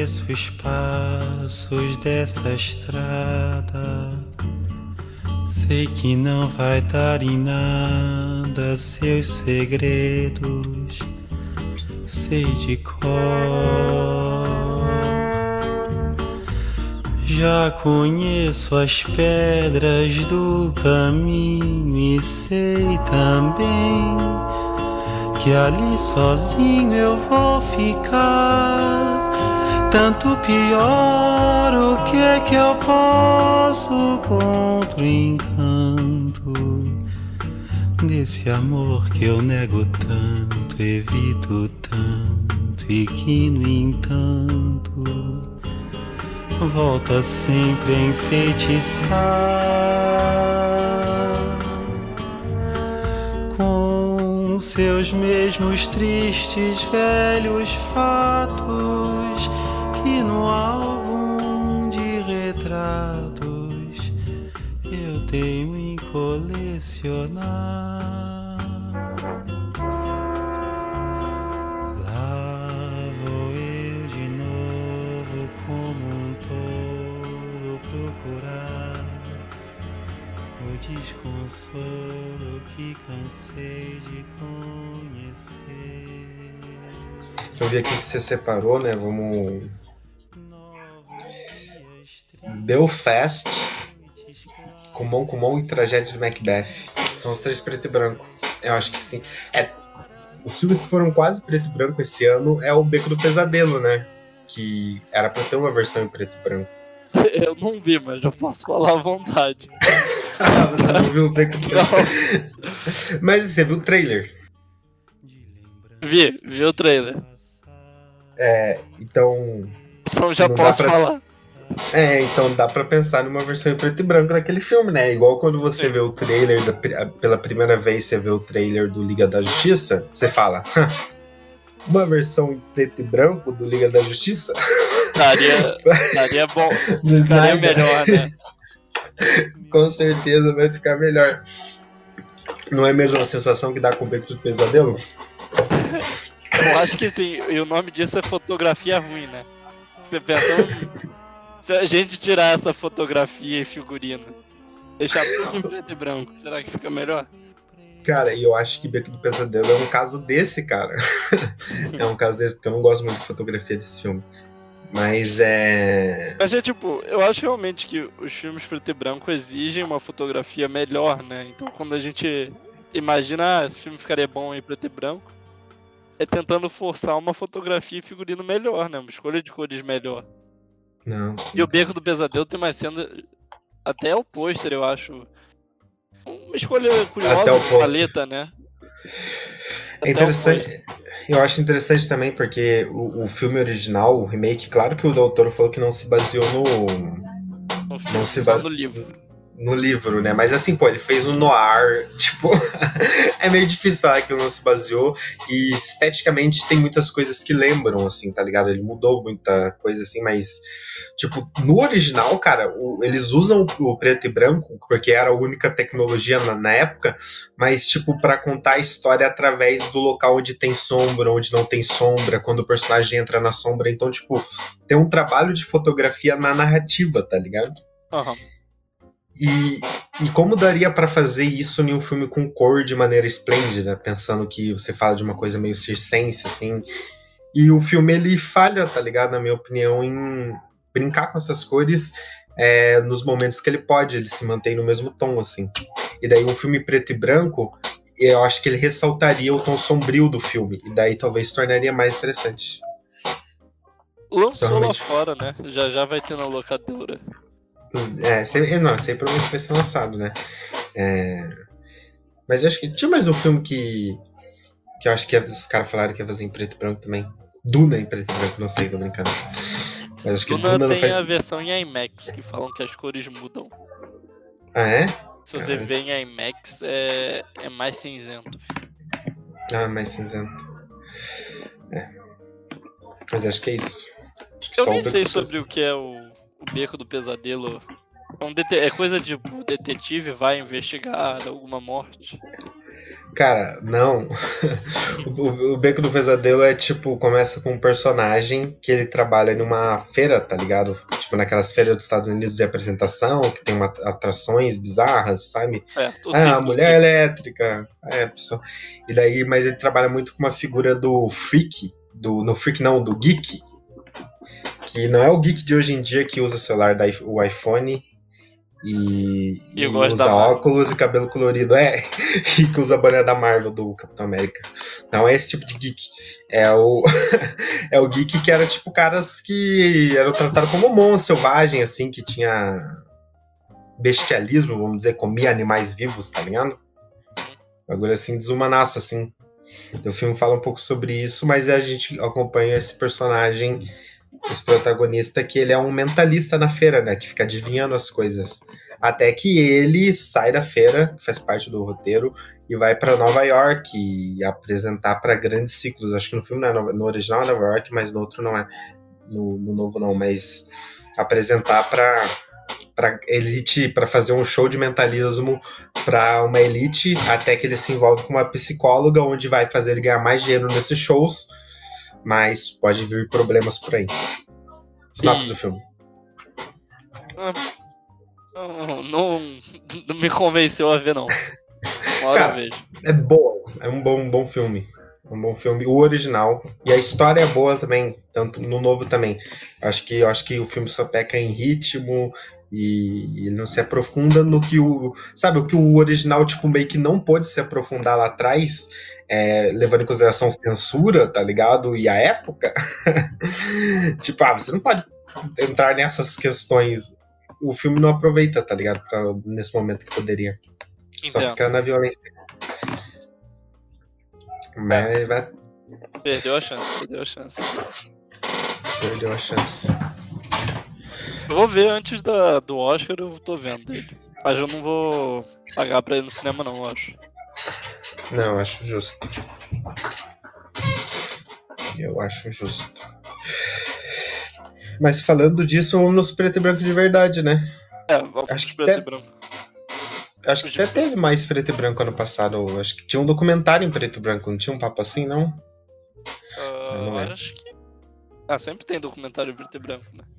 conheço os passos dessa estrada. Sei que não vai dar em nada seus segredos. Sei de cor. Já conheço as pedras do caminho e sei também que ali sozinho eu vou ficar. Tanto pior, o que é que eu posso contra o encanto desse amor que eu nego tanto, evito tanto e que no entanto volta sempre a enfeitiçar com seus mesmos tristes velhos fatos que no álbum de retratos eu teimo em colecionar. Lá vou eu de novo como um tolo procurar o desconsolo que cansei de conhecer. Deixa eu ver aqui que você separou, né? Vamos. Belfast, Kumon e Tragédia de Macbeth. São os três preto e branco. Eu acho que sim. Os filmes que foram quase preto e branco esse ano é o Beco do Pesadelo, né? Que era pra ter uma versão em preto e branco. Eu não vi, mas eu posso falar à vontade. Você não viu o Beco do Pesadelo? Mas você viu o trailer? Vi o trailer. Então já posso falar. Então dá pra pensar numa versão em preto e branco daquele filme, né? Igual quando você vê o trailer, pela primeira vez você vê o trailer do Liga da Justiça, você fala, uma versão em preto e branco do Liga da Justiça? Daria bom, ficaria melhor, né? Com certeza vai ficar melhor. Não é a mesma sensação que dá com o Beco do Pesadelo? Eu acho que sim, e o nome disso é fotografia ruim, né? Você pensa, se a gente tirar essa fotografia e figurino, deixar tudo em preto e branco, será que fica melhor? Cara, e eu acho que Beco do Pesadelo é um caso desse, cara. É um caso desse, porque eu não gosto muito de fotografia desse filme. Mas tipo, eu acho realmente que os filmes preto e branco exigem uma fotografia melhor, né? Então quando a gente imagina, esse filme ficaria bom em preto e branco, é tentando forçar uma fotografia e figurino melhor, né? Uma escolha de cores melhor. Não, sim. E o Beco do Pesadelo tem mais cena, até o pôster, eu acho. Uma escolha curiosa de paleta, né? É interessante. Eu acho interessante também porque o filme original, o remake, claro que o Del Toro falou que não se baseou no livro. No livro, né? Mas assim, pô, ele fez um noir, tipo, é meio difícil falar que ele não se baseou, e esteticamente tem muitas coisas que lembram, assim, tá ligado? Ele mudou muita coisa, assim, mas, tipo, no original, cara, eles usam o preto e branco, porque era a única tecnologia na época, mas, tipo, pra contar a história através do local onde tem sombra, onde não tem sombra, quando o personagem entra na sombra, então, tipo, tem um trabalho de fotografia na narrativa, tá ligado? Aham. E como daria pra fazer isso em um filme com cor de maneira esplêndida, pensando que você fala de uma coisa meio circense, assim. E o filme, ele falha, tá ligado? Na minha opinião, em brincar com essas cores nos momentos que ele pode, ele se mantém no mesmo tom, assim. E daí um filme preto e branco, eu acho que ele ressaltaria o tom sombrio do filme, e daí talvez tornaria mais interessante. Lançou lá fora, né? Já vai ter na locadora. Sempre provavelmente vai ser lançado, né? Mas eu acho que tinha mais um filme que eu acho que os caras falaram que ia fazer em preto e branco também. Duna em preto e branco, não sei, tô brincando. Mas acho que Duna tem não faz... a versão em IMAX, que falam que as cores mudam. Ah, é? Se você vê em IMAX, é mais cinzento. Ah, mais cinzento. Mas acho que é isso. Acho que eu nem sei sobre o que é o Beco do Pesadelo. É coisa de o detetive vai investigar alguma morte. Cara, não. O Beco do Pesadelo é tipo, começa com um personagem que ele trabalha numa feira, tá ligado? Tipo, naquelas feiras dos Estados Unidos de apresentação, que tem atrações bizarras, sabe? Certo, o Ah, a circo, o mulher circo. elétrica. É, pessoal. E daí, mas ele trabalha muito com uma figura do freak, no freak não, do geek, que não é o geek de hoje em dia que usa celular, o iPhone E eu e gosto da usa Marvel. óculos e cabelo colorido, e que usa a boné da Marvel, do Capitão América. Não é esse tipo de geek. É o, é o geek que era tipo caras que eram tratados como monstro selvagem, assim, que tinha bestialismo, vamos dizer, comia animais vivos, tá ligado? Bagulho assim, desumanaço, assim. Então, o filme fala um pouco sobre isso, mas a gente acompanha esse personagem, esse protagonista, que ele é um mentalista na feira, né? Que fica adivinhando as coisas. Até que ele sai da feira, que faz parte do roteiro, e vai para Nova York e apresentar para grandes ciclos. Acho que no filme não é no original é Nova York, mas no outro não é. No novo não, mas apresentar para elite, para fazer um show de mentalismo para uma elite, até que ele se envolve com uma psicóloga, onde vai fazer ele ganhar mais dinheiro nesses shows, mas pode vir problemas por aí. Sinopse do filme. Ah, não me convenceu a ver, não. Uma hora eu Cara, vejo. é boa, é um bom filme. Um bom filme, o original. E a história é boa também, tanto no novo também. Eu acho que o filme só peca em ritmo e ele não se aprofunda no que o. Sabe, o que o original, tipo, meio que não pôde se aprofundar lá atrás, levando em consideração censura, tá ligado? E a época. Tipo, você não pode entrar nessas questões. O filme não aproveita, tá ligado? Nesse momento que poderia. Só Entendo. fica na violência. Mas vai. Perdeu a chance, perdeu a chance. Perdeu a chance. Eu vou ver antes do Oscar, eu tô vendo ele. Mas eu não vou pagar pra ir no cinema, não, eu acho. Não, eu acho justo. Eu acho justo. Mas falando disso, vamos nos preto e branco de verdade, né? Vamos Acho de que preto até, e branco. acho que até teve mais preto e branco ano passado. Acho que tinha um documentário em preto e branco. Não tinha um papo assim, não? Eu não lembro. Acho que. Sempre tem documentário em preto e branco, né?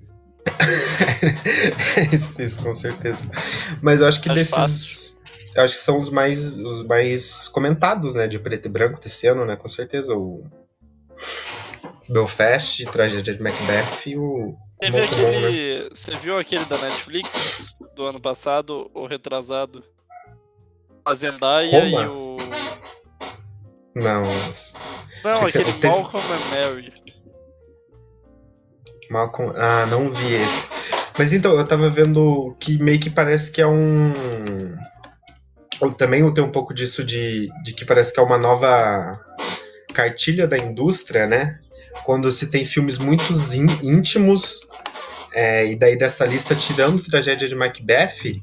Isso, com certeza. Mas eu acho que Mais desses. Eu acho que são os mais comentados, né? De preto e branco desse ano, né? Com certeza. O Belfast, Tragédia de Macbeth e o Teve Kumon Kumon, né? aquele. Você viu aquele da Netflix do ano passado, ou retrasado? A Zendaya Roma? e o. Não. Não, Que aquele teve- Malcolm and Mary. Malcolm. Ah, não vi esse. Mas então, eu tava vendo que meio que parece que é um. Também tem um pouco disso de que parece que é uma nova cartilha da indústria, né? Quando se tem filmes muito íntimos, e daí dessa lista, tirando Tragédia de Macbeth,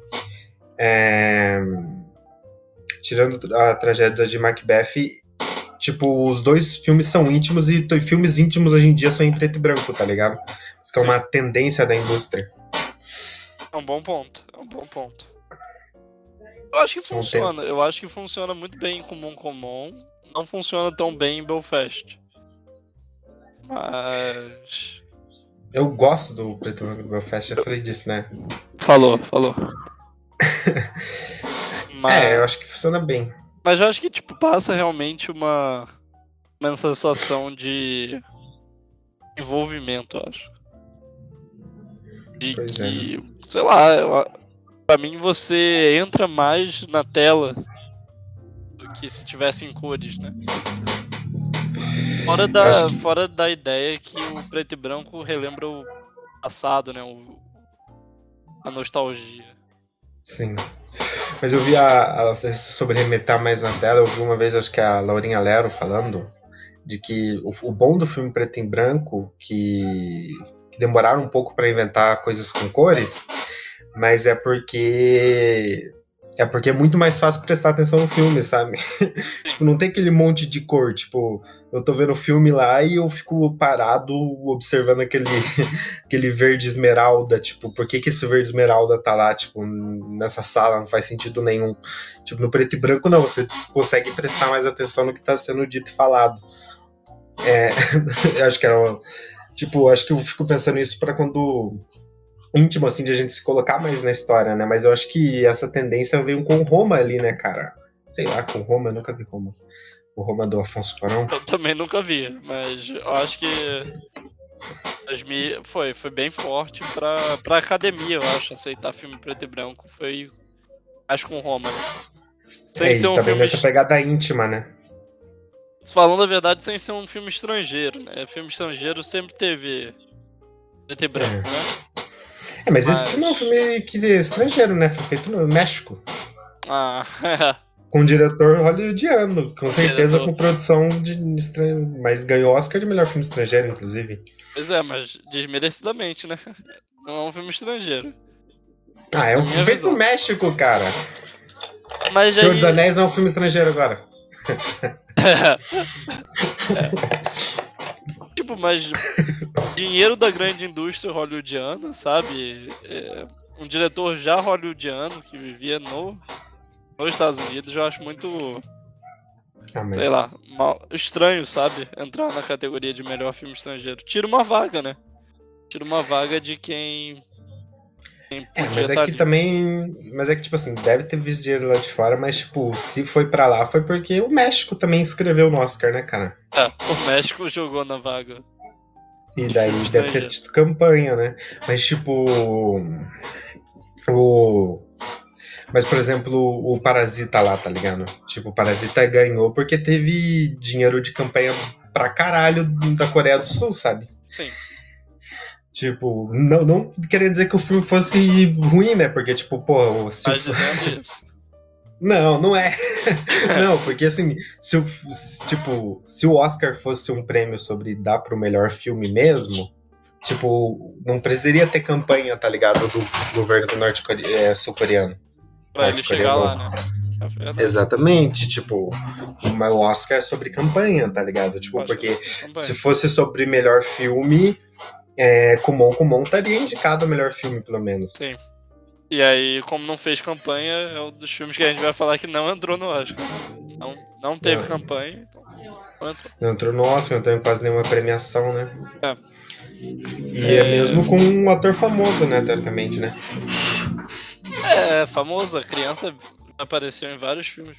tirando a Tragédia de Macbeth, tipo, os dois filmes são íntimos e filmes íntimos hoje em dia são em preto e branco, tá ligado? Isso que é uma tendência da indústria. É um bom ponto, é um bom ponto. Eu acho que funciona, eu acho que funciona muito bem em Kumon. Não funciona tão bem em Belfast. Mas. Eu gosto do preto e branco do Belfast, já falei disso, né? Falou. Eu acho que funciona bem. Mas eu acho que, tipo, passa realmente uma sensação de envolvimento, eu acho. De Pois que, sei lá, pra mim você entra mais na tela do que se tivesse em cores, né? Fora da ideia que o preto e branco relembra o passado, né? A nostalgia. Sim. Mas eu vi sobre remetar mais na tela, eu vi uma vez, acho que a Laurinha Lero falando de que o bom do filme preto e branco, que demoraram um pouco para inventar coisas com cores, mas é porque É porque é muito mais fácil prestar atenção no filme, sabe? Tipo, não tem aquele monte de cor. Tipo, eu tô vendo o filme lá e eu fico parado observando aquele verde esmeralda. Tipo, por que esse verde esmeralda tá lá, tipo, nessa sala? Não faz sentido nenhum. Tipo, no preto e branco, não. Você consegue prestar mais atenção no que tá sendo dito e falado. Eu acho que era. Tipo, acho que eu fico pensando isso pra quando. Íntimo, assim, de a gente se colocar mais na história, né? Mas eu acho que essa tendência veio com Roma ali, né, cara? Sei lá, com Roma, eu nunca vi Roma. O Roma do Afonso Cuarón. Eu também nunca vi, mas eu acho que foi bem forte pra academia, eu acho, aceitar filme preto e branco. Foi, acho, com Roma, né? Sem ser E um também filme... nessa pegada íntima, né? Falando a verdade, sem ser um filme estrangeiro, né? Filme estrangeiro sempre teve preto e branco, né? Mas esse filme é um filme estrangeiro, né? Foi feito no México. Ah, Com um diretor hollywoodiano, com certeza diretor. com produção de estrangeiro. Mas ganhou Oscar de melhor filme estrangeiro, inclusive. Pois é, mas desmerecidamente, né? Não é um filme estrangeiro. É um minha filme feito visão. no México, cara. Mas Senhor aí... dos Anéis não é um filme estrangeiro agora. Tipo, mas dinheiro da grande indústria hollywoodiana, sabe? Um diretor já hollywoodiano que vivia nos Estados Unidos, eu acho muito, Mas... sei lá, estranho, sabe? Entrar na categoria de melhor filme estrangeiro. Tira uma vaga, né? Tira uma vaga de quem podia mas é tá que ali. também. Mas é que, tipo assim, deve ter visto dinheiro lá de fora, mas, tipo, se foi pra lá, foi porque o México também escreveu no Oscar, né, cara? O México jogou na vaga. E de daí filme deve ter estrangeiro. tido campanha, né? Mas, tipo. Mas, por exemplo, o Parasita lá, tá ligado? Tipo, o Parasita ganhou porque teve dinheiro de campanha pra caralho da Coreia do Sul, sabe? Sim. Tipo, não querendo dizer que o filme fosse ruim, né? Porque, tipo, pô, se Mas dizendo isso. Não é. Não, porque assim, se o Oscar fosse um prêmio sobre dar pro melhor filme mesmo, tipo, não precisaria ter campanha, tá ligado? Do governo do sul-coreano. Pra ele chegar Norte-coreano. lá, né? É verdade. Exatamente, tipo, o Oscar é sobre campanha, tá ligado? Tipo, Acho porque que campanha. se fosse sobre melhor filme, Kumon estaria indicado a melhor filme, pelo menos. Sim. E aí, como não fez campanha, é um dos filmes que a gente vai falar que não entrou no Oscar. Não teve campanha, então não entrou. Não entrou no Oscar, não teve quase nenhuma premiação, né? E É mesmo com um ator famoso, né, teoricamente, né? É famoso, a criança apareceu em vários filmes.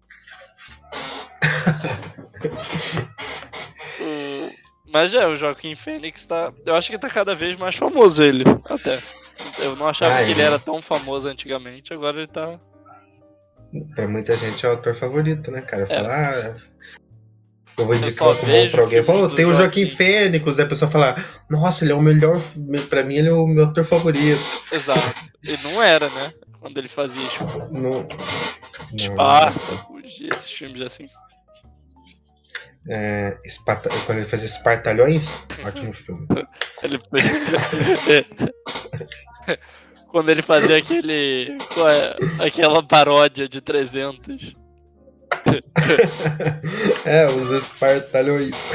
Mas o Joaquin Phoenix tá... Eu acho que tá cada vez mais famoso ele, até. Eu não achava que ele era tão famoso antigamente, agora ele tá... Pra muita gente é o ator favorito, né, cara? Fala, eu vou indicar só o Kumon vejo pra alguém. filmes Falou, do tem o Joaquin Joaquin. Phoenix, aí a pessoa fala, nossa, ele é o melhor, pra mim ele é o meu ator favorito. Exato. E não era, né? Quando ele fazia Não. Spartacus, esses filmes assim. Quando ele fazia Espartalhões, ótimo filme. Ele... Quando ele fazia aquela paródia de 300. Os Espartalhões.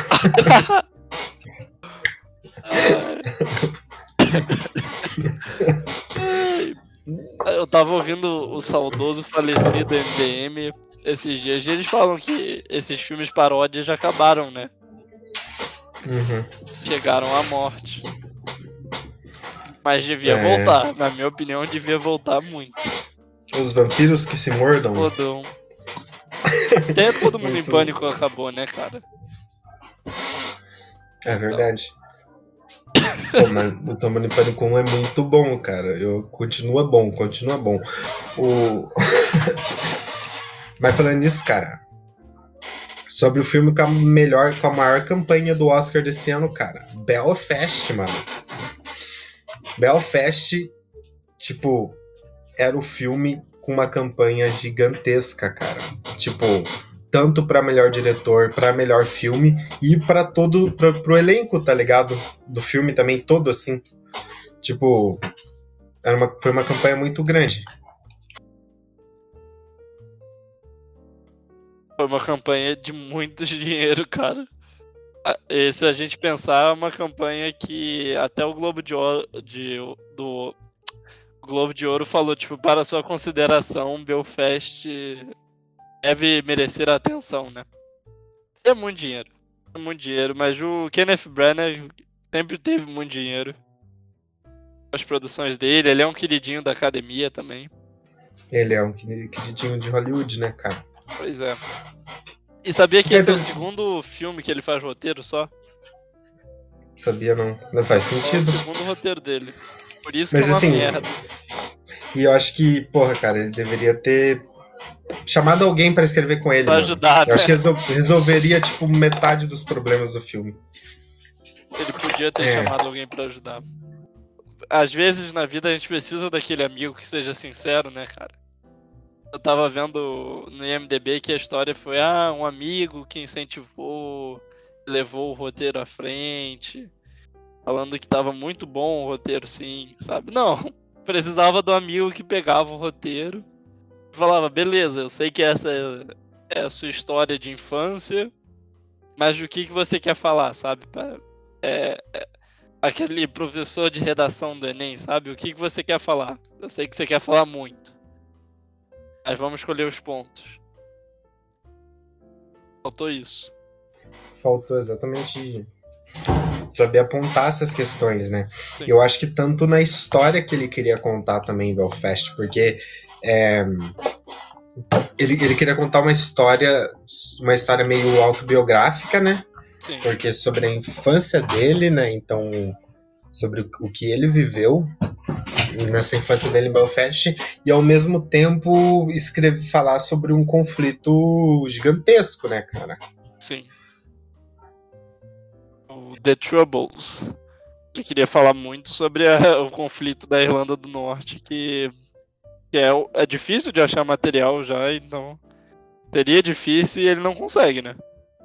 Eu tava ouvindo o saudoso falecido MDM esses dias. E eles falam que esses filmes paródias já acabaram, né? Uhum. Chegaram à morte. Mas devia voltar. Na minha opinião, devia voltar muito. Os vampiros que se mordam. Fodão. Até Todo Mundo em Pânico acabou, né, cara? É verdade. Pô, mas o Todo Mundo em Pânico 1 é muito bom, cara. Continua bom. Mas falando nisso, cara, sobre o filme com a maior campanha do Oscar desse ano, cara, Belfast, mano. Belfast, tipo, era o filme com uma campanha gigantesca, cara. Tipo, tanto pra melhor diretor, pra melhor filme e pra pro elenco, tá ligado? Do filme também todo, assim. Tipo, foi uma campanha muito grande. Foi uma campanha de muito dinheiro, cara. E se a gente pensar, é uma campanha que até o Globo de Ouro do Globo de Ouro falou, tipo, para sua consideração, Belfast deve merecer a atenção, né? É muito dinheiro. É muito dinheiro, mas o Kenneth Branagh sempre teve muito dinheiro. As produções dele, ele é um queridinho da academia também. Ele é um queridinho de Hollywood, né, cara? Pois é. E sabia que esse é o segundo filme que ele faz roteiro só? Sabia não. Não faz sentido. É o segundo roteiro dele. Por isso Mas, que é uma assim, merda. E eu acho que, porra, cara, ele deveria ter chamado alguém pra escrever com ele. Pra mano. ajudar, Eu acho que né? resolveria, tipo, metade dos problemas do filme. Ele podia ter chamado alguém pra ajudar. Às vezes na vida a gente precisa daquele amigo que seja sincero, né, cara? Eu tava vendo no IMDb que a história foi um amigo que incentivou, levou o roteiro à frente, falando que tava muito bom o roteiro, sim, sabe? Não, precisava do amigo que pegava o roteiro e falava, beleza, eu sei que essa é a sua história de infância, mas o que você quer falar, sabe? Aquele professor de redação do Enem, sabe? O que você quer falar? Eu sei que você quer falar muito. Mas vamos escolher os pontos. Faltou isso. Faltou exatamente saber apontar essas questões, né? Sim. Eu acho que tanto na história que ele queria contar também, Belfast, porque ele queria contar uma história meio autobiográfica, né? Sim. Porque sobre a infância dele, né? Então, sobre o que ele viveu nessa infância dele em Belfast, e ao mesmo tempo falar sobre um conflito gigantesco, né, cara? Sim. O The Troubles. Ele queria falar muito sobre o conflito da Irlanda do Norte, que é difícil de achar material já, então seria difícil e ele não consegue, né?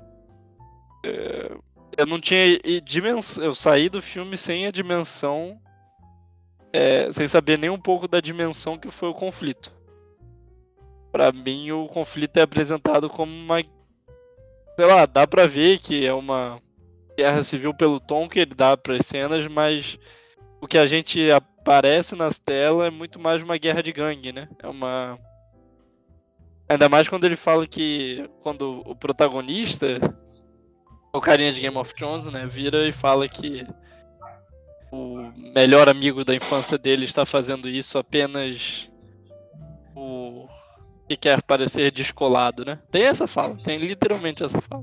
Eu não tinha dimensão. Eu saí do filme sem a dimensão. Sem saber nem um pouco da dimensão que foi o conflito. Pra mim, o conflito é apresentado como uma. Sei lá, dá pra ver que é uma guerra civil pelo tom que ele dá pras cenas, mas o que a gente aparece nas telas é muito mais uma guerra de gangue, né? É uma. Ainda mais quando ele fala que. Quando o protagonista. O carinha de Game of Thrones, né? Vira e fala que o melhor amigo da infância dele está fazendo isso apenas que quer parecer descolado, né? Tem essa fala, tem literalmente essa fala.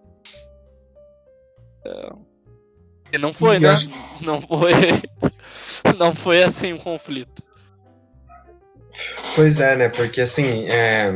E não foi, né? Não foi assim um conflito. Pois é, né? Porque assim,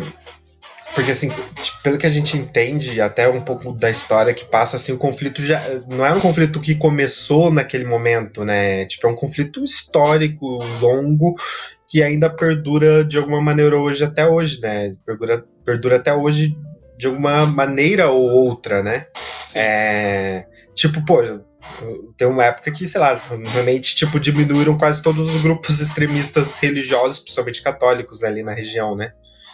tipo, pelo que a gente entende, até um pouco da história que passa, assim, o conflito já não é um conflito que começou naquele momento, né? Tipo, é um conflito histórico, longo, que ainda perdura de alguma maneira até hoje, né? Perdura até hoje de alguma maneira ou outra, né? Tipo, pô, tem uma época que, sei lá, realmente, tipo, diminuíram quase todos os grupos extremistas religiosos, principalmente católicos, né, ali na região, né?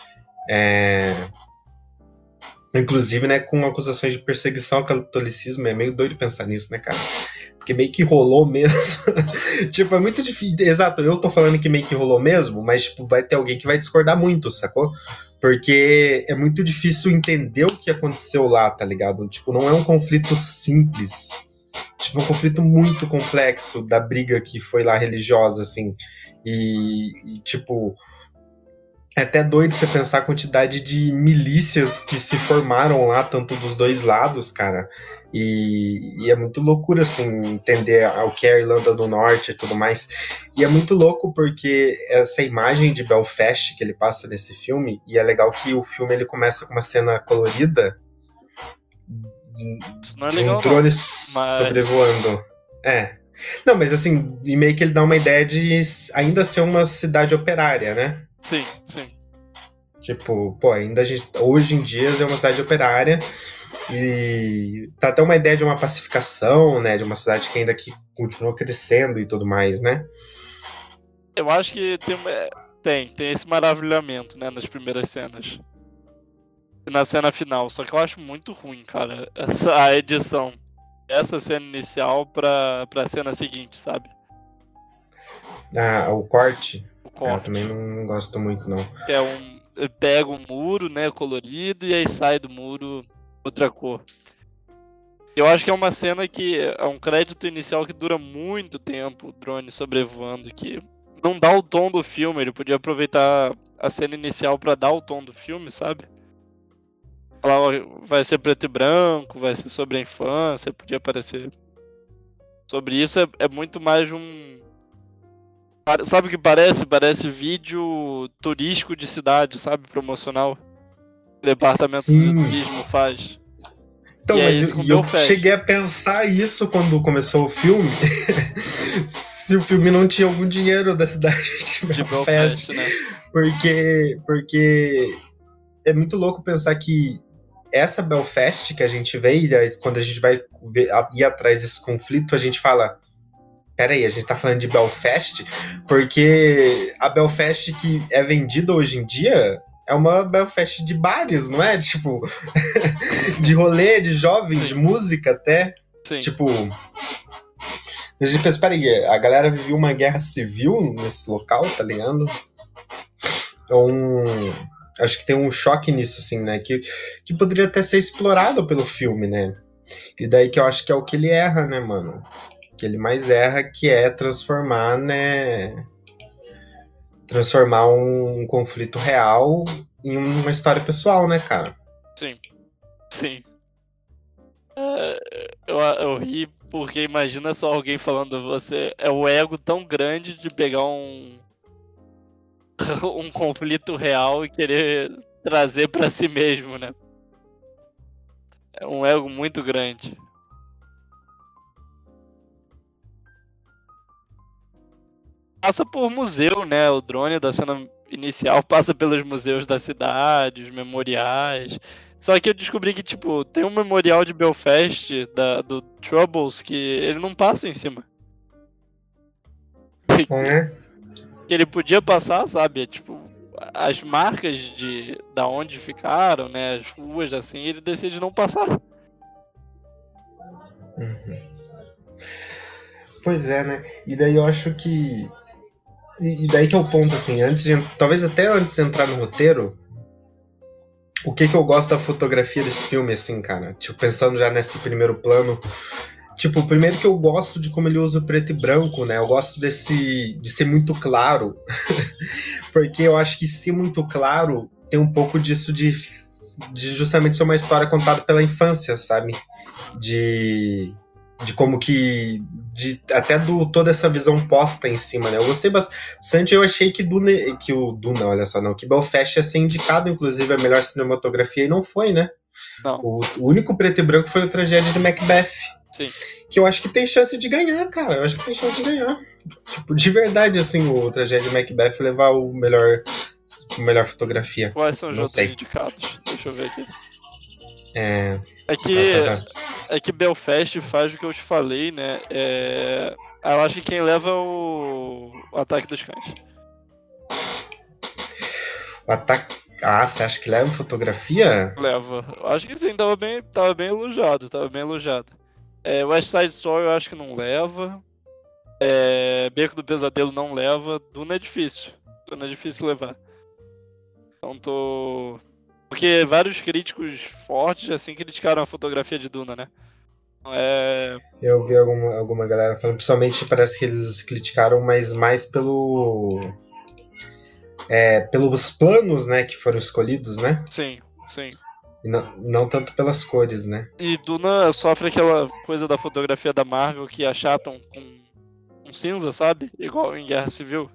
Inclusive, né, com acusações de perseguição ao catolicismo. É meio doido pensar nisso, né, cara? Porque meio que rolou mesmo. Tipo, é muito difícil. Exato, eu tô falando que meio que rolou mesmo, mas, tipo, vai ter alguém que vai discordar muito, sacou? Porque é muito difícil entender o que aconteceu lá, tá ligado? Tipo, não é um conflito simples. Tipo, um conflito muito complexo da briga que foi lá religiosa, assim. E tipo... É até doido você pensar a quantidade de milícias que se formaram lá, tanto dos dois lados, cara. E é muito loucura, assim, entender o que é a Irlanda do Norte e tudo mais. E é muito louco porque essa imagem de Belfast que ele passa nesse filme, e é legal que o filme ele começa com uma cena colorida. Isso não é legal, drone mas... sobrevoando. Não, mas assim, e meio que ele dá uma ideia de ainda ser uma cidade operária, né? Sim, sim. Tipo, pô, ainda hoje em dia é uma cidade operária e tá até uma ideia de uma pacificação, né? De uma cidade que ainda continua crescendo e tudo mais, né? Eu acho que tem esse maravilhamento, né? Nas primeiras cenas. na cena final. Só que eu acho muito ruim, cara, a edição. Essa cena inicial pra cena seguinte, sabe? Ah, o corte. O Eu corte. também não gosto muito, não. Que é pega um muro, né, colorido, e aí sai do muro outra cor. Eu acho que é uma cena que é um crédito inicial que dura muito tempo, o drone sobrevoando, que não dá o tom do filme. Ele podia aproveitar a cena inicial pra dar o tom do filme, sabe? Falar, ó, vai ser preto e branco, vai ser sobre a infância, podia aparecer sobre isso. É muito mais sabe o que parece? Parece vídeo turístico de cidade, sabe? Promocional. O departamento de Sim. turismo faz. Então, E é mas isso com eu Belfast. cheguei a pensar isso quando começou o filme. Se o filme não tinha algum dinheiro da cidade de De Belfast. Belfast, né? Porque é muito louco pensar que essa Belfast que a gente vê, e aí, quando a gente vai ir atrás desse conflito, a gente fala: peraí, a gente tá falando de Belfast? Porque a Belfast que é vendida hoje em dia é uma Belfast de bares, não é? Tipo, de rolê, de jovem, Sim. de música até. Sim. Tipo, a gente pensa, peraí, a galera vivia uma guerra civil nesse local, tá ligado? Acho que tem um choque nisso, assim, né? Que poderia até ser explorado pelo filme, né? E daí que eu acho que é o que ele erra, né, mano? Que ele mais erra, que é transformar, né? Transformar um conflito real em uma história pessoal, né, cara? Sim. Sim. Eu ri porque imagina só alguém falando, você é o ego tão grande de pegar um conflito real e querer trazer pra si mesmo, né? É um ego muito grande. Passa por museu, né? O drone da cena inicial passa pelos museus da cidade, os memoriais. Só que eu descobri que, tipo, tem um memorial de Belfast, do Troubles, que ele não passa em cima. É. Que ele podia passar, sabe? Tipo, as marcas da onde ficaram, né? As ruas, assim, ele decide não passar. Uhum. Pois é, né? E daí eu acho que. E daí que é o ponto, assim, talvez até antes de entrar no roteiro, o que eu gosto da fotografia desse filme, assim, cara? Tipo, pensando já nesse primeiro plano. Tipo, primeiro que eu gosto de como ele usa o preto e branco, né? Eu gosto de ser muito claro. Porque eu acho que ser muito claro tem um pouco disso de justamente ser uma história contada pela infância, sabe? De como que até toda essa visão posta em cima, né? Eu gostei bastante. Eu achei que que Belfast ia ser indicado, inclusive, a melhor cinematografia, e não foi, né? Não. O único preto e branco foi o Tragédia de Macbeth. Sim. Que eu acho que tem chance de ganhar, cara. Eu acho que tem chance de ganhar. Tipo, de verdade, assim, o Tragédia de Macbeth levar a melhor fotografia. Quais são os Não outros sei. indicados? Deixa eu ver aqui. É que Belfast faz o que eu te falei, né? Eu acho que quem leva é o Ataque dos Cães. O ataque. Ah, você acha que leva fotografia? Leva. Eu acho que sim, tava bem elogiado, West Side Story eu acho que não leva. Beco do Pesadelo não leva. Duna é difícil levar. Então porque vários críticos fortes assim criticaram a fotografia de Duna, né? Eu vi alguma galera falando, principalmente parece que eles criticaram, mas mais pelos planos, né, que foram escolhidos, né? Sim. E não tanto pelas cores, né? E Duna sofre aquela coisa da fotografia da Marvel que achatam com cinza, sabe? Igual em Guerra Civil.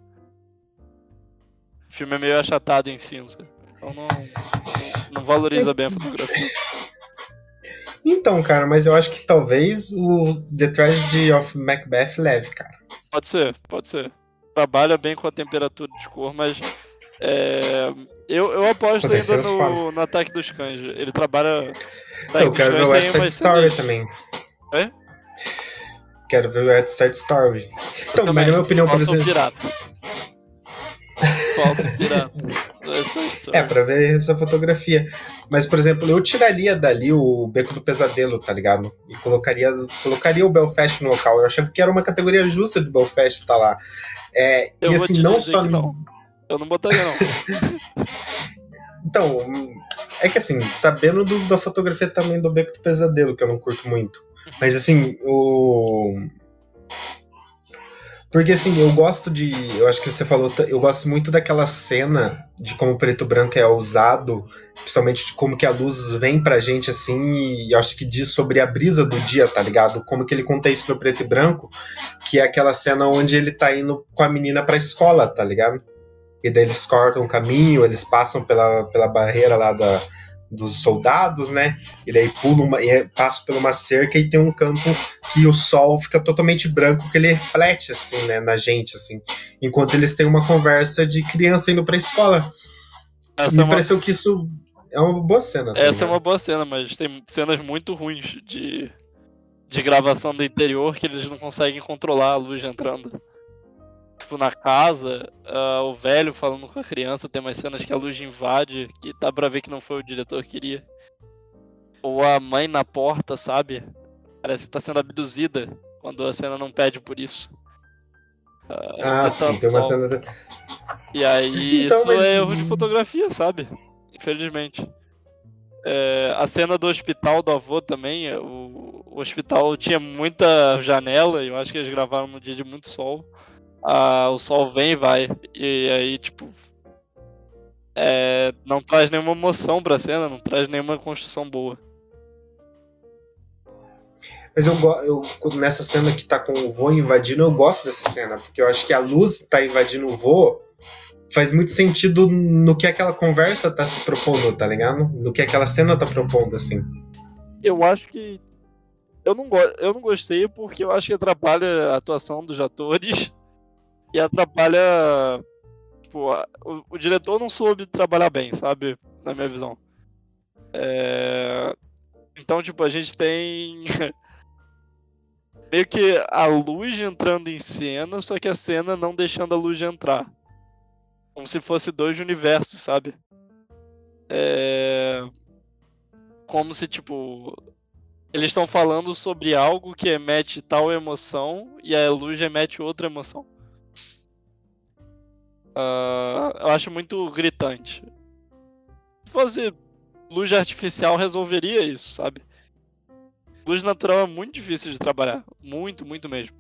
O filme é meio achatado em cinza. Então não valoriza bem a fotografia. Então, cara, mas eu acho que talvez o The Tragedy of Macbeth leve, cara. Pode ser. Trabalha bem com a temperatura de cor, mas eu aposto ainda no Ataque dos Cães. Ele trabalha... Eu quero ver o West Side Story também. É? Quero ver o West Side Story. Então, mas na minha opinião, por exemplo... Falta o pirata. West Side pessoas. pra ver essa fotografia. Mas, por exemplo, eu tiraria dali o Beco do Pesadelo, tá ligado? E colocaria o Belfast no local. Eu achava que era uma categoria justa de Belfast estar lá. Eu e vou assim, te não dizer só. que não. Eu não botaria, não. Então, é que assim, sabendo da fotografia também do Beco do Pesadelo, que eu não curto muito. Mas assim, Porque assim, eu acho que você falou, eu gosto muito daquela cena de como o preto e branco é usado, principalmente de como que a luz vem pra gente assim, e eu acho que diz sobre a brisa do dia, tá ligado? Como que ele conta isso no preto e branco, que é aquela cena onde ele tá indo com a menina pra escola, tá ligado? E daí eles cortam o caminho, eles passam pela barreira lá dos soldados, né? E daí passam por uma cerca e tem um campo que o sol fica totalmente branco, que ele reflete, assim, né, na gente, assim. Enquanto eles têm uma conversa de criança indo pra escola. Me pareceu que isso é uma boa cena. Essa é uma boa cena, mas tem cenas muito ruins de gravação do interior que eles não conseguem controlar a luz entrando. Tipo, na casa, o velho falando com a criança, tem umas cenas que a luz invade, que dá pra ver que não foi o diretor que queria. Ou a mãe na porta, sabe? Parece que tá sendo abduzida quando a cena não pede por isso. Sim, tem uma cena... E aí, então, isso é erro de fotografia, sabe? Infelizmente. A cena do hospital do avô também, o hospital tinha muita janela, e eu acho que eles gravaram num dia de muito sol. O sol vem e vai. E aí, tipo, não traz nenhuma emoção pra cena, não traz nenhuma construção boa. Mas eu nessa cena que tá com o vô invadindo, eu gosto dessa cena, porque eu acho que a luz tá invadindo o vô faz muito sentido no que aquela conversa tá se propondo, tá ligado? No que aquela cena tá propondo, assim. Eu acho que... Eu não gostei porque eu acho que atrapalha a atuação dos atores e atrapalha... Tipo, o diretor não soube trabalhar bem, sabe? Na minha visão. Então, tipo, a gente tem... meio que a luz entrando em cena, só que a cena não deixando a luz entrar. Como se fosse dois universos, sabe? Como se, tipo... Eles estão falando sobre algo que emete tal emoção e a luz emete outra emoção. Eu acho muito gritante. Se fosse luz artificial, resolveria isso, sabe? Luz natural é muito difícil de trabalhar. Muito, muito mesmo.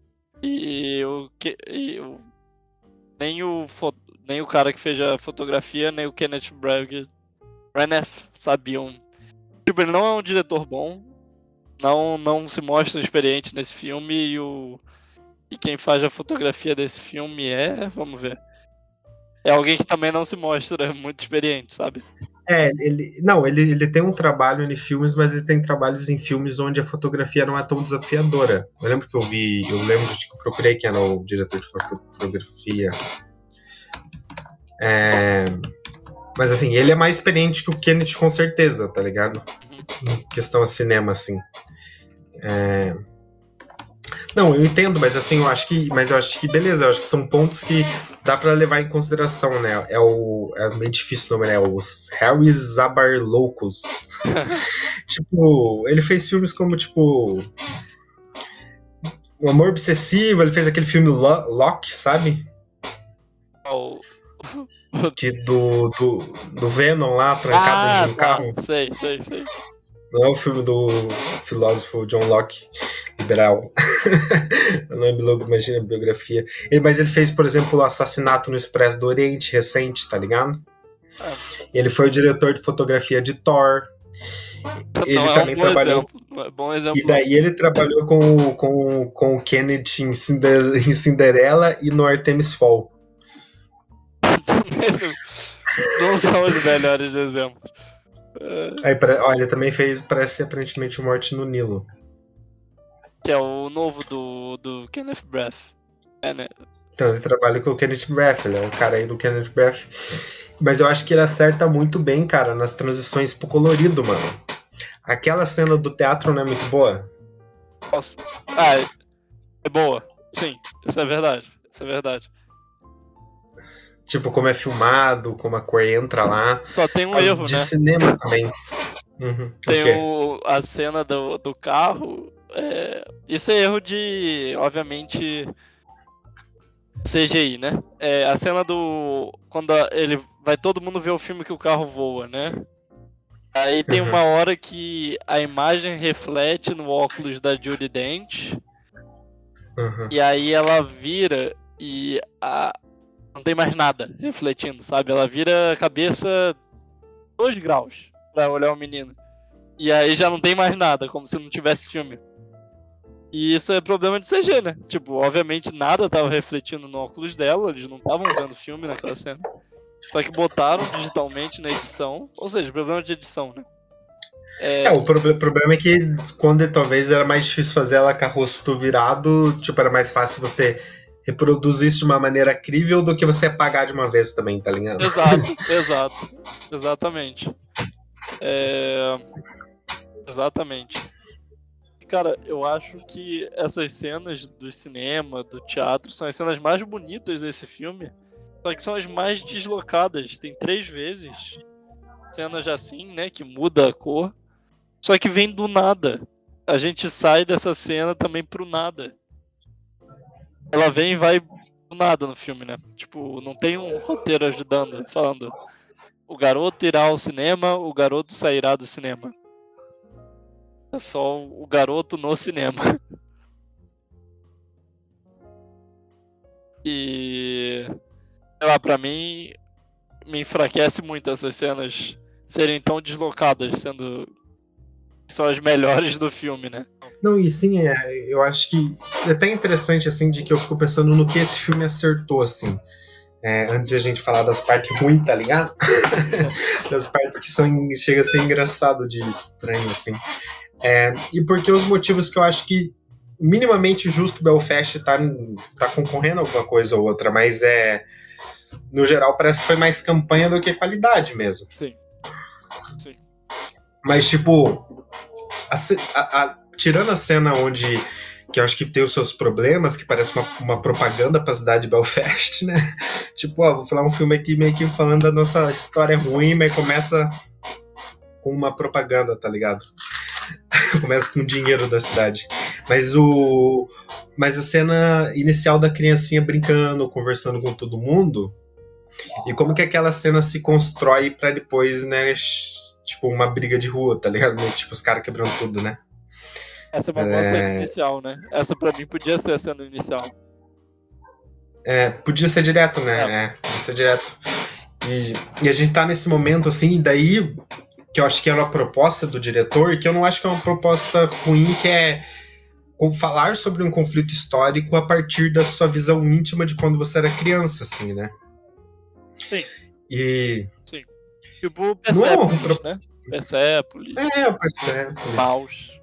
Nem o cara que fez a fotografia, nem o Kenneth Branagh sabiam. Tipo, ele não é um diretor bom. Não se mostra experiente nesse filme. E quem faz a fotografia desse filme vamos ver. É alguém que também não se mostra muito experiente, sabe? Ele tem um trabalho em filmes, mas ele tem trabalhos em filmes onde a fotografia não é tão desafiadora. Eu lembro que eu lembro de que eu procurei quem era o diretor de fotografia. Mas assim, ele é mais experiente que o Kenneth, com certeza, tá ligado? Em questão a cinema, assim. Não, eu entendo, mas assim, eu acho que beleza, eu acho que são pontos que dá pra levar em consideração, né? É meio difícil o nome, né? Os Harry Zabarloucos. Tipo, ele fez filmes como, tipo, O Amor Obsessivo, ele fez aquele filme Locke, sabe? Que do Venom lá, trancado no carro. Sei. Não é o filme do filósofo John Locke, liberal. Eu não imagino a biografia. Mas ele fez, por exemplo, o Assassinato no Expresso do Oriente, recente, tá ligado? Ele foi o diretor de fotografia de Thor. Ele também trabalhou. Bom exemplo. E daí ele trabalhou com o Kennedy em Cinderela e no Artemis Fall. Não são os melhores exemplos. Ele também fez, parece aparentemente, Morte no Nilo. Que é o novo do Kenneth Branagh. Né? Então, ele trabalha com o Kenneth Branagh, ele é o cara aí do Kenneth Branagh. Mas eu acho que ele acerta muito bem, cara, nas transições pro colorido, mano. Aquela cena do teatro não é muito boa? Nossa. É boa. Sim, isso é verdade. Tipo, como é filmado, como a cor entra lá. Só tem um As erro, de né? cinema também. Uhum. Tem O quê? a cena do carro. Isso é erro de, obviamente, CGI, né? A cena do. Quando ele vai todo mundo ver o filme que o carro voa, né? Aí tem uma hora que a imagem reflete no óculos da Judi Dench. Uhum. E aí ela vira e não tem mais nada refletindo, sabe? Ela vira a cabeça 2 graus pra olhar o menino. E aí já não tem mais nada, como se não tivesse filme. E isso é problema de CG, né? Tipo, obviamente nada tava refletindo no óculos dela, eles não estavam vendo filme naquela cena. Só que botaram digitalmente na edição, ou seja, problema de edição, né? O problema é que quando talvez era mais difícil fazer ela com o rosto virado, tipo, era mais fácil você reproduzir isso de uma maneira crível do que você apagar de uma vez também, tá ligado? Exatamente. Exatamente. Cara, eu acho que essas cenas do cinema, do teatro, são as cenas mais bonitas desse filme, só que são as mais deslocadas. Tem 3 vezes cenas assim, né, que muda a cor, só que vem do nada. A gente sai dessa cena também pro nada. Ela vem e vai do nada no filme, né? Tipo, não tem um roteiro ajudando, falando o garoto irá ao cinema, o garoto sairá do cinema. É só o garoto no cinema. E... sei lá, pra mim, me enfraquece muito essas cenas serem tão deslocadas, sendo que são as melhores do filme, né? Não, e sim, eu acho que é até interessante, assim, de que eu fico pensando no que esse filme acertou, assim. Antes de a gente falar das partes ruins, tá ligado? Das partes que chega a ser engraçado de estranho, assim. E porque os motivos que eu acho que minimamente justo Belfast tá concorrendo a alguma coisa ou outra, mas no geral parece que foi mais campanha do que qualidade mesmo. Sim. Mas tipo, tirando a cena que eu acho que tem os seus problemas, que parece uma propaganda pra cidade de Belfast, né? Tipo, vou falar um filme aqui meio que falando da nossa história ruim, mas começa com uma propaganda, tá ligado? Começa com o dinheiro da cidade. Mas a cena inicial da criancinha brincando, conversando com todo mundo, e como que aquela cena se constrói pra depois, né, tipo, uma briga de rua, tá ligado? Tipo, os caras quebrando tudo, né? Essa é uma boa cena inicial, né? Essa pra mim podia ser a cena inicial. Podia ser direto, né? Podia ser direto. E a gente tá nesse momento, assim, e daí que eu acho que era uma proposta do diretor, que eu não acho que é uma proposta ruim, que é falar sobre um conflito histórico a partir da sua visão íntima de quando você era criança, assim, né? Sim. Sim. Tipo, Persepolis, né? Persepolis. Persepolis. Maus.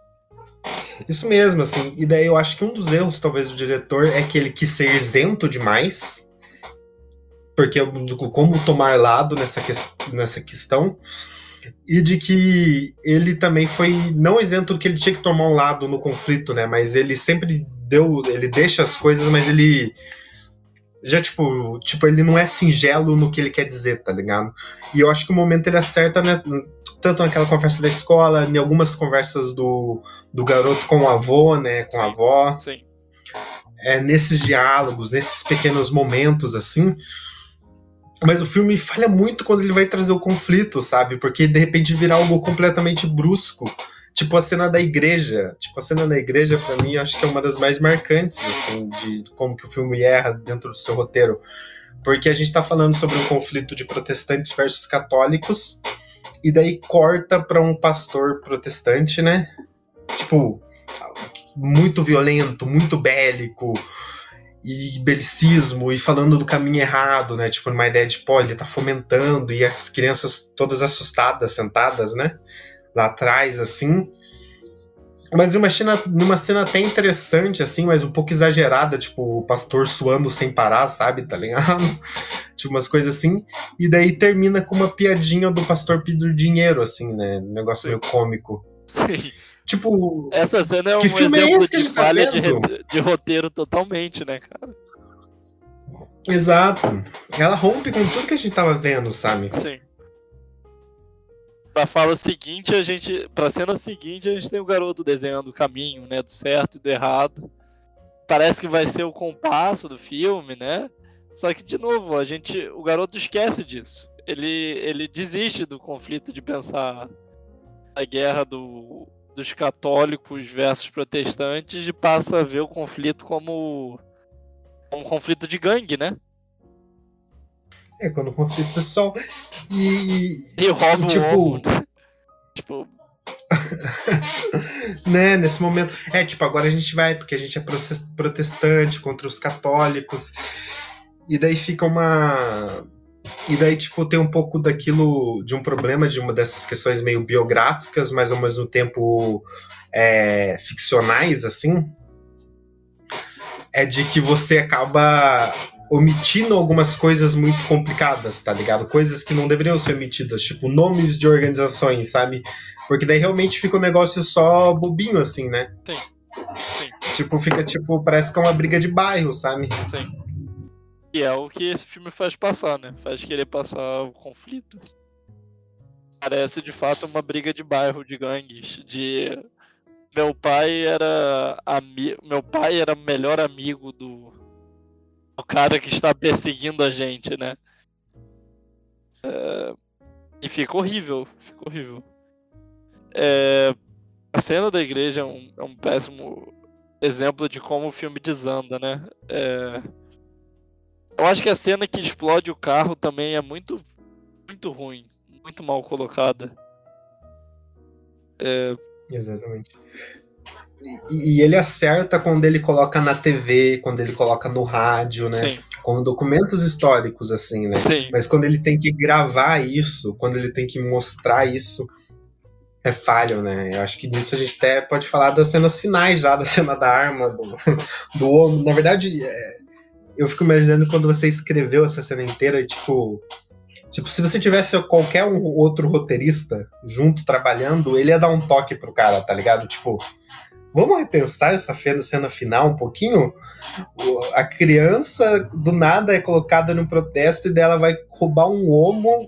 Isso mesmo, assim. E daí eu acho que um dos erros, talvez, do diretor é que ele quis ser isento demais. Porque como tomar lado nessa questão. E de que ele também foi não isento do que ele tinha que tomar um lado no conflito, né? Mas ele sempre ele deixa as coisas, mas ele já, tipo, ele não é singelo no que ele quer dizer, tá ligado? E eu acho que o momento ele acerta, né? Tanto naquela conversa da escola, em algumas conversas do garoto com o avô, né? Com a avó. Sim. Nesses diálogos, nesses pequenos momentos, assim. Mas o filme falha muito quando ele vai trazer o conflito, sabe? Porque de repente vira algo completamente brusco. Tipo a cena da igreja. Tipo, a cena da igreja, pra mim, eu acho que é uma das mais marcantes, assim, de como que o filme erra dentro do seu roteiro. Porque a gente tá falando sobre um conflito de protestantes versus católicos, e daí corta pra um pastor protestante, né? Tipo, muito violento, muito bélico, e belicismo, e falando do caminho errado, né? Tipo, numa ideia de, ele tá fomentando, e as crianças todas assustadas, sentadas, né? Lá atrás, assim. Mas numa cena até interessante, assim, mas um pouco exagerada, tipo, o pastor suando sem parar, sabe? Tá ligado? Tipo, umas coisas assim. E daí termina com uma piadinha do pastor pedindo dinheiro, assim, né? Um negócio meio cômico. Sim. Tipo, essa cena é um que filme exemplo é esse que a de gente tá falha vendo? de roteiro totalmente, né, cara? Exato. Ela rompe com tudo que a gente tava vendo, sabe? Sim. Pra fala seguinte, pra cena seguinte, a gente tem o garoto desenhando o caminho, né? Do certo e do errado. Parece que vai ser o compasso do filme, né? Só que, de novo, o garoto esquece disso. Ele desiste do conflito de pensar a guerra dos católicos versus protestantes e passa a ver o conflito como um conflito de gangue, né? Quando o conflito pessoal. E rouba o tipo, homo, né? Tipo, né, nesse momento. Tipo, agora a gente vai, porque a gente é protestante contra os católicos. E daí fica uma. E daí, tipo, tem um pouco daquilo, de um problema, de uma dessas questões meio biográficas, mas ao mesmo tempo ficcionais, assim. É de que você acaba omitindo algumas coisas muito complicadas, tá ligado? Coisas que não deveriam ser omitidas, tipo nomes de organizações, sabe? Porque daí realmente fica um negócio só bobinho, assim, né? sim, Tipo, fica tipo, parece que é uma briga de bairro, sabe? sim. E é o que esse filme faz passar, né? Faz querer passar o conflito. Parece de fato uma briga de bairro, de gangues, de meu pai era melhor amigo do cara que está perseguindo a gente, né? E fica horrível, fica horrível. A cena da igreja é um péssimo exemplo de como o filme desanda, né? Eu acho que a cena que explode o carro também é muito, muito ruim, muito mal colocada. Exatamente. E ele acerta quando ele coloca na TV, quando ele coloca no rádio, né? Sim. Com documentos históricos, assim, né? Sim. Mas quando ele tem que gravar isso, quando ele tem que mostrar isso, é falho, né? Eu acho que nisso a gente até pode falar das cenas finais já, da cena da arma, do homem. Na verdade, eu fico imaginando quando você escreveu essa cena inteira e, tipo, se você tivesse qualquer um outro roteirista junto trabalhando, ele ia dar um toque pro cara, tá ligado? Tipo, vamos repensar essa cena final um pouquinho? A criança, do nada, é colocada no protesto e dela vai roubar um homo,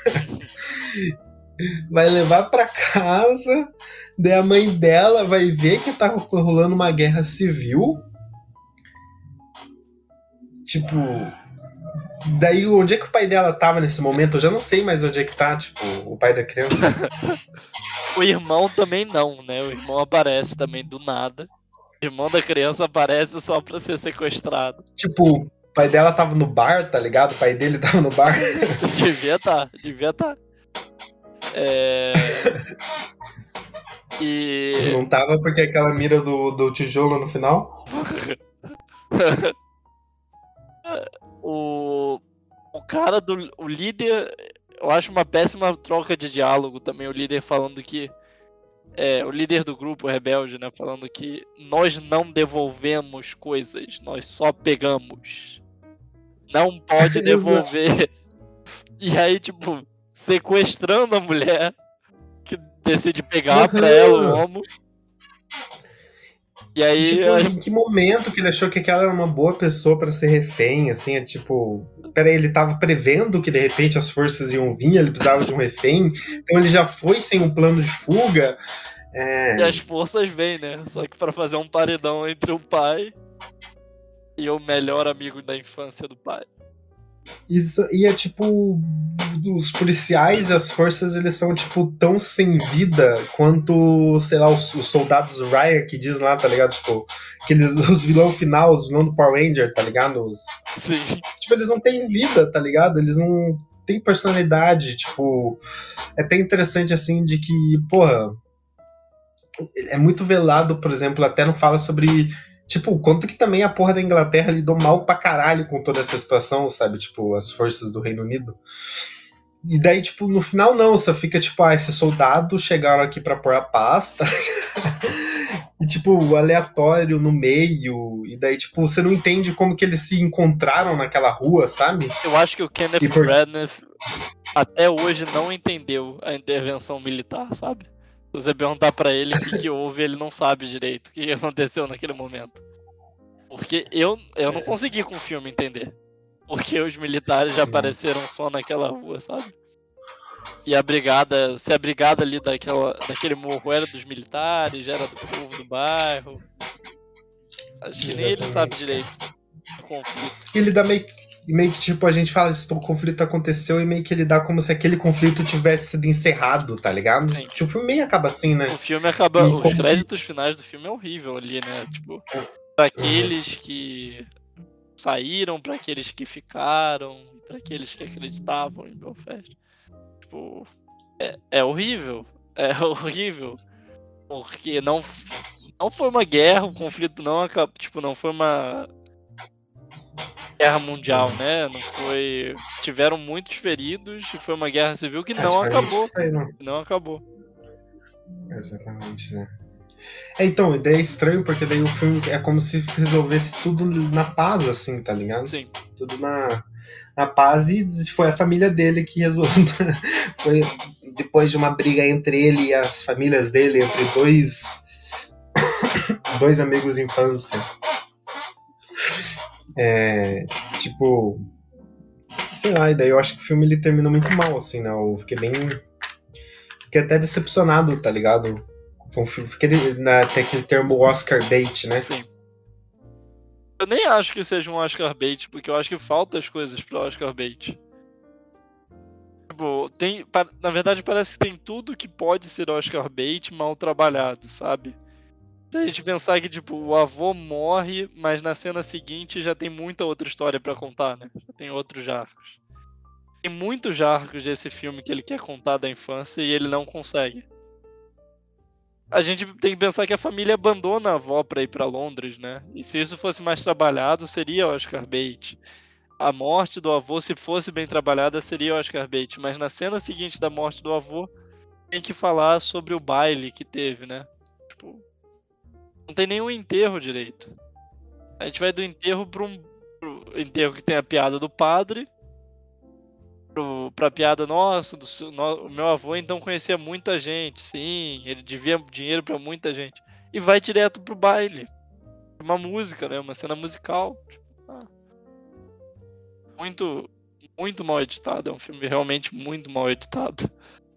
vai levar pra casa, daí a mãe dela vai ver que tá rolando uma guerra civil. Tipo, daí onde é que o pai dela tava nesse momento? Eu já não sei mais onde é que tá, tipo, o pai da criança. O irmão também não, né? O irmão aparece também do nada. O irmão da criança aparece só pra ser sequestrado. Tipo, o pai dela tava no bar, tá ligado? O pai dele tava no bar. Devia tá. E... Não tava porque aquela mira do tijolo no final? o cara o líder, eu acho uma péssima troca de diálogo também, o líder falando que o líder do grupo rebelde, né, falando que nós não devolvemos coisas, nós só pegamos. Não pode devolver. E aí, tipo, sequestrando a mulher que decide pegar pra ela o homo. E aí, tipo, em que momento que ele achou que aquela era uma boa pessoa pra ser refém, assim, é tipo... Peraí, ele tava prevendo que de repente as forças iam vir, ele precisava de um refém, então ele já foi sem um plano de fuga. E as forças vêm, né? Só que pra fazer um paredão entre o pai e o melhor amigo da infância do pai. Isso, e é tipo, os policiais e as forças, eles são tipo tão sem vida quanto, sei lá, os soldados Ryan que diz lá, tá ligado? Tipo, os vilão final, os vilão do Power Ranger, tá ligado? Sim. Tipo, eles não têm vida, tá ligado? Eles não têm personalidade, tipo, é até interessante assim de que, porra, é muito velado, por exemplo, até não fala sobre... Tipo, o quanto que também a porra da Inglaterra lidou mal pra caralho com toda essa situação, sabe? Tipo, as forças do Reino Unido. E daí, tipo, no final não, você fica tipo, esses soldados chegaram aqui pra pôr a pasta. E, tipo, aleatório no meio. E daí, tipo, você não entende como que eles se encontraram naquela rua, sabe? Eu acho que o Kenneth Branagh até hoje não entendeu a intervenção militar, sabe? Se você perguntar pra ele o que houve, ele não sabe direito o que aconteceu naquele momento. Porque eu não consegui com o filme entender. porque os militares já apareceram só naquela rua, sabe? E a brigada, se a brigada ali daquele morro era dos militares, já era do povo do bairro. Acho que nem ele sabe direito o conflito. Ele dá meio que, tipo, a gente fala que o conflito aconteceu e meio que ele dá como se aquele conflito tivesse sido encerrado, tá ligado? Sim. Tipo, o filme meio acaba assim, né? O filme acaba. E os como créditos finais do filme é horrível ali, né? Tipo, pra aqueles que saíram, pra aqueles que ficaram, pra aqueles que acreditavam em Belfast. Tipo, é horrível. É horrível. Porque não foi uma guerra, o conflito não acabou. Tipo, não foi uma guerra mundial, né? Não foi. Tiveram muitos feridos e foi uma guerra civil que não acabou. Não acabou. Exatamente, né? Então, a ideia é estranho porque daí o filme é como se resolvesse tudo na paz, assim, tá ligado? Sim. Tudo na paz e foi a família dele que resolveu. Foi depois de uma briga entre ele e as famílias dele, entre dois amigos de infância. Tipo, sei lá, e daí eu acho que o filme ele terminou muito mal, assim, né? Eu fiquei até decepcionado, tá ligado? Foi um filme, fiquei até aquele termo Oscar bait, né? Sim. Eu nem acho que seja um Oscar bait, porque eu acho que falta as coisas pro Oscar bait. Tipo, na verdade parece que tem tudo que pode ser Oscar bait mal trabalhado, sabe? Se a gente pensar que, tipo, o avô morre, mas na cena seguinte já tem muita outra história pra contar, né? Já tem outros arcos. Tem muitos arcos desse filme que ele quer contar da infância e ele não consegue. A gente tem que pensar que a família abandona a avó pra ir pra Londres, né? E se isso fosse mais trabalhado, seria Oscar bait. A morte do avô, se fosse bem trabalhada, seria Oscar bait. Mas na cena seguinte da morte do avô, tem que falar sobre o baile que teve, né? Tipo, não tem nenhum enterro direito. A gente vai do enterro pro enterro que tem a piada do padre, pra piada, nossa, o meu avô então conhecia muita gente, sim, ele devia dinheiro pra muita gente. E vai direto pro baile. Uma música, né? Uma cena musical. Muito, muito mal editado. É um filme realmente muito mal editado.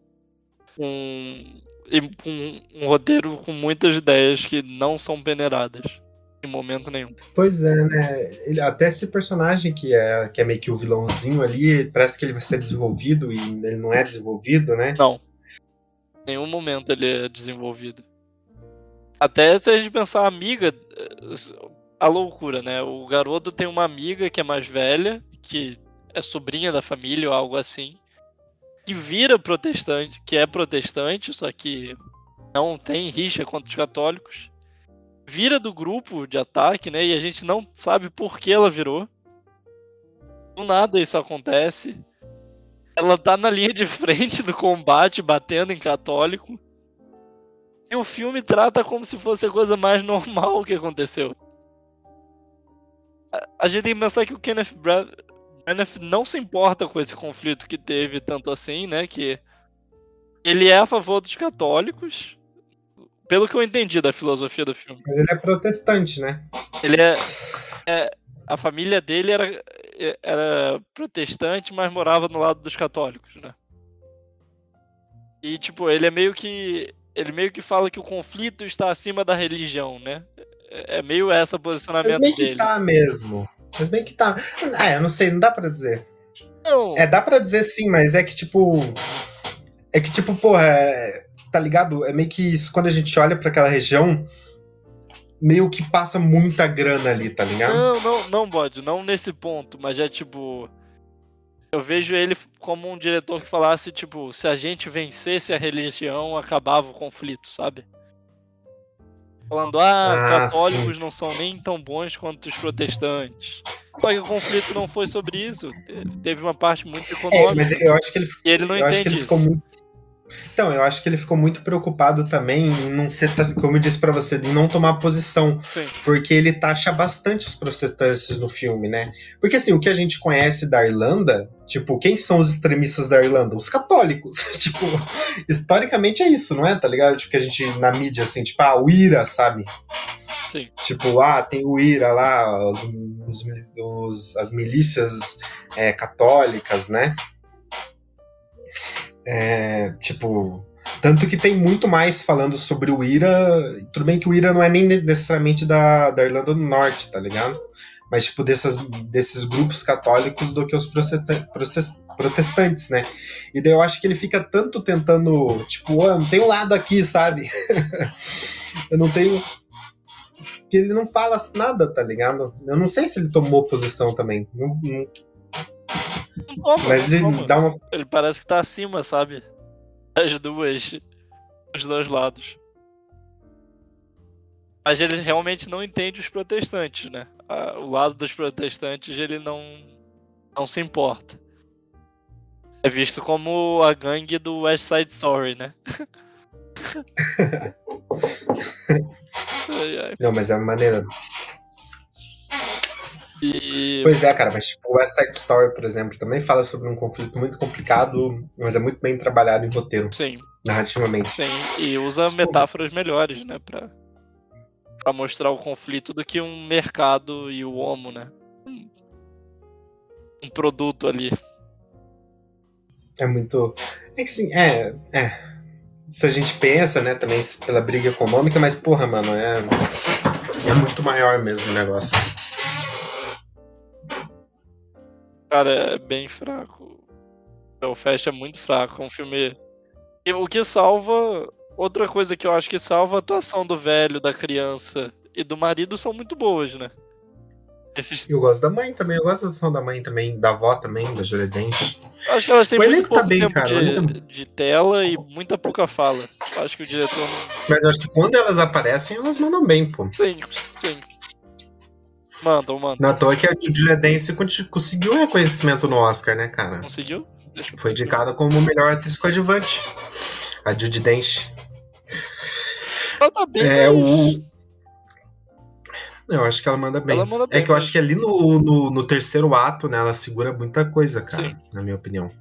E com um roteiro com muitas ideias que não são peneiradas. Em momento nenhum. Pois é, né? Até esse personagem que é meio que o vilãozinho ali, parece que ele vai ser desenvolvido e ele não é desenvolvido, né? Não. Em nenhum momento ele é desenvolvido. Até se a gente pensar amiga, a loucura, né? O garoto tem uma amiga que é mais velha, que é sobrinha da família ou algo assim, que vira protestante, que é protestante, só que não tem rixa contra os católicos. Vira do grupo de ataque, né? E a gente não sabe por que ela virou. Do nada isso acontece. Ela tá na linha de frente do combate, batendo em católico. E o filme trata como se fosse a coisa mais normal que aconteceu. A gente tem que pensar que o Kenneth Branagh não se importa com esse conflito que teve tanto assim, né? Que ele é a favor dos católicos. Pelo que eu entendi da filosofia do filme. Mas ele é protestante, né? Ele a família dele era protestante, mas morava no lado dos católicos, né? E, tipo, ele meio que fala que o conflito está acima da religião, né? É meio esse o posicionamento dele. Mas bem que tá mesmo. Mas bem que tá. Eu não sei, não dá pra dizer. Não. Dá pra dizer sim, mas é que, tipo, porra, tá ligado? É meio que quando a gente olha pra aquela região, meio que passa muita grana ali, tá ligado? Não, Bode, não nesse ponto, mas é tipo... Eu vejo ele como um diretor que falasse, tipo, se a gente vencesse a religião, acabava o conflito, sabe? Falando, católicos sim. não são nem tão bons quanto os protestantes. Só que o conflito não foi sobre isso. Teve uma parte muito econômica. Mas eu acho que ele, e ele não entende isso. Ficou muito... Então, eu acho que ele ficou muito preocupado também em não ser, como eu disse pra você, em não tomar posição. Sim. Porque ele taxa bastante os protestantes no filme, né? Porque, assim, o que a gente conhece da Irlanda, tipo, quem são os extremistas da Irlanda? Os católicos. Tipo, historicamente é isso, não é? Tá ligado? Tipo, que a gente, na mídia, assim, tipo, o IRA, sabe? Sim. Tipo, tem o IRA lá, as milícias católicas, né? Tipo, tanto que tem muito mais falando sobre o IRA. Tudo bem que o IRA não é nem necessariamente da Irlanda do Norte, tá ligado? Mas, tipo, desses grupos católicos do que os protestantes, né? E daí eu acho que ele fica tanto tentando, tipo, eu não tenho lado aqui, sabe? Eu não tenho. Que ele não fala nada, tá ligado? Eu não sei se ele tomou posição também. Mas ele dá uma. Ele parece que tá acima, sabe? Os dois lados. Mas ele realmente não entende os protestantes, né? O lado dos protestantes ele não se importa. É visto como a gangue do West Side Story, né? Não, mas é uma maneira. E... Pois é, cara, mas tipo, o West Side Story, por exemplo, também fala sobre um conflito muito complicado, mas é muito bem trabalhado em roteiro. Sim. Narrativamente. Sim, e usa metáforas melhores, né? Pra mostrar o conflito do que um mercado e o homo, né? Um produto ali. É muito. É que sim, se a gente pensa, né, também pela briga econômica, mas porra, mano, é muito maior mesmo o negócio. Cara, é bem fraco. Belfast é muito fraco. É um filme. E o que salva. Outra coisa que eu acho que salva a atuação do velho, da criança e do marido são muito boas, né? Eu gosto da mãe também, eu gosto da atuação da mãe também, da avó também, da Julia Dench. Acho que elas têm O muito elenco pouco tá bem, tempo cara. de tela e muita pouca fala. Acho que o diretor não... Mas eu acho que quando elas aparecem, elas mandam bem, pô. Sim. Mandam. Na toa que a Julia Dench conseguiu reconhecimento no Oscar, né, cara? Conseguiu? Foi indicada como melhor atriz coadjuvante. A Judi Dench. Ela tá bem, Eu acho que ela manda bem. Ela manda bem, eu acho que ali no terceiro ato, né, ela segura muita coisa, cara, sim, na minha opinião.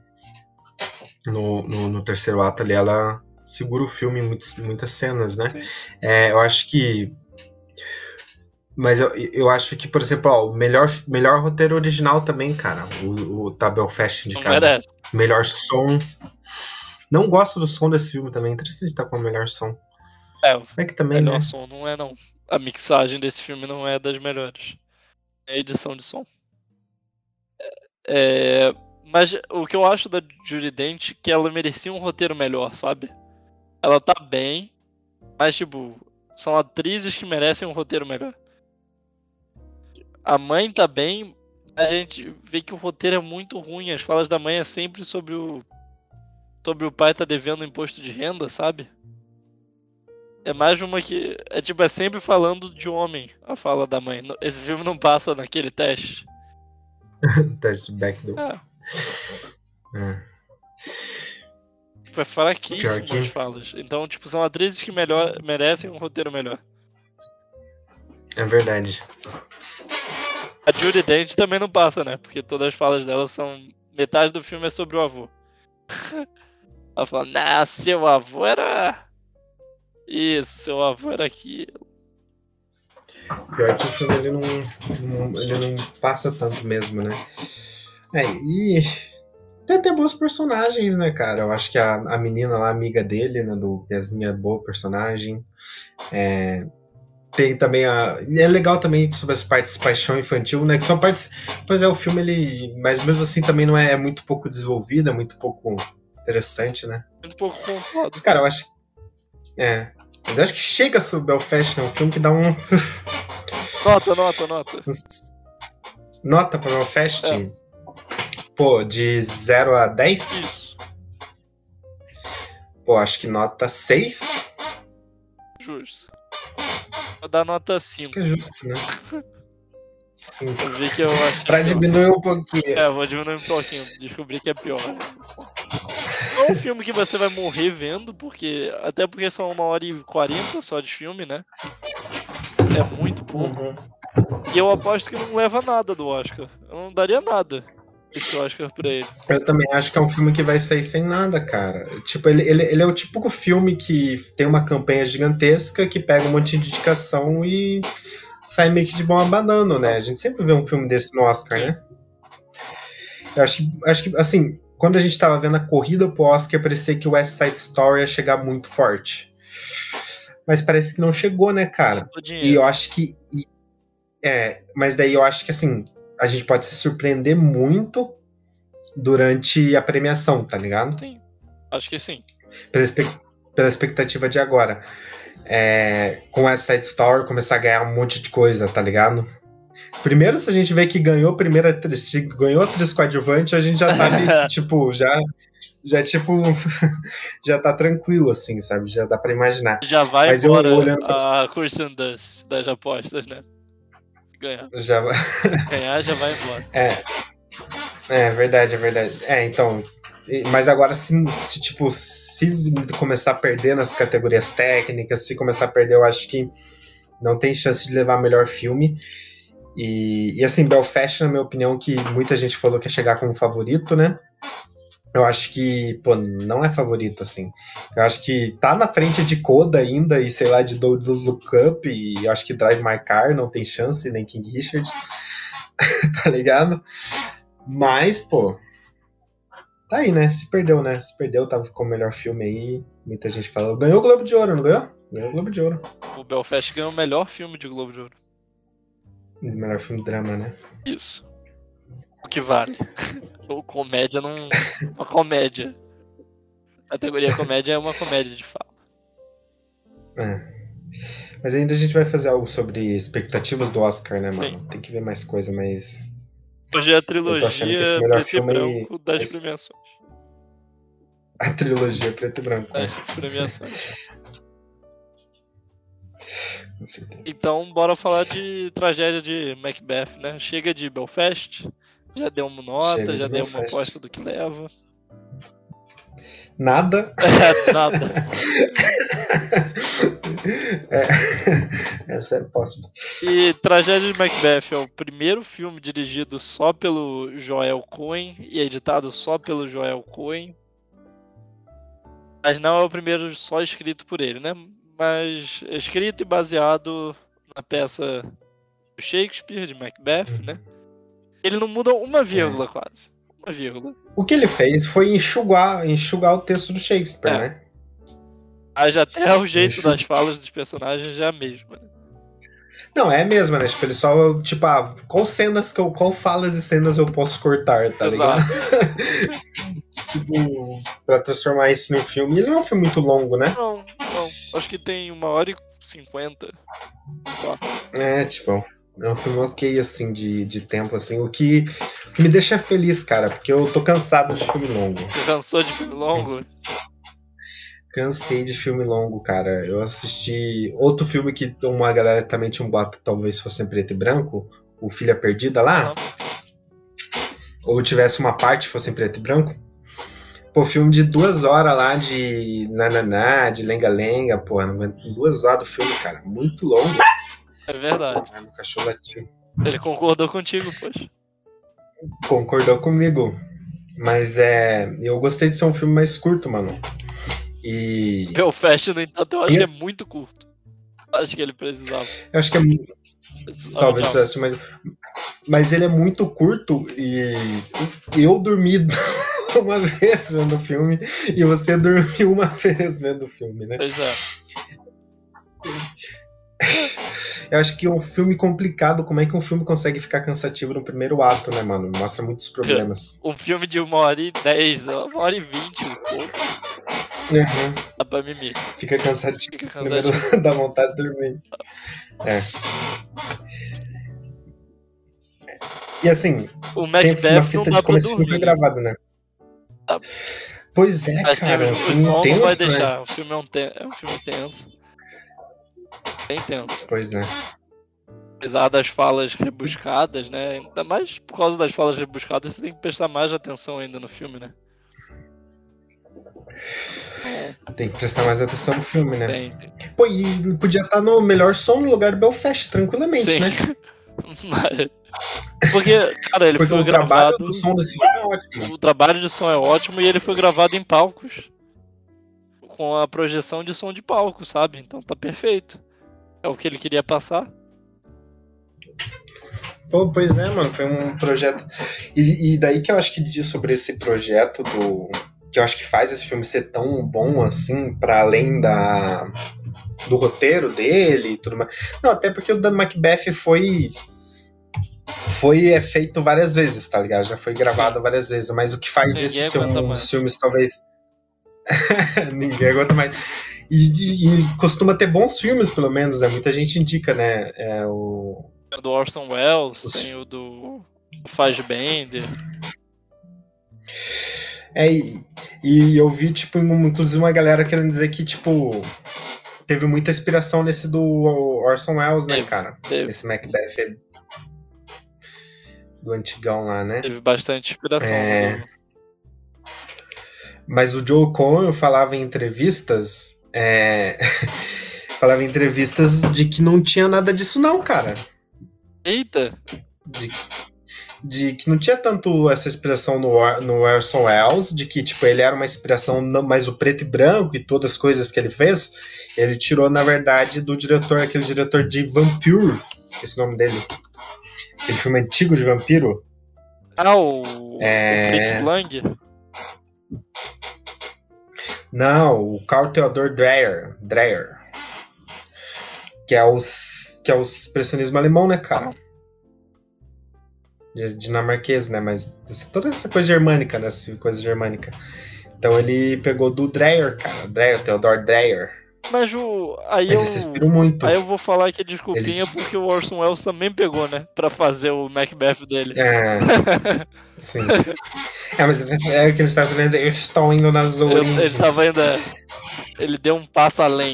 No terceiro ato ali, ela segura o filme em muitas cenas, né? Eu acho que... Mas eu acho que, por exemplo, o melhor roteiro original também, cara. O Belfast indicado. Melhor som. Não gosto do som desse filme também. Interessante estar com o melhor som. É que também, melhor né? som não é, não. A mixagem desse filme não é das melhores. É a edição de som. Mas o que eu acho da Judi Dench é que ela merecia um roteiro melhor, sabe? Ela tá bem, mas, tipo, são atrizes que merecem um roteiro melhor. A mãe tá bem, a gente vê que o roteiro é muito ruim. As falas da mãe é sempre sobre o pai tá devendo imposto de renda, sabe? É mais uma que... É sempre falando de homem, a fala da mãe. Esse filme não passa naquele teste. Teste backdoor. Foi fraquíssimo as falas. Então, são atrizes que merecem um roteiro melhor. É verdade. A Judi Dench também não passa, né? Porque todas as falas dela são... Metade do filme é sobre o avô. Ela fala, seu avô era... Isso, seu avô era aquilo. Pior que o filme ele não passa tanto mesmo, né? E tem até bons personagens, né, cara? Eu acho que a menina lá, amiga dele, né, do Piazinha, é boa personagem. Tem também é legal também sobre as partes de paixão infantil, né? Que são partes... Pois é, o filme, ele... Mas mesmo assim também não é muito pouco desenvolvido, é muito pouco interessante, né? Muito pouco confuso. Mas, cara, eu acho... Mas eu acho que chega sobre Belfast, né? Um filme que dá um... Nota. Nota pra Belfast? Pô, de 0 a 10? Isso. Pô, acho que nota 6. Justo. Vou dar nota 5. Acho que é justo, né? 5. Eu vi que eu achei pra diminuir um pouquinho. Vou diminuir um pouquinho. Descobri que é pior. Não é um filme que você vai morrer vendo, até porque são 1h40 só de filme, né? É muito pouco. E eu aposto que não leva nada do Oscar. Eu não daria nada. esse Oscar pra ele. Eu também acho que é um filme que vai sair sem nada, cara. Tipo, ele é o típico filme que tem uma campanha gigantesca, que pega um monte de indicação e sai meio que de bom abanando, né? A gente sempre vê um filme desse no Oscar, Sim. né? Eu acho que, assim, quando a gente tava vendo a corrida pro Oscar, parecia que o West Side Story ia chegar muito forte. Mas parece que não chegou, né, cara? Faltou E dinheiro. eu acho que... mas daí eu acho que, assim, a gente pode se surpreender muito durante a premiação, tá ligado? Sim, acho que sim. Pela expectativa de agora. Com West Side Story começar a ganhar um monte de coisa, tá ligado? Primeiro, se a gente vê que ganhou a primeira atriz, se ganhou a atriz coadjuvante, a gente já sabe, tipo, tipo, já tá tranquilo, assim, sabe? Já dá pra imaginar. Já vai Mas embora eu olhando pra... a Kirsten Dunst das apostas, né? Ganhar. Já... Ganhar já vai embora. É verdade, é verdade. Então... Mas agora, se começar a perder nas categorias técnicas, se começar a perder, eu acho que não tem chance de levar melhor filme. E assim, Belfast, na minha opinião, que muita gente falou que ia chegar como favorito, né? Eu acho que, pô, não é favorito, assim. Eu acho que tá na frente de Coda ainda, e sei lá, de Don't Look Up, e eu acho que Drive My Car não tem chance, nem King Richard, tá ligado? Mas, pô, tá aí, né? Se perdeu, né? Se perdeu, tava com o melhor filme aí, muita gente falou. Ganhou o Globo de Ouro, não ganhou? Ganhou o Globo de Ouro. O Belfast ganhou o melhor filme de Globo de Ouro. O melhor filme drama, né? Isso. O que vale. Ou comédia não... Uma comédia. A categoria comédia é uma comédia de fato. Mas ainda a gente vai fazer algo sobre expectativas do Oscar, né, mano? Sim. Tem que ver mais coisa, mas... Hoje é a Eu tô achando que esse trilogia melhor preto e filme aí... branco das premiações. A trilogia preto e branco, né? Das premiações. Com certeza. Então, bora falar de tragédia de Macbeth, né? Chega de Belfast, já deu uma nota, Chega de já deu uma Belfast. aposta do que leva. Nada. Nada. Essa é a aposta. E Tragédia de Macbeth é o primeiro filme dirigido só pelo Joel Coen e editado só pelo Joel Coen. Mas não é o primeiro só escrito por ele, né? Mas é escrito e baseado na peça do Shakespeare, de Macbeth, né? Ele não muda uma vírgula quase. Uma vírgula. O que ele fez foi enxugar o texto do Shakespeare, né? Mas até o jeito das falas dos personagens já é a mesma, né? Não, é mesmo, né? Tipo, ele só, tipo, qual falas e cenas eu posso cortar, tá ligado? Tipo, pra transformar isso num filme. Ele não é um filme muito longo, né? Não. Acho que tem 1h50. Tipo, é um filme ok, assim, de tempo, assim. O que me deixa feliz, cara, porque eu tô cansado de filme longo. Você cansou de filme longo? Cansei de filme longo, cara. Eu assisti outro filme que uma galera também tinha um boato que talvez fosse em preto e branco, o Filha Perdida lá. Ou tivesse uma parte fosse em preto e branco. Pô, filme de 2 horas lá de nananá, de lenga-lenga, pô, não aguento 2 horas do filme, cara. Muito longo. É verdade. Meu cachorro latiu. Ele concordou contigo, poxa. Concordou comigo. Mas eu gostei de ser um filme mais curto, mano. E... Belfast, no entanto, eu acho que é muito curto. Acho que ele precisava. Eu acho que é muito... Talvez precisasse, mas ele é muito curto e eu dormi uma vez vendo o filme e você dormiu uma vez vendo o filme, né? Pois é. Eu acho que é um filme complicado. Como é que um filme consegue ficar cansativo no primeiro ato, né, mano? Mostra muitos problemas. Um filme de 1h10, 1h20, dá pra mimir. Fica cansativo. Primeiro dá vontade de dormir. E assim, o Macbeth tem uma fita de como esse filme foi gravado, né? Pois é, mas cara. O som tenso, não vai deixar. Né? O filme é um filme tenso. Bem tenso. Pois é. Apesar das falas rebuscadas, né? Ainda mais por causa das falas rebuscadas, você tem que prestar mais atenção ainda no filme, né? Tem que prestar mais atenção no filme, né? Tem. Pô, e podia estar no melhor som no lugar do Belfast, tranquilamente, sim. Né? Porque, cara, ele Porque foi o trabalho gravado. do som desse filme é ótimo. O trabalho de som é ótimo e ele foi gravado em palcos. Com a projeção de som de palco, sabe? Então tá perfeito. É o que ele queria passar. Pô, pois é, mano, foi um projeto. E daí que eu acho que diz sobre esse projeto que eu acho que faz esse filme ser tão bom assim, para além do roteiro dele e tudo mais. Não, até porque o Dan Macbeth foi feito várias vezes, tá ligado? Já foi gravado várias vezes, mas o que faz Ninguém esse ser aguenta um mais. dos filmes talvez ninguém aguenta mais. E costuma ter bons filmes, pelo menos, né? Muita gente indica, né? Tem o do Orson Welles, tem o do Fassbender. E eu vi, tipo, inclusive uma galera querendo dizer que, tipo, teve muita inspiração nesse do Orson Welles, né, cara? Teve. Esse Macbeth do antigão lá, né? Teve bastante inspiração. Mas o Joe Cohen falava em entrevistas falava em entrevistas de que não tinha nada disso não, cara. Eita! De que não tinha tanto essa inspiração no Orson Welles, de que tipo, ele era uma inspiração, mais o preto e branco e todas as coisas que ele fez, ele tirou, na verdade, do diretor, aquele diretor de Vampire, esqueci o nome dele, aquele filme antigo de vampiro. Ah, o Fritz Lang? Não, o Carl Theodor Dreyer, que é o expressionismo alemão, né, cara? Dinamarquês, né? Mas toda essa coisa germânica, né? Essa coisa germânica. Então ele pegou do Dreyer, cara. Theodor Dreyer. Mas ele se inspirou muito. Aí eu vou falar que é desculpinha porque o Orson Welles também pegou, né? Pra fazer o Macbeth dele. Sim. Mas é que ele estava dizendo, eu estou indo nas origens. Ele tava ainda... Ele deu um passo além.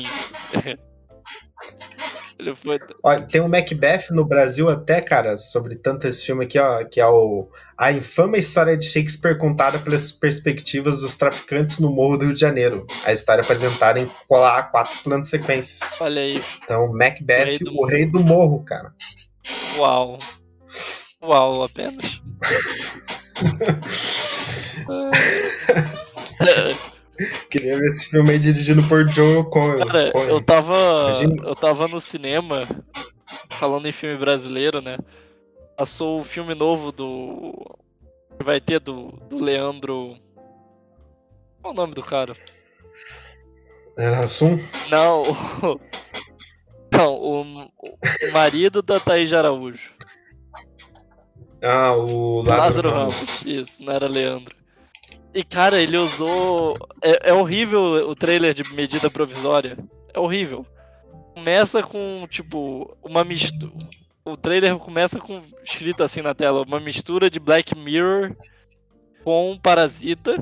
Ele foi... Olha, tem um Macbeth no Brasil até, cara, sobre tanto esse filme aqui, ó, que é a infame história de Shakespeare contada pelas perspectivas dos traficantes no Morro do Rio de Janeiro. A história apresentada em 4 planos sequências. Olha aí. Então, Macbeth, o rei do morro, cara. Uau. Uau, apenas. Queria ver esse filme aí dirigido por Joe Cohen. Cara, eu tava no cinema, falando em filme brasileiro, né? Passou o filme novo que vai ter do Leandro... Qual é o nome do cara? Hassum? Não, o marido da Thaís de Araújo. Ah, o Lázaro Ramos. Isso, não era Leandro. E, cara, ele usou... É horrível o trailer de Medida Provisória. É horrível. Começa com, tipo, uma mistura... O trailer começa com escrito assim na tela, uma mistura de Black Mirror com Parasita.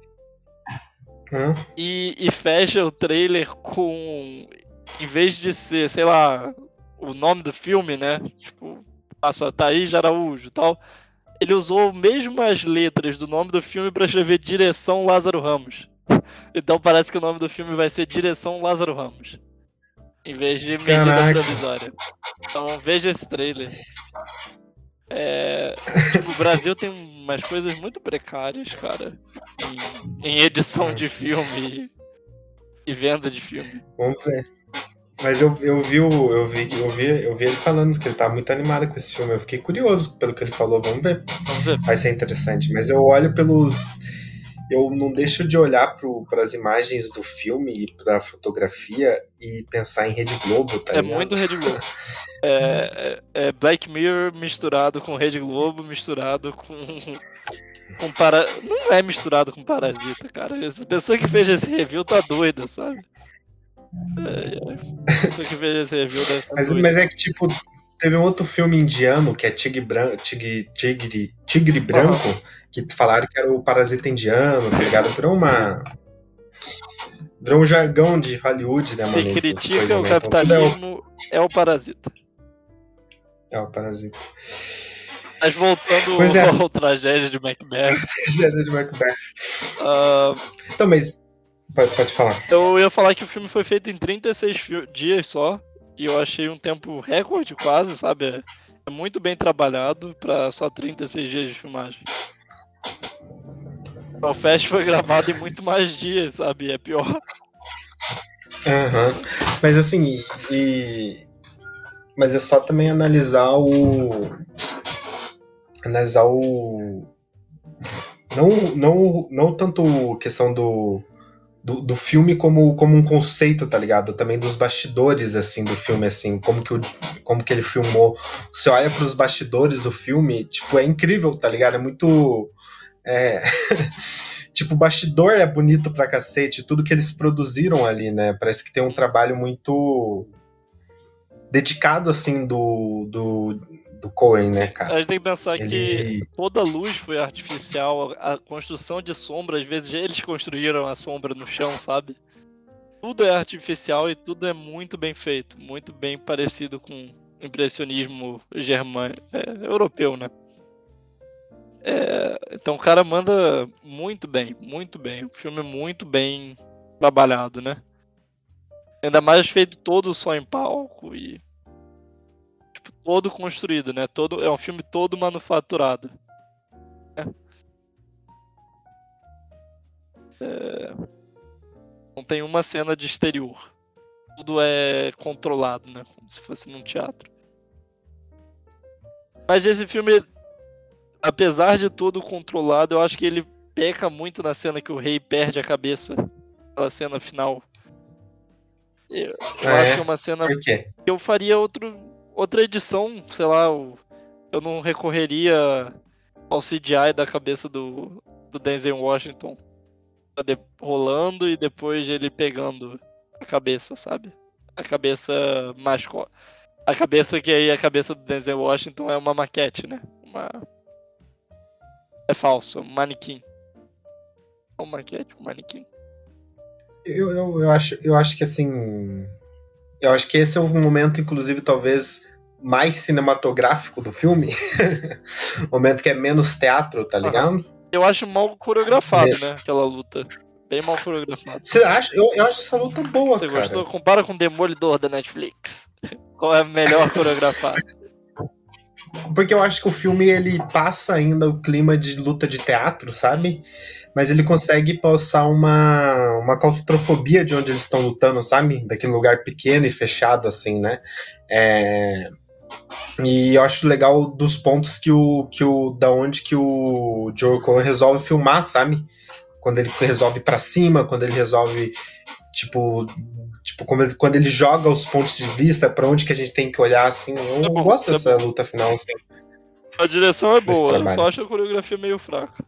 E fecha o trailer com... Em vez de ser, sei lá, o nome do filme, né? Tipo, passa Thaís de Araújo e tal... Ele usou mesmo as letras do nome do filme pra escrever Direção Lázaro Ramos. Então parece que o nome do filme vai ser Direção Lázaro Ramos, em vez de Medida Provisória. Então veja esse trailer. Tipo, o Brasil tem umas coisas muito precárias, cara, em edição de filme e venda de filme. Vamos ver. Mas eu vi ele falando que ele tá muito animado com esse filme. Eu fiquei curioso pelo que ele falou. Vamos ver. Vai ser interessante. Mas eu olho eu não deixo de olhar para as imagens do filme e pra fotografia e pensar em Rede Globo, tá ligado? É muito Rede Globo. É Black Mirror misturado com Rede Globo, misturado com Não é misturado com Parasita, cara. A pessoa que fez esse review tá doida, sabe? A pessoa que fez esse review deve estar doida. Mas é que, tipo, teve um outro filme indiano que é Tigre Branco, que falaram que era o Parasita indiano, tá ligado? Virou um jargão de Hollywood, né, mano? Se critica o capitalismo, é o Parasita. É o Parasita. Mas voltando ao tragédia de Macbeth. Tragédia de Macbeth. Então, mas... Pode falar. Eu ia falar que o filme foi feito em 36 dias só. E eu achei um tempo recorde quase, sabe? É muito bem trabalhado pra só 36 dias de filmagem. O Fast foi gravado em muito mais dias, sabe? É pior. Aham. Mas assim, mas é só também analisar o não tanto questão do filme como um conceito, tá ligado? Também dos bastidores, assim, do filme, assim, como que ele filmou. Você olha pros bastidores do filme, tipo, é incrível, tá ligado? É muito... tipo, o bastidor é bonito pra cacete, tudo que eles produziram ali, né? Parece que tem um trabalho muito dedicado, assim, do Coen, né, A cara? gente tem que pensar Ele... que toda a luz foi artificial, a construção de sombra, às vezes eles construíram a sombra no chão, sabe? Tudo é artificial e tudo é muito bem feito, muito bem parecido com o impressionismo europeu, né? Então o cara manda muito bem, muito bem. Um filme muito bem trabalhado, né? Ainda mais feito todo só em palco e tipo, todo construído, né? É um filme todo manufaturado. Não tem uma cena de exterior. Tudo é controlado, né? Como se fosse num teatro. Mas esse filme, apesar de tudo controlado, eu acho que ele peca muito na cena que o rei perde a cabeça. Aquela cena final. Eu acho que é uma cena Por quê? que eu faria outra edição, sei lá, eu não recorreria ao CGI da cabeça do Denzel Washington rolando e depois ele pegando a cabeça, sabe? A cabeça mais... A cabeça que aí, a cabeça do Denzel Washington é uma maquete, né? É falso, um manequim. É um maquete, um manequim. Eu acho que assim. Eu acho que esse é o momento, inclusive, talvez mais cinematográfico do filme. O momento que é menos teatro, tá ligado? Eu acho mal coreografado, né? Aquela luta. Bem mal coreografado. Você acha? Eu acho essa luta boa, Você cara. gostou? Compara com Demolidor da Netflix. Qual é melhor coreografado? Porque eu acho que o filme ele passa ainda o clima de luta de teatro, sabe? Mas ele consegue passar uma claustrofobia de onde eles estão lutando, sabe? Daquele lugar pequeno e fechado, assim, né? E eu acho legal dos pontos da onde que o Joe Coen resolve filmar, sabe? Quando ele resolve ir pra cima, quando ele resolve, quando ele joga os pontos de vista pra onde que a gente tem que olhar, assim. Eu gosto dessa luta final, assim. A direção é boa, eu só acho a coreografia meio fraca.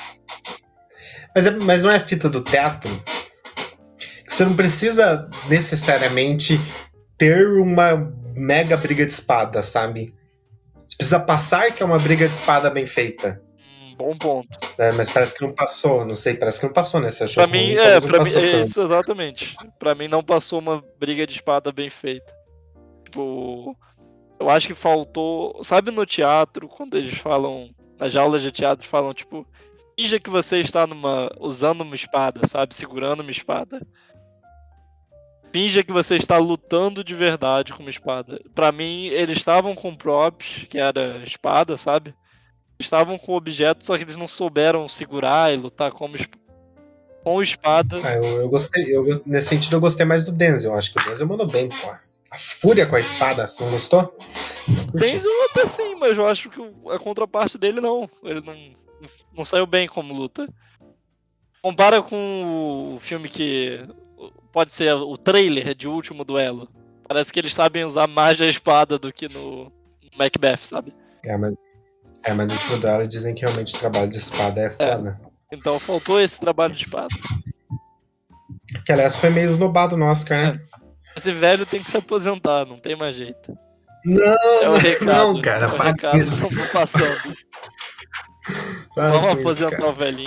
Mas não é fita do teatro? Você não precisa necessariamente ter uma mega briga de espada, sabe? Você precisa passar que é uma briga de espada bem feita. Bom ponto. Mas parece que não passou, não sei, parece que não passou, né? Você achou pra mim, é isso, exatamente. Pra mim não passou uma briga de espada bem feita. Tipo, eu acho que faltou... Sabe no teatro, quando eles falam... Nas aulas de teatro, falam, tipo... Finja que você está usando uma espada, sabe? Segurando uma espada. Finja que você está lutando de verdade com uma espada. Pra mim, eles estavam com props, que era espada, sabe? Estavam com objetos, só que eles não souberam segurar e lutar com espada. Eu gostei. Nesse sentido, eu gostei mais do Denzel. Eu acho que o Denzel mandou bem, pô. A fúria com a espada, você não gostou? Denzel até sim, mas eu acho que a contraparte dele não. Ele não saiu bem como luta. Compara com o filme que pode ser o trailer de Último Duelo. Parece que eles sabem usar mais a espada do que no Macbeth, sabe? Mas no Último Duelo dizem que realmente o trabalho de espada é foda. Então faltou esse trabalho de espada. Que aliás foi meio esnobado no Oscar, né? Esse velho tem que se aposentar, não tem mais jeito. Não, cara, para recado, estamos passando. Vamos aposentar o velhinho.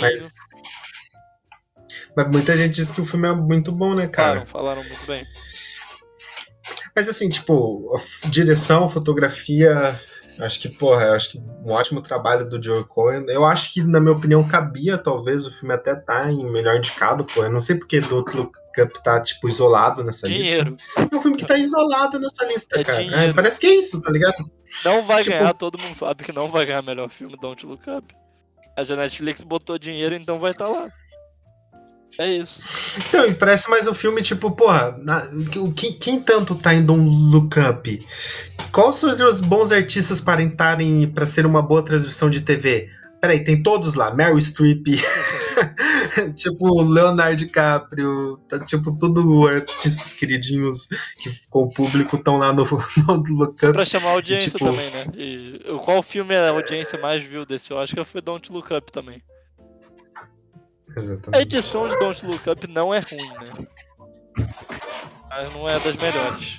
Mas muita gente diz que o filme é muito bom, né, cara? Falaram muito bem. Mas assim, tipo, direção, fotografia, Acho que, porra, eu acho que um ótimo trabalho do Joe Coen. Eu acho que, na minha opinião, cabia, talvez, o filme até tá em melhor indicado, pô. Eu não sei porque Don't Look Up tá, tipo, isolado nessa Dinheiro. lista. É um filme que tá isolado nessa lista, É cara. dinheiro. Parece que é isso, tá ligado? Não vai Tipo- ganhar, todo mundo sabe que não vai ganhar melhor filme Don't Look Up. A Netflix botou dinheiro, então vai estar lá. É isso. Então, e parece mais um filme, tipo, porra, quem tanto tá em Don't Look Up? Quais são os bons artistas para entrarem pra ser uma boa transmissão de TV? Peraí, tem todos lá, Meryl Streep, tipo, Leonardo DiCaprio, tá, tipo, tudo artistas queridinhos que com o público estão lá no Look Up. Pra chamar a audiência tipo- também, né? E qual filme a audiência mais viu desse Oscar foi Don't Look Up também. A Exatamente. edição de Don't Look Up não é ruim, né? Mas não é das melhores.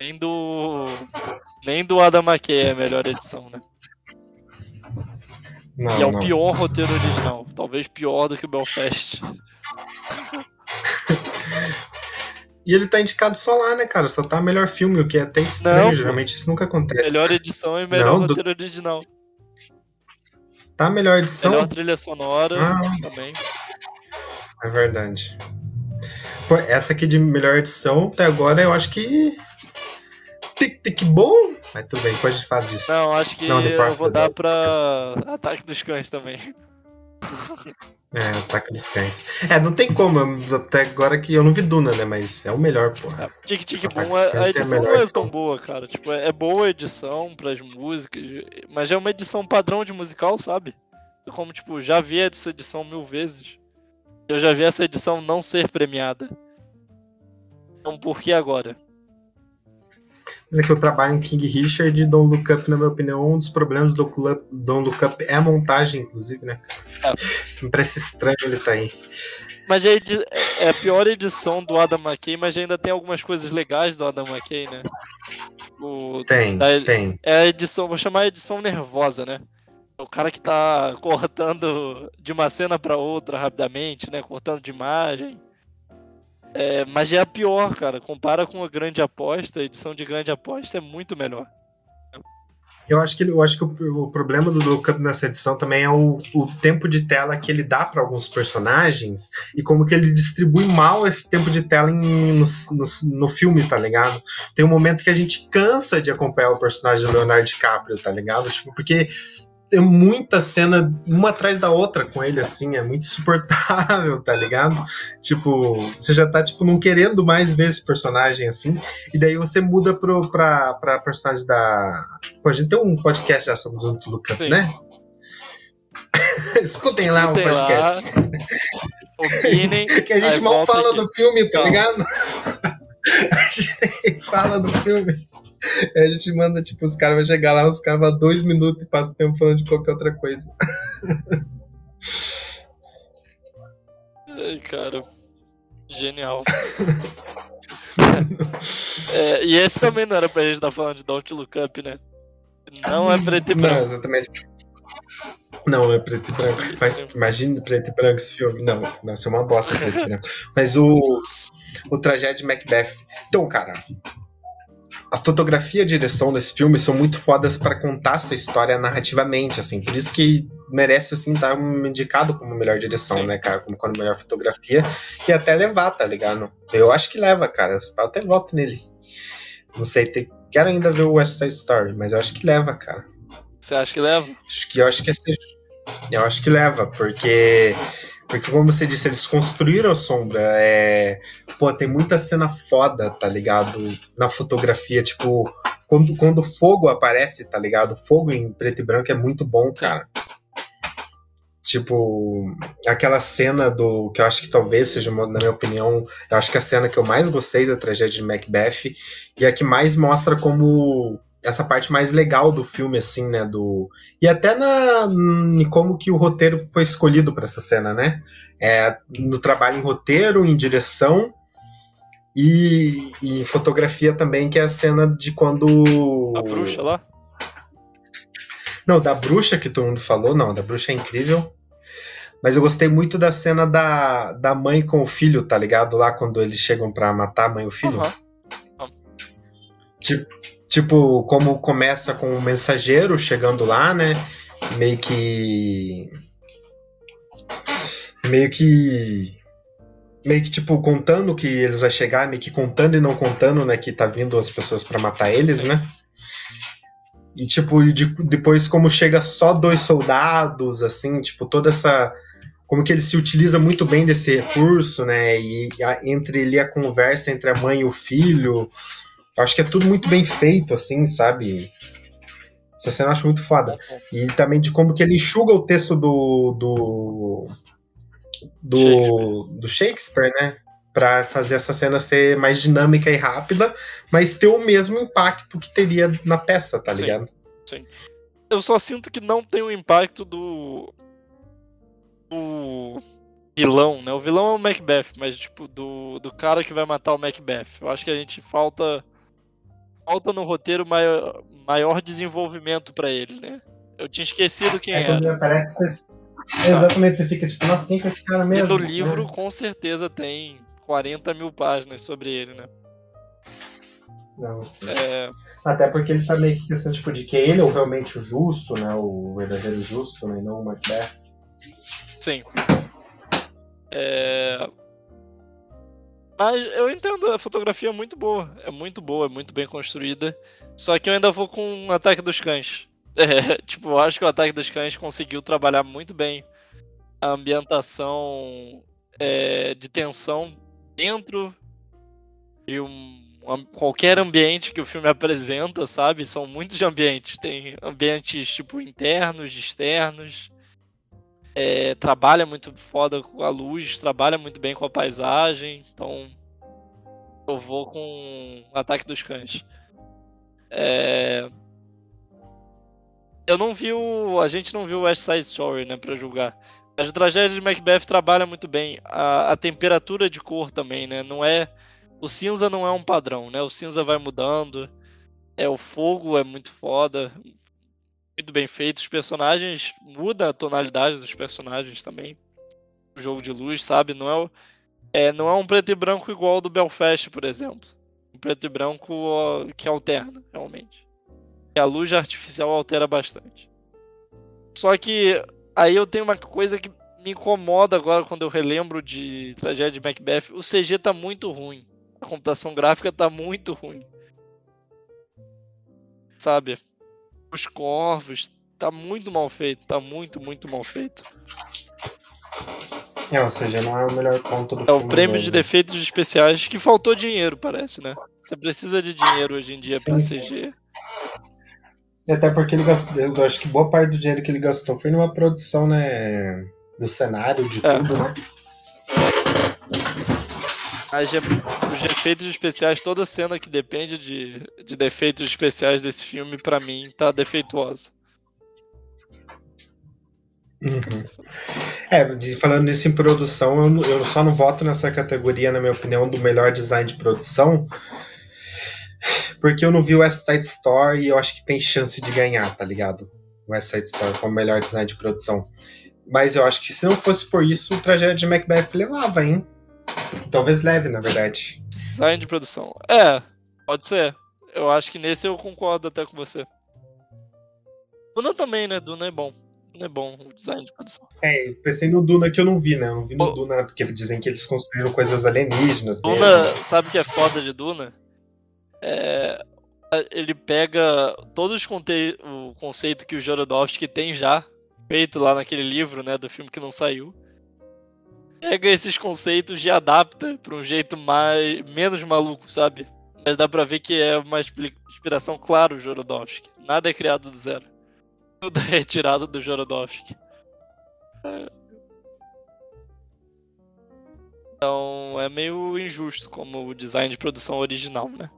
Nem do Adam McKay é a melhor edição, né? Não, E é o não. pior roteiro original. Talvez pior do que o Belfast. E ele tá indicado só lá, né, cara? Só tá melhor filme, o que é até estranho. Não, pô. Geralmente isso nunca acontece. Melhor edição e melhor Não, roteiro original. Tá melhor edição? Melhor trilha sonora Ah. também. É verdade. Pô, essa aqui de melhor edição, até agora eu acho que. Que bom! Mas tudo bem, depois a gente fala disso. Não, acho que Não, The eu Part vou of the dar Dead. pra Ataque dos Cães também. É, Ataque dos Cães. É, não tem como, até agora que eu não vi Duna, né? Mas é o melhor, pô. Tic Tic Ataque Boom, dos Cães tem a a edição melhor não é edição. tão boa, cara. Tipo, é boa a edição pras músicas, mas é uma edição padrão de musical, sabe? Eu como, tipo, já vi essa edição 1000 vezes. Eu já vi essa edição não ser premiada. Então por que agora? Mas é que eu trabalho em King Richard e Don't Look Up, na minha opinião, um dos problemas do Don't Look Up é a montagem, inclusive, né, cara? Me parece estranho ele tá aí. Mas é a pior edição do Adam McKay, mas ainda tem algumas coisas legais do Adam McKay, né? Tem. É a edição, vou chamar a edição nervosa, né? O cara que tá cortando de uma cena pra outra rapidamente, né? Cortando de imagem. Mas é a pior, cara. Compara com a Grande Aposta, a edição de Grande Aposta é muito melhor. Eu acho que o problema do Look Up nessa edição também é o tempo de tela que ele dá para alguns personagens e como que ele distribui mal esse tempo de tela no filme, tá ligado? Tem um momento que a gente cansa de acompanhar o personagem do Leonardo DiCaprio, tá ligado? Tipo, porque tem muita cena, uma atrás da outra com ele, assim, é muito insuportável, tá ligado? Tipo, você já tá, tipo, não querendo mais ver esse personagem, assim, e daí você muda pra personagem da... Pô, a gente tem um podcast já sobre o Look Up, Sim. né? Escutem lá o Tem lá, podcast. opinem. Que a gente aí mal volta fala aqui. do filme, tá Não. ligado? A gente fala do filme. Aí a gente manda, tipo, os caras vão chegar lá, os caras vão 2 minutos e passam o tempo falando de qualquer outra coisa. Ai, cara. Genial. E esse também não era pra gente estar falando de Don't Look Up, né? Não é preto e Não, branco. exatamente. Não, é preto e branco. Mas imagina preto e branco esse filme. Não, isso é uma bosta preto e branco. Mas o Tragédia de Macbeth. Então, cara, a fotografia e a direção desse filme são muito fodas pra contar essa história narrativamente, assim. Por isso que merece, assim, estar indicado como melhor direção, Sim. né, cara? Como melhor fotografia. E até levar, tá ligado? Eu acho que leva, cara. Eu até voto nele. Não sei, quero ainda ver o West Side Story, mas eu acho que leva, cara. Você acha que leva? Eu acho que leva, porque como você disse, eles construíram a sombra. Pô, tem muita cena foda, tá ligado? Na fotografia, tipo, quando o fogo aparece, tá ligado? O fogo em preto e branco é muito bom, cara. Tipo, aquela cena que eu acho que talvez seja, na minha opinião, eu acho que a cena que eu mais gostei da Tragédia de Macbeth e a que mais mostra como essa parte mais legal do filme, assim, né? E até em como que o roteiro foi escolhido pra essa cena, né? No trabalho em roteiro, em direção e em fotografia também, que é a cena de quando... A bruxa lá? Não, da bruxa que todo mundo falou, não, da bruxa é incrível. Mas eu gostei muito da cena da mãe com o filho, tá ligado? Lá quando eles chegam pra matar a mãe e o filho. Uhum. Tipo, Tipo, como começa com o mensageiro chegando lá, né? Meio que. Meio que. Meio que, tipo, contando que eles vão chegar, meio que contando e não contando, né? Que tá vindo as pessoas pra matar eles, né? E, tipo, depois como chega só 2 soldados, assim, tipo, toda essa. Como que ele se utiliza muito bem desse recurso, né? E entre ali a conversa entre a mãe e o filho. Eu acho que é tudo muito bem feito, assim, sabe? Essa cena eu acho muito foda. E também de como que ele enxuga o texto do Shakespeare, né? Pra fazer essa cena ser mais dinâmica e rápida, mas ter o mesmo impacto que teria na peça, tá ligado? Sim. Eu só sinto que não tem o impacto do vilão, né? O vilão é o Macbeth, mas tipo, do cara que vai matar o Macbeth. Eu acho que a gente falta no roteiro maior desenvolvimento pra ele, né? Eu tinha esquecido quem quando ele era. aparece, exatamente, você fica tipo, nossa, quem que é esse cara E mesmo? no livro, com certeza, tem 40 mil páginas sobre ele, né? Não, até porque ele tá meio que pensando, tipo, de que ele é realmente o justo, né? O verdadeiro justo, né? E não o Macbeth. Sim. Mas eu entendo, a fotografia é muito boa. É muito boa, é muito bem construída. Só que eu ainda vou com o Ataque dos Cães. Tipo, eu acho que o Ataque dos Cães conseguiu trabalhar muito bem a ambientação de tensão dentro de qualquer ambiente que o filme apresenta, sabe? São muitos ambientes. Tem ambientes, tipo, internos, externos. Trabalha muito foda com a luz, trabalha muito bem com a paisagem, então eu vou com Ataque dos Cães. A gente não viu West Side Story, né, pra julgar. Mas a tragédia de Macbeth trabalha muito bem a temperatura de cor também, né? O cinza não é um padrão, né? O cinza vai mudando. O fogo é muito foda, muito bem feito. Os personagens muda a tonalidade dos personagens também. O jogo de luz, sabe? Não é um preto e branco igual ao do Belfast, por exemplo. Um preto e branco que alterna, realmente. E a luz artificial altera bastante. Só que aí eu tenho uma coisa que me incomoda agora quando eu relembro de Tragédia de Macbeth. O CG tá muito ruim. A computação gráfica tá muito ruim. Sabe? Os corvos, tá muito mal feito. Tá muito, muito mal feito. Ou seja, não é o melhor ponto do É filme. o prêmio mesmo. de defeitos especiais que faltou dinheiro, parece, né? Você precisa de dinheiro hoje em dia pra Sim. CG. E até porque ele gastou, eu acho que boa parte do dinheiro que ele gastou foi numa produção, né? Do cenário, de tudo, né? Os efeitos especiais, toda cena que depende de defeitos especiais desse filme, pra mim, tá defeituosa. Falando nisso em produção, eu só não voto nessa categoria, na minha opinião, do melhor design de produção, porque eu não vi o West Side Story e eu acho que tem chance de ganhar, tá ligado? West Side Story como melhor design de produção. Mas eu acho que se não fosse por isso, o Tragédia de Macbeth levava, hein? Talvez leve, na verdade. Design de produção. Pode ser. Eu acho que nesse eu concordo até com você. Duna também, né? Duna é bom. Duna é bom o design de produção. Pensei no Duna que eu não vi, né? Eu não vi no Duna, porque dizem que eles construíram coisas alienígenas. Duna, mesmo. sabe o que é foda de Duna? Ele pega todos o conceito que o Jodorowsky tem já feito lá naquele livro, né, do filme que não saiu. Pega esses conceitos e adapta para um jeito menos maluco, sabe? Mas dá pra ver que é uma inspiração clara o Jodorowsky. Nada é criado do zero. Tudo é retirado do Jodorowsky. Então é meio injusto como o design de produção original, né?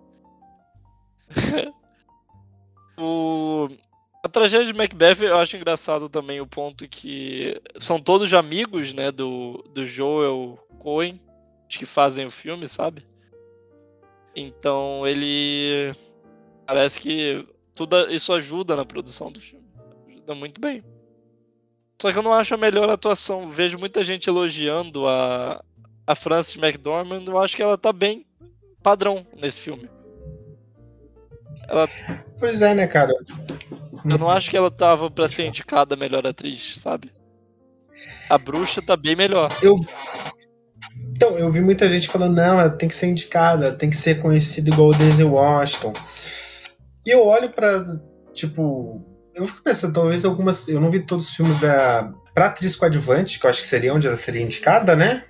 A tragédia de Macbeth eu acho engraçado também o ponto que são todos amigos, né, do Joel Coen, os que fazem o filme, sabe? Então ele parece que tudo isso ajuda na produção do filme, ajuda muito bem. Só que eu não acho a melhor atuação. Vejo muita gente elogiando a Frances McDormand, eu acho que ela tá bem padrão nesse filme. Pois é, né, cara? Eu não acho que ela tava pra ser indicada a melhor atriz, sabe? A bruxa tá bem melhor. Então, eu vi muita gente falando, não, ela tem que ser indicada, ela tem que ser conhecida igual o Denzel Washington. E eu olho pra, tipo... Eu fico pensando, talvez algumas... Eu não vi todos os filmes pra atriz coadjuvante, que eu acho que seria onde ela seria indicada, né?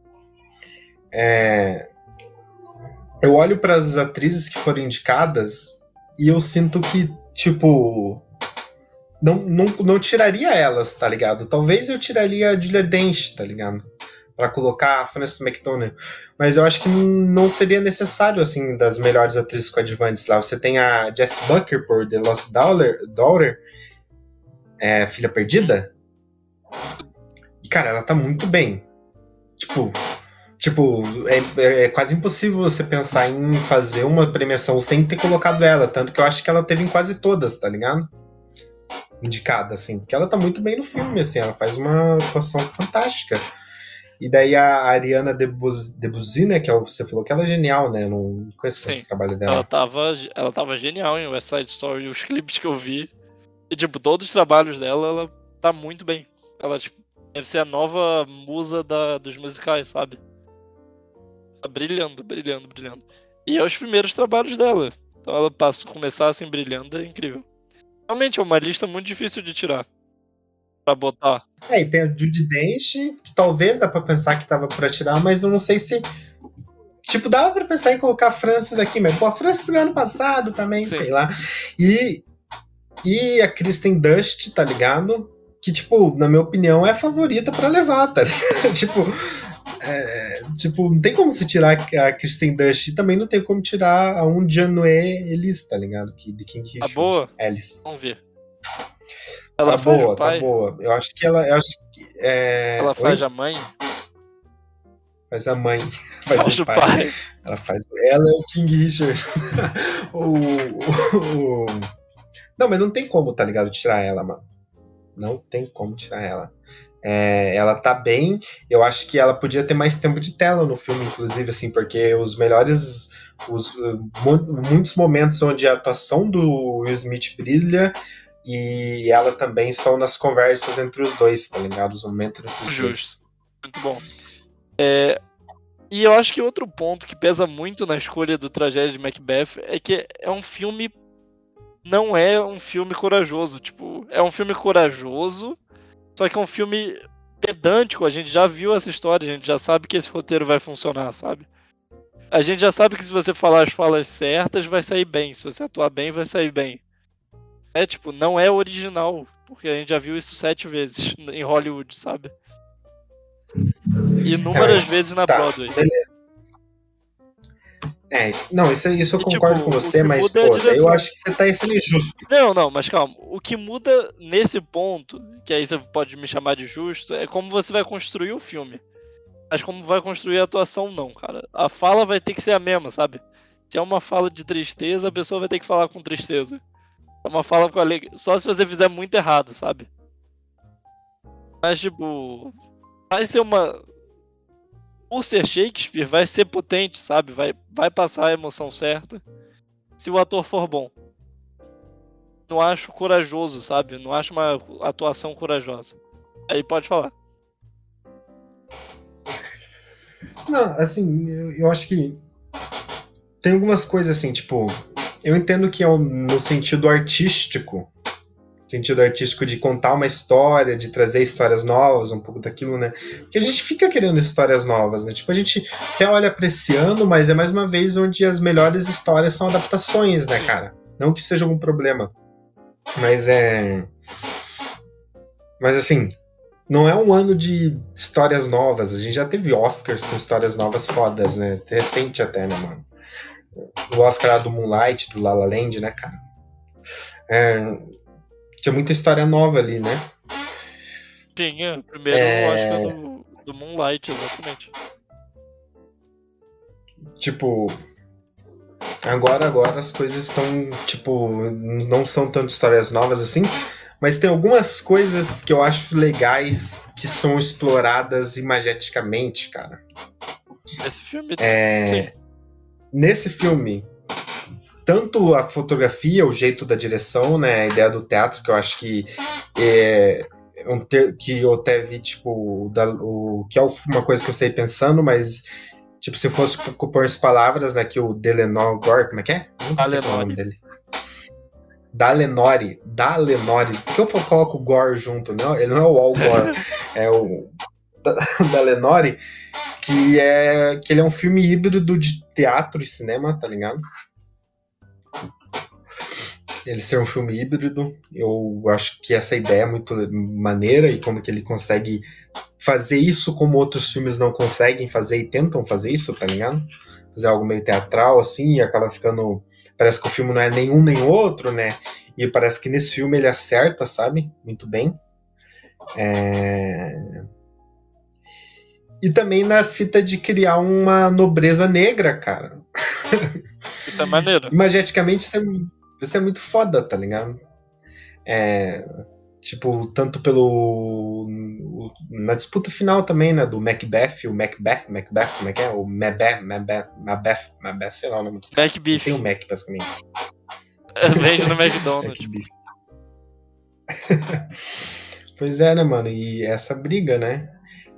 Eu olho para as atrizes que foram indicadas e eu sinto que, tipo... Não tiraria elas, tá ligado? Talvez eu tiraria a Julia Dench, tá ligado? Pra colocar a Frances McDormand. Mas eu acho que não seria necessário, assim, das melhores atrizes coadjuvantes lá. Você tem a Jessie Bucker por The Lost Daughter, Filha Perdida. E, cara, ela tá muito bem. Tipo, é quase impossível você pensar em fazer uma premiação sem ter colocado ela. Tanto que eu acho que ela teve em quase todas, tá ligado? Indicada, assim. Porque ela tá muito bem no filme, assim. Ela faz uma atuação fantástica. E daí a Ariana DeBose, né, que você falou que ela é genial, né? Eu não conheço o trabalho dela. Ela tava genial em West Side Story, os clipes que eu vi. E, tipo, todos os trabalhos dela, ela tá muito bem. Ela, tipo, deve ser a nova musa dos musicais, sabe? Tá brilhando. E é os primeiros trabalhos dela. Então ela começar assim brilhando é incrível. Realmente é uma lista muito difícil de tirar. Pra botar. E tem a Judi Dench, que talvez dá pra pensar que tava pra tirar, mas eu não sei se... Tipo, dava pra pensar em colocar a Frances aqui, mas pô, a Frances no ano passado também, sim, sei lá. E a Kristen Dunst, tá ligado? Que, tipo, na minha opinião, é a favorita pra levar, tá ligado? Tipo, não tem como você tirar a Kristen Dunst e também não tem como tirar a Janue Ellis, tá ligado? De King Richard. Tá boa? Ellis. Vamos ver. Ela tá boa. Eu acho que ela... Ela faz a mãe? Faz a mãe. Faz o pai. Ela é o King Richard. Não, mas não tem como, tá ligado? Tirar ela, mano. Não tem como tirar ela. Ela tá bem. Eu acho que ela podia ter mais tempo de tela no filme, inclusive, assim, porque muitos momentos onde a atuação do Will Smith brilha e ela também são nas conversas entre os dois, tá ligado? Os momentos entre os dois. Muito bom. E eu acho que outro ponto que pesa muito na escolha do Tragédia de Macbeth é que é um filme... Não é um filme corajoso. Tipo, é um filme corajoso, só que é um filme pedântico. A gente já viu essa história, a gente já sabe que esse roteiro vai funcionar, sabe? A gente já sabe que se você falar as falas certas, vai sair bem. Se você atuar bem, vai sair bem. Tipo, não é original, porque a gente já viu isso 7 vezes em Hollywood, sabe? E inúmeras vezes na Broadway. Beleza. Isso eu concordo com você, mas pô, eu acho que você tá sendo injusto. Não, mas calma. O que muda nesse ponto, que aí você pode me chamar de justo, é como você vai construir o filme. Mas como vai construir a atuação, não, cara. A fala vai ter que ser a mesma, sabe? Se é uma fala de tristeza, a pessoa vai ter que falar com tristeza. É uma fala com alegria. Só se você fizer muito errado, sabe? Mas, tipo... Vai ser uma... Por ser Shakespeare, vai ser potente, sabe? Vai passar a emoção certa. Se o ator for bom. Não acho corajoso, sabe? Não acho uma atuação corajosa. Aí pode falar. Não, assim, eu acho que tem algumas coisas assim, tipo... Eu entendo que é no sentido artístico de contar uma história, de trazer histórias novas, um pouco daquilo, né? Porque a gente fica querendo histórias novas, né? Tipo, a gente até olha pra esse ano, mas é mais uma vez onde as melhores histórias são adaptações, né, cara? Não que seja algum problema. Mas assim, não é um ano de histórias novas. A gente já teve Oscars com histórias novas fodas, né? Recente até, né, mano? O Oscar lá do Moonlight, do La La Land, né, cara? Tinha muita história nova ali, né? Tinha, primeiro Oscar do Moonlight, exatamente. Tipo, agora as coisas estão, tipo, não são tanto histórias novas assim, mas tem algumas coisas que eu acho legais que são exploradas imageticamente, cara. Esse filme... Nesse filme, tanto a fotografia, o jeito da direção, né, a ideia do teatro, que eu acho que que eu até vi, tipo, que é uma coisa que eu sei pensando, mas, tipo, se eu fosse compor as palavras, né, que o Delenor Gore, como é que é? Nunca sei falar o nome dele. Dalenori. Por que eu coloco Gore junto? Não, ele não é o Al Gore, é o Dalenori, que ele é um filme híbrido de teatro e cinema, tá ligado? Ele ser um filme híbrido, eu acho que essa ideia é muito maneira, e como que ele consegue fazer isso como outros filmes não conseguem fazer e tentam fazer isso, tá ligado? Fazer algo meio teatral, assim, e acaba ficando... Parece que o filme não é nenhum nem outro, né? E parece que nesse filme ele acerta, sabe? Muito bem. E também na fita de criar uma nobreza negra, cara. Isso é maneiro. Imageticamente, isso é muito foda, tá ligado? Tipo, tanto na disputa final também, né? Do Macbeth, como é que é? O Macbeth, sei lá o nome. Macbeth. Tem o Mac, basicamente. Vende no McDonald's. Pois é, né, mano? E essa briga, né?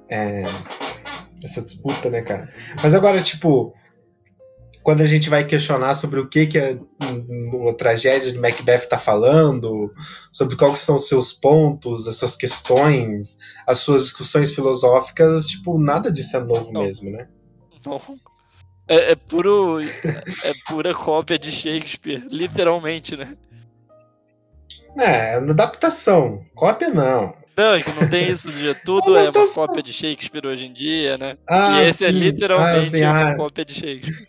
Essa disputa, né, cara? Mas agora, tipo, quando a gente vai questionar sobre o que a tragédia de Macbeth tá falando, sobre quais são os seus pontos, as suas questões, as suas discussões filosóficas, tipo, nada disso é novo mesmo, né? Não. É pura cópia de Shakespeare, literalmente, né? Adaptação. Cópia, não. Não, é que não tem isso de tudo é uma cópia de Shakespeare hoje em dia, né? E esse é literalmente uma cópia de Shakespeare.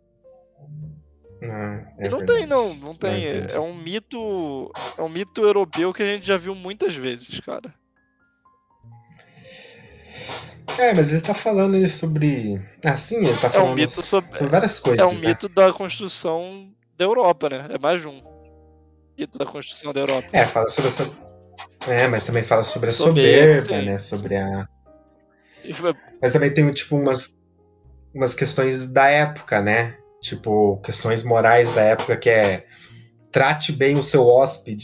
E não tem. Não é um mito europeu que a gente já viu muitas vezes, cara. Mas ele tá falando sobre... ele tá falando sobre várias coisas. É um mito da construção da Europa, né? É mais um mito da construção da Europa. Fala sobre essa... mas também fala sobre a soberba, né? Sobre a... Mas também tem, tipo, umas questões da época, né? Tipo, questões morais da época, que é trate bem o seu hóspede.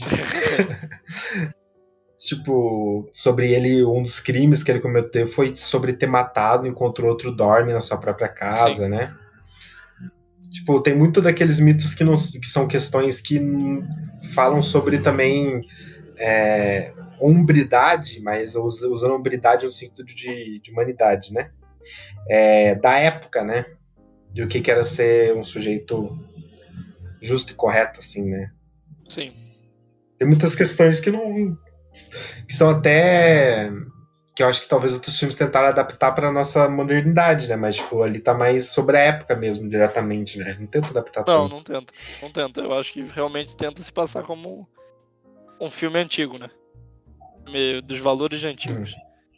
Tipo, sobre ele, um dos crimes que ele cometeu foi sobre ter matado enquanto o outro dorme na sua própria casa, Sim. né? Tipo, tem muito daqueles mitos que são questões que falam sobre também hombridade, mas usando hombridade no sentido de humanidade, né? Da época, né? De o que era ser um sujeito justo e correto, assim, né? Sim. Tem muitas questões que são até... que eu acho que talvez outros filmes tentaram adaptar para nossa modernidade, né? Mas, tipo, ali tá mais sobre a época mesmo, diretamente, né? Não tenta adaptar tanto. Não tenta. Eu acho que realmente tenta se passar como um filme antigo, né? Meio dos valores antigos.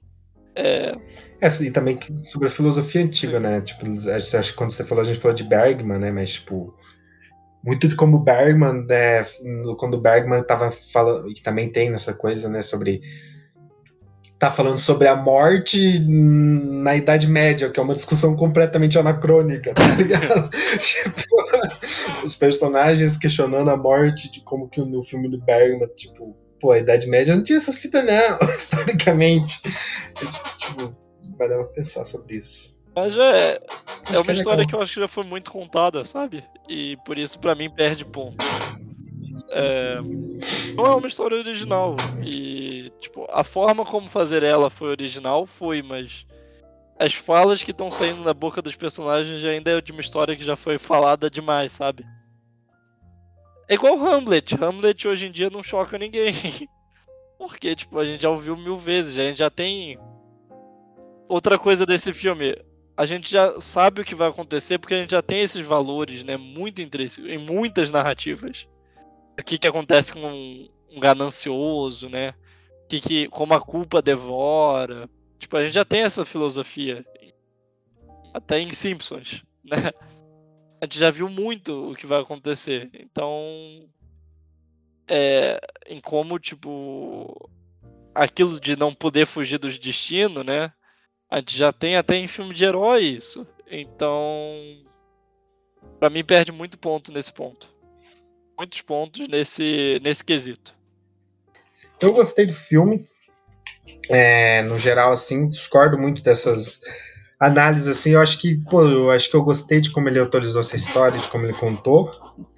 E também sobre a filosofia antiga, Sim. né? Tipo, acho que quando você falou, a gente falou de Bergman, né? Mas, tipo, muito de como Bergman, né? Quando o Bergman tava falando, e também tem nessa coisa, né? Sobre... tá falando sobre a morte na Idade Média, que é uma discussão completamente anacrônica, tá ligado? Tipo, os personagens questionando a morte, de como que no filme do Bergman, tipo, a Idade Média não tinha essas fitas, não, historicamente. Tipo, vai dar pra pensar sobre isso. Mas é uma história que eu acho que já foi muito contada, sabe? E por isso, pra mim, perde ponto. Não é uma história original. E, tipo, a forma como fazer ela foi original, mas as falas que estão saindo da boca dos personagens ainda é de uma história que já foi falada demais, sabe? É igual Hamlet. Hamlet hoje em dia não choca ninguém. Porque, tipo, a gente já ouviu 1000 vezes. A gente já tem... Outra coisa desse filme... A gente já sabe o que vai acontecer porque a gente já tem esses valores, né? Muito intrínsecos em muitas narrativas. O que acontece com um ganancioso, né? Como a culpa devora. Tipo, a gente já tem essa filosofia. Até em Simpsons, né? A gente já viu muito o que vai acontecer. Então, em como, tipo, aquilo de não poder fugir dos destinos, né? A gente já tem até em filme de herói isso. Então, pra mim, perde muito ponto nesse ponto. muitos pontos nesse quesito. Eu gostei do filme. No geral, assim, discordo muito dessas análises, assim. Eu acho que eu gostei de como ele autorizou essa história, de como ele contou.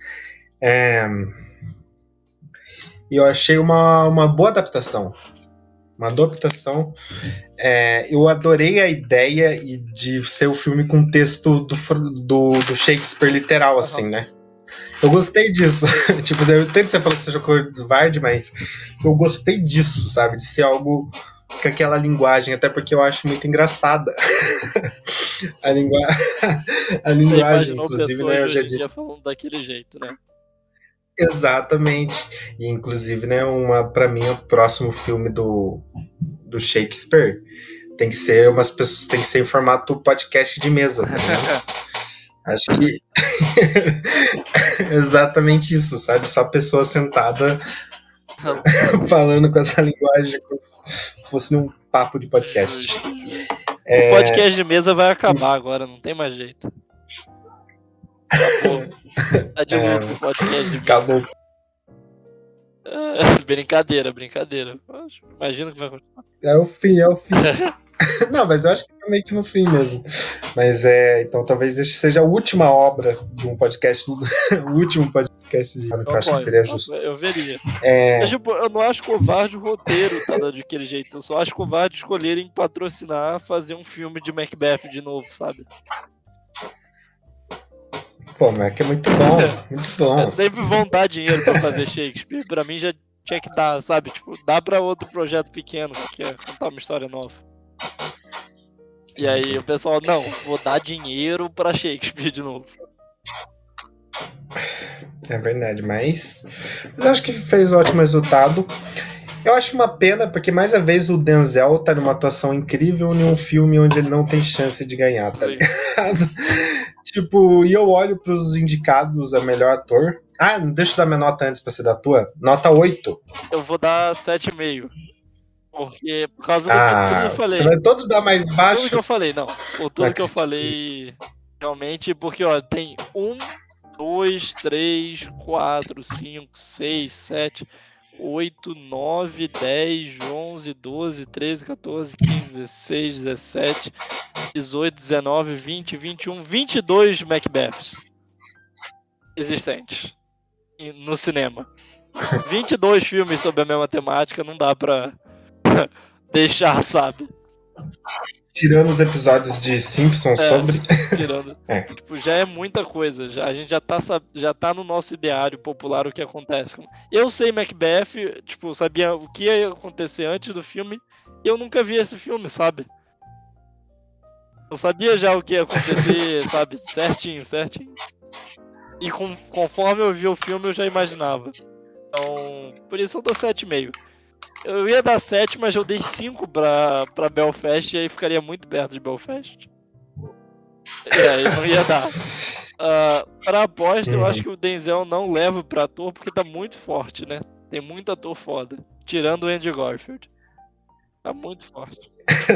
E eu achei uma boa adaptação. Uma adaptação. Eu adorei a ideia de ser o filme com texto do Shakespeare literal, assim, né? Eu gostei disso. Tipo, eu entendo que você falou que você jogou covarde, mas eu gostei disso, sabe? De ser algo com aquela linguagem, até porque eu acho muito engraçada. a linguagem, inclusive, né? Eu já disse. Falando daquele jeito, né? Exatamente. E, inclusive, né, pra mim, o próximo filme do Shakespeare tem que ser em formato podcast de mesa, tá ligado? Acho que exatamente isso, sabe? Só a pessoa sentada falando com essa linguagem como se fosse num papo de podcast. O podcast de mesa vai acabar agora, não tem mais jeito. Acabou. Tá de novo o podcast de mesa. Acabou. Brincadeira. Imagina que vai acontecer. É o fim. Não, mas eu acho que é meio que no fim mesmo. Mas então talvez este seja a última obra de um podcast, o último podcast de ano, que eu acho que seria justo. Eu veria. Mas, tipo, eu não acho covarde o roteiro tá daquele jeito. Eu só acho covarde escolherem patrocinar, fazer um filme de Macbeth de novo, sabe? Pô, Mac é muito bom, muito bom. Sempre vão dar dinheiro pra fazer Shakespeare. Pra mim já tinha que dar, sabe? Tipo, dá pra outro projeto pequeno que quer contar uma história nova. E aí o pessoal, não, vou dar dinheiro pra Shakespeare de novo. É verdade, mas eu acho que fez um ótimo resultado. Eu acho uma pena, porque mais uma vez o Denzel tá numa atuação incrível em um filme onde ele não tem chance de ganhar, tá ligado? Tipo, e eu olho pros indicados a melhor ator. Deixa eu dar minha nota antes pra você dar a tua. Nota 8. Eu vou dar 7,5. Porque, por causa do que eu falei. Você vai todo dar mais baixo? Tudo que eu falei, não. Por tudo que eu falei, realmente, porque, ó, tem 1, 2, 3, 4, 5, 6, 7, 8, 9, 10, 11, 12, 13, 14, 15, 16, 17, 18, 19, 20, 21, 22 Macbeths existentes no cinema. 22 filmes sobre a mesma temática, não dá pra deixar, sabe? Tirando os episódios de Simpsons sobre... Tirando. Tipo, já é muita coisa. A gente já tá no nosso ideário popular o que acontece. Eu sei Macbeth, tipo, sabia o que ia acontecer antes do filme, e eu nunca vi esse filme, sabe? Eu sabia já o que ia acontecer, sabe? Certinho. E conforme eu vi o filme, eu já imaginava. Então, por isso eu dou 7,5. Eu ia dar 7, mas eu dei 5 pra Belfast, e aí ficaria muito perto de Belfast. E aí não ia dar. Pra aposta, eu acho que o Denzel não leva pra ator, porque tá muito forte, né? Tem muito ator foda. Tirando o Andy Garfield. Tá muito forte.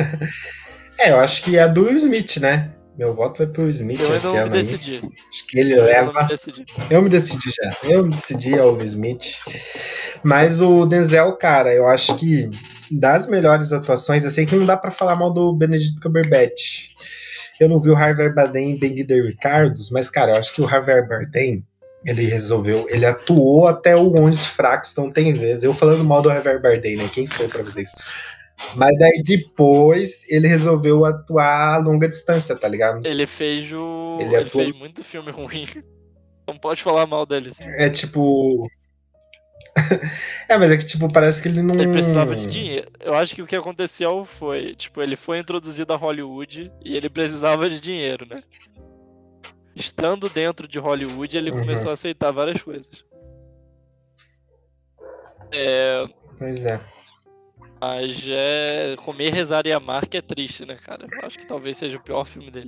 Eu acho que é a do Will Smith, né? Meu voto vai pro Will Smith esse ano. Eu não me decidi. Acho que ele leva. Eu me decidi já. Eu me decidi ao Will Smith. Mas o Denzel, cara, eu acho que das melhores atuações, eu sei que não dá pra falar mal do Benedict Cumberbatch. Eu não vi o Javier Bardem em Bem-vindo Ricardos, mas, cara, eu acho que o Javier Bardem, ele atuou até o Onde os Fracos Não Tem Vez. Eu falando mal do Javier Bardem, né? Quem sou pra vocês? Mas daí depois ele resolveu atuar a longa distância, tá ligado? Ele fez muito filme ruim. Não pode falar mal dele. Assim. É tipo... mas é que tipo, parece que ele não... Ele precisava de dinheiro. Eu acho que o que aconteceu foi, tipo, ele foi introduzido a Hollywood e ele precisava de dinheiro, né? Estando dentro de Hollywood, ele começou a aceitar várias coisas. Pois é. Mas Comer, Rezar e Amar que é triste, né, cara? Eu acho que talvez seja o pior filme dele.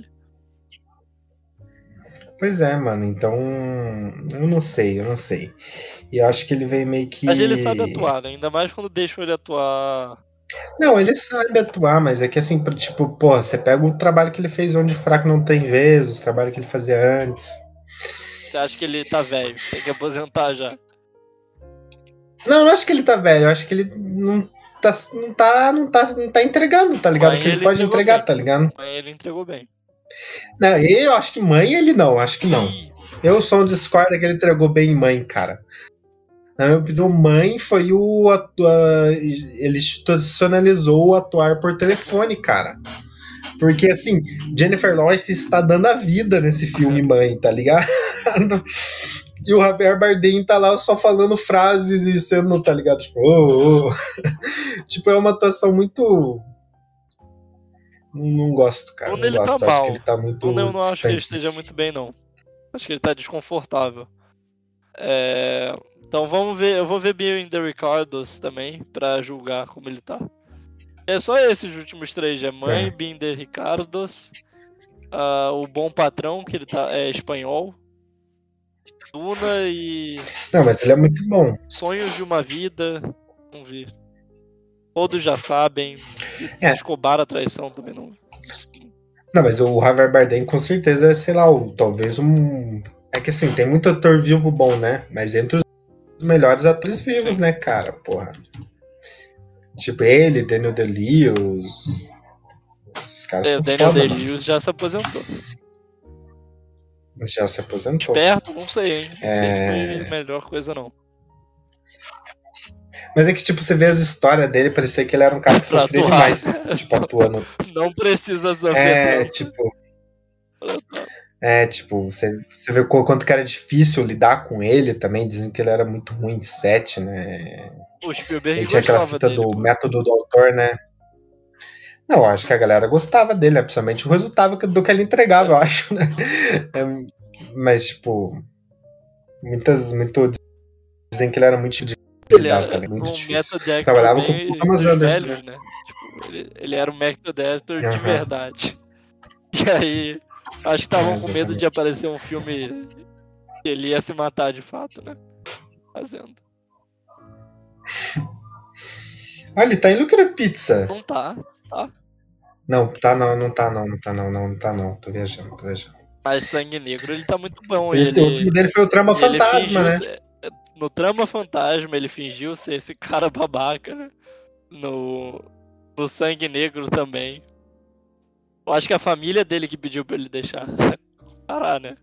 Pois é, mano, então... Eu não sei. E eu acho que ele veio meio que... Mas ele sabe atuar, né? Ainda mais quando deixam ele atuar... Não, ele sabe atuar, mas é que assim, tipo, você pega o trabalho que ele fez Onde Fraco Não Tem Vez, os trabalhos que ele fazia antes. você acha que ele tá velho? Tem que aposentar já. Não, eu não acho que ele tá velho, eu acho que ele não tá entregando, tá ligado? Mãe, Que ele ele pode entregou entregar, bem. tá ligado? Mãe, ele entregou bem. Não, eu acho que mãe ele não, acho que não. Ih, Eu sou um discorda que ele entregou bem em mãe, cara. Na minha opinião, mãe foi ele institucionalizou o atuar por telefone, cara. Porque, assim, Jennifer Lawrence está dando a vida nesse filme, mãe, tá ligado? E o Javier Bardem tá lá só falando frases e sendo, tá ligado? Tipo, oh, oh. Tipo, é uma atuação muito... Não gosto, cara. Quando Não ele tá gosto. Acho que mal. ele tá muito Eu não acho que ele distante. esteja muito bem, não. Acho que ele tá desconfortável. Então vamos ver. Eu vou ver Being the Ricardos também, pra julgar como ele tá. É só esses últimos três, é Mãe, Being the Ricardos, O Bom Patrão, que ele tá, é espanhol, Duna e Não, mas ele é muito bom. Sonhos de uma Vida. Vamos ver. Todos já sabem. É. Escobar a Traição também não. Não, mas o Javier Bardem com certeza é, sei lá, talvez um... É que assim, tem muito ator vivo bom, né? Mas entre os melhores atores vivos, Sim. né, cara? Porra. Tipo ele, Daniel Day-Lewis... Esses caras são O Daniel foda, mano. Day-Lewis já se aposentou. Já se aposentou. Perto, não sei, hein? Não sei se É. foi a melhor coisa, não. Mas é que, tipo, você vê as histórias dele, parecia que ele era um cara que Pra sofria atuar. demais, tipo, atuando. Não precisa sofrer É, tanto. tipo, você vê o quanto que era difícil lidar com ele também, dizendo que ele era muito ruim em set, né? O Spielberg Ele tinha aquela gostava fita dele, do pô. método do autor, né? Não, acho que a galera gostava dele, né? Principalmente o resultado do que ele entregava, eu acho, né? Mas, tipo, muito dizem que ele era muito difícil de Ele lidar, era cara, muito um difícil. method actor Trabalhava com bem o Thomas dos Anderson, velhos, né? né? Tipo, ele era um method actor de Aham. verdade. E aí, acho que estavam com medo Exatamente. de aparecer um filme que ele ia se matar de fato, né? Fazendo. Ah, ele tá em Lucra Pizza. Não tá. Não, tá não tá não. Tô viajando. Mas Sangue Negro, ele tá muito bom. O último dele foi o Trama e ele Fantasma, fingiu né? no Trama Fantasma, ele fingiu ser esse cara babaca, né? No Sangue Negro também. Eu acho que a família dele que pediu pra ele deixar parar, né?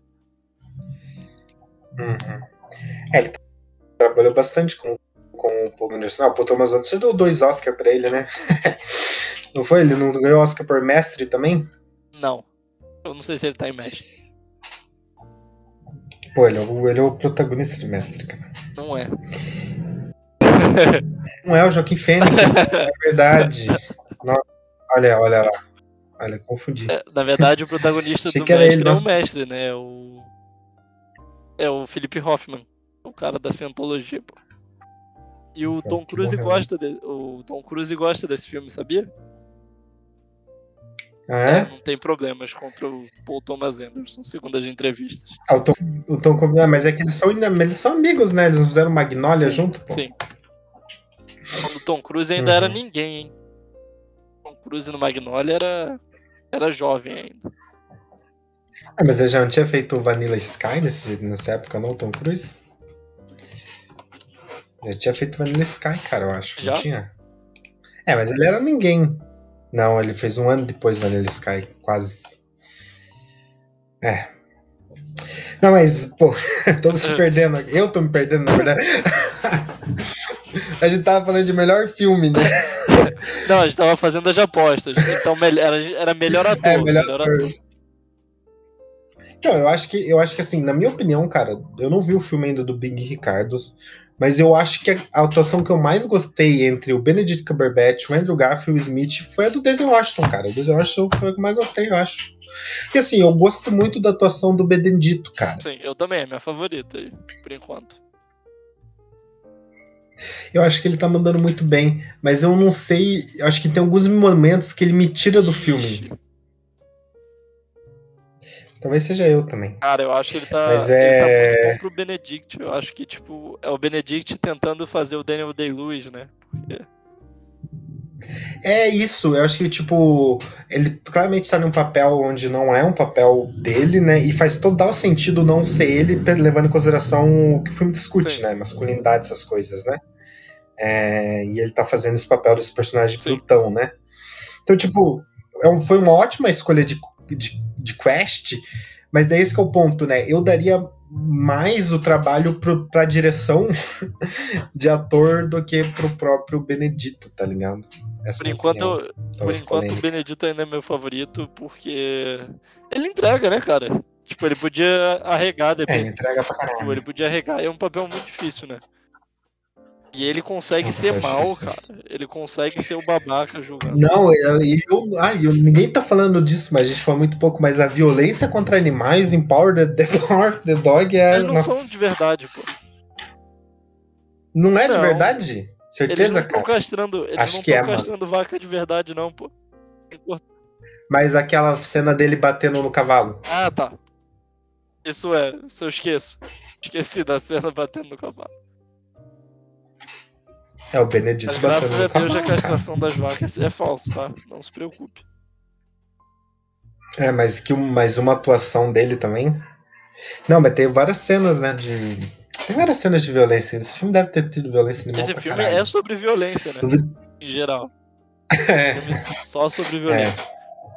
Uhum. Ele trabalhou bastante com o Paul Anderson. O Paul Thomas Anderson deu 2 Oscars pra ele, né? Não foi? Ele não ganhou Oscar por Mestre também? Não. Eu não sei se ele tá em Mestre. Pô, ele é o protagonista de Mestre, cara. Não é. Não é o Joaquim Fênix, é verdade. Nossa, olha lá. Olha, confundi. Na verdade, o protagonista Achei do que era Mestre ele, é o nossa. Mestre, né? É o Philip Hoffman. O cara da Scientology, pô. E o Tom Que Cruise morreu, gosta desse filme, sabia? Ah, é? Não tem problemas contra o Paul Thomas Anderson, segundo as entrevistas. Ah, o Tom mas é que eles são amigos, né? Eles não fizeram Magnolia junto, pô. Sim. Quando o Tom Cruise ainda era ninguém, hein? Tom Cruise no Magnolia era jovem ainda. Ah, mas ele já não tinha feito o Vanilla Sky nessa época, não, o Tom Cruise? Ele tinha feito Vanilla Sky, cara, eu acho. Já? Não tinha? É, mas ele era ninguém. Não, ele fez um ano depois Vanilla Sky, quase. É. Não, mas, pô, estamos se perdendo aqui. Eu tô me perdendo, na verdade. A gente tava falando de melhor filme, né? Não, a gente tava fazendo as apostas. Então era melhor ator. É, melhor ator. Então, eu acho que assim, na minha opinião, cara, eu não vi o filme ainda do Bing Ricardos, mas eu acho que a atuação que eu mais gostei entre o Benedict Cumberbatch, o Andrew Garfield e o Smith foi a do Denzel Washington, cara. O Denzel Washington foi a que eu mais gostei, eu acho. E assim, eu gosto muito da atuação do Benedito, cara. Sim, eu também, é minha favorita aí, por enquanto. Eu acho que ele tá mandando muito bem, mas eu não sei, eu acho que tem alguns momentos que ele me tira do filme. Talvez seja eu também. Cara, eu acho que ele tá muito bom pro Benedict. Eu acho que, tipo, é o Benedict tentando fazer o Daniel Day-Lewis, né? Porque É isso, eu acho que, tipo, ele claramente tá num papel onde não é um papel dele, né? E faz total sentido não ser ele, levando em consideração o que o filme discute, Sim, né? Masculinidade, essas coisas, né? E ele tá fazendo esse papel desse personagem sim. brutão, né? Então, tipo, foi uma ótima escolha de quest, mas daí esse que é o ponto, né? Eu daria mais o trabalho pra direção de ator do que pro próprio Benedito, tá ligado? Essa Por é a minha opinião. enquanto, por Talvez enquanto o polêmica. Benedito ainda é meu favorito, porque ele entrega, né, cara? Tipo, ele podia arregar, Ele entrega pra tipo, ele caralho. podia arregar, é um papel muito difícil, né? E ele É consegue um ser papel mal, difícil. cara. Ele consegue ser o babaca julgando. Não, ninguém tá falando disso, mas a gente fala muito pouco, mas a violência contra animais em The Power of the Dog é. Eles não são de Nossa, verdade, pô. não é de Não. verdade? Eles não Certeza, estão cara? castrando. Eles Acho não que estão mano. castrando vaca de verdade, não, pô. Mas aquela cena dele batendo no cavalo. Ah, tá. Isso eu esqueço. Esqueci da cena batendo no cavalo. É o Benedito Mas batendo graças no a Deus cavalo, a castração cara. das vacas é falso, tá? Não se preocupe. Mas uma atuação dele também. Não, mas tem várias cenas, né, Tem várias cenas de violência. Esse filme deve ter tido violência animal Esse pra filme caralho. é sobre violência, né? Duvido. Em geral. É, Filme só sobre é, violência.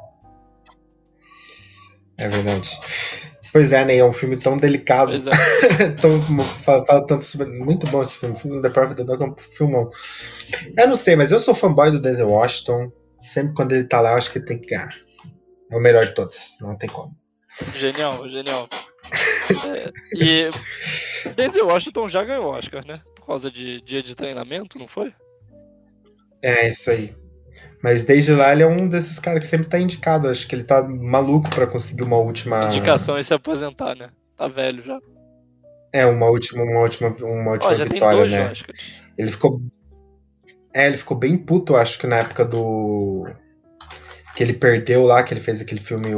é verdade. Pois é, né? É um filme tão delicado. Pois é. Fala tanto sobre. Muito bom esse filme. O filme The Power of the Dog é um filmão. Eu não sei, mas eu sou fanboy do Denzel Washington. Sempre quando ele tá lá, eu acho que ele tem que ganhar. É o melhor de todos. Não tem como. Genial, genial. E Denzel Washington já ganhou Oscar, né? Por causa de dia de treinamento, não foi? É, isso aí. Mas desde lá ele é um desses caras que sempre tá indicado. Acho que ele tá maluco pra conseguir uma última. Indicação é se aposentar, né? Tá velho já. Uma última Já tem vitória, 2 né? Oscars. Ele ficou. Ele ficou bem puto, acho que na época do. Que ele perdeu lá, que ele fez aquele filme,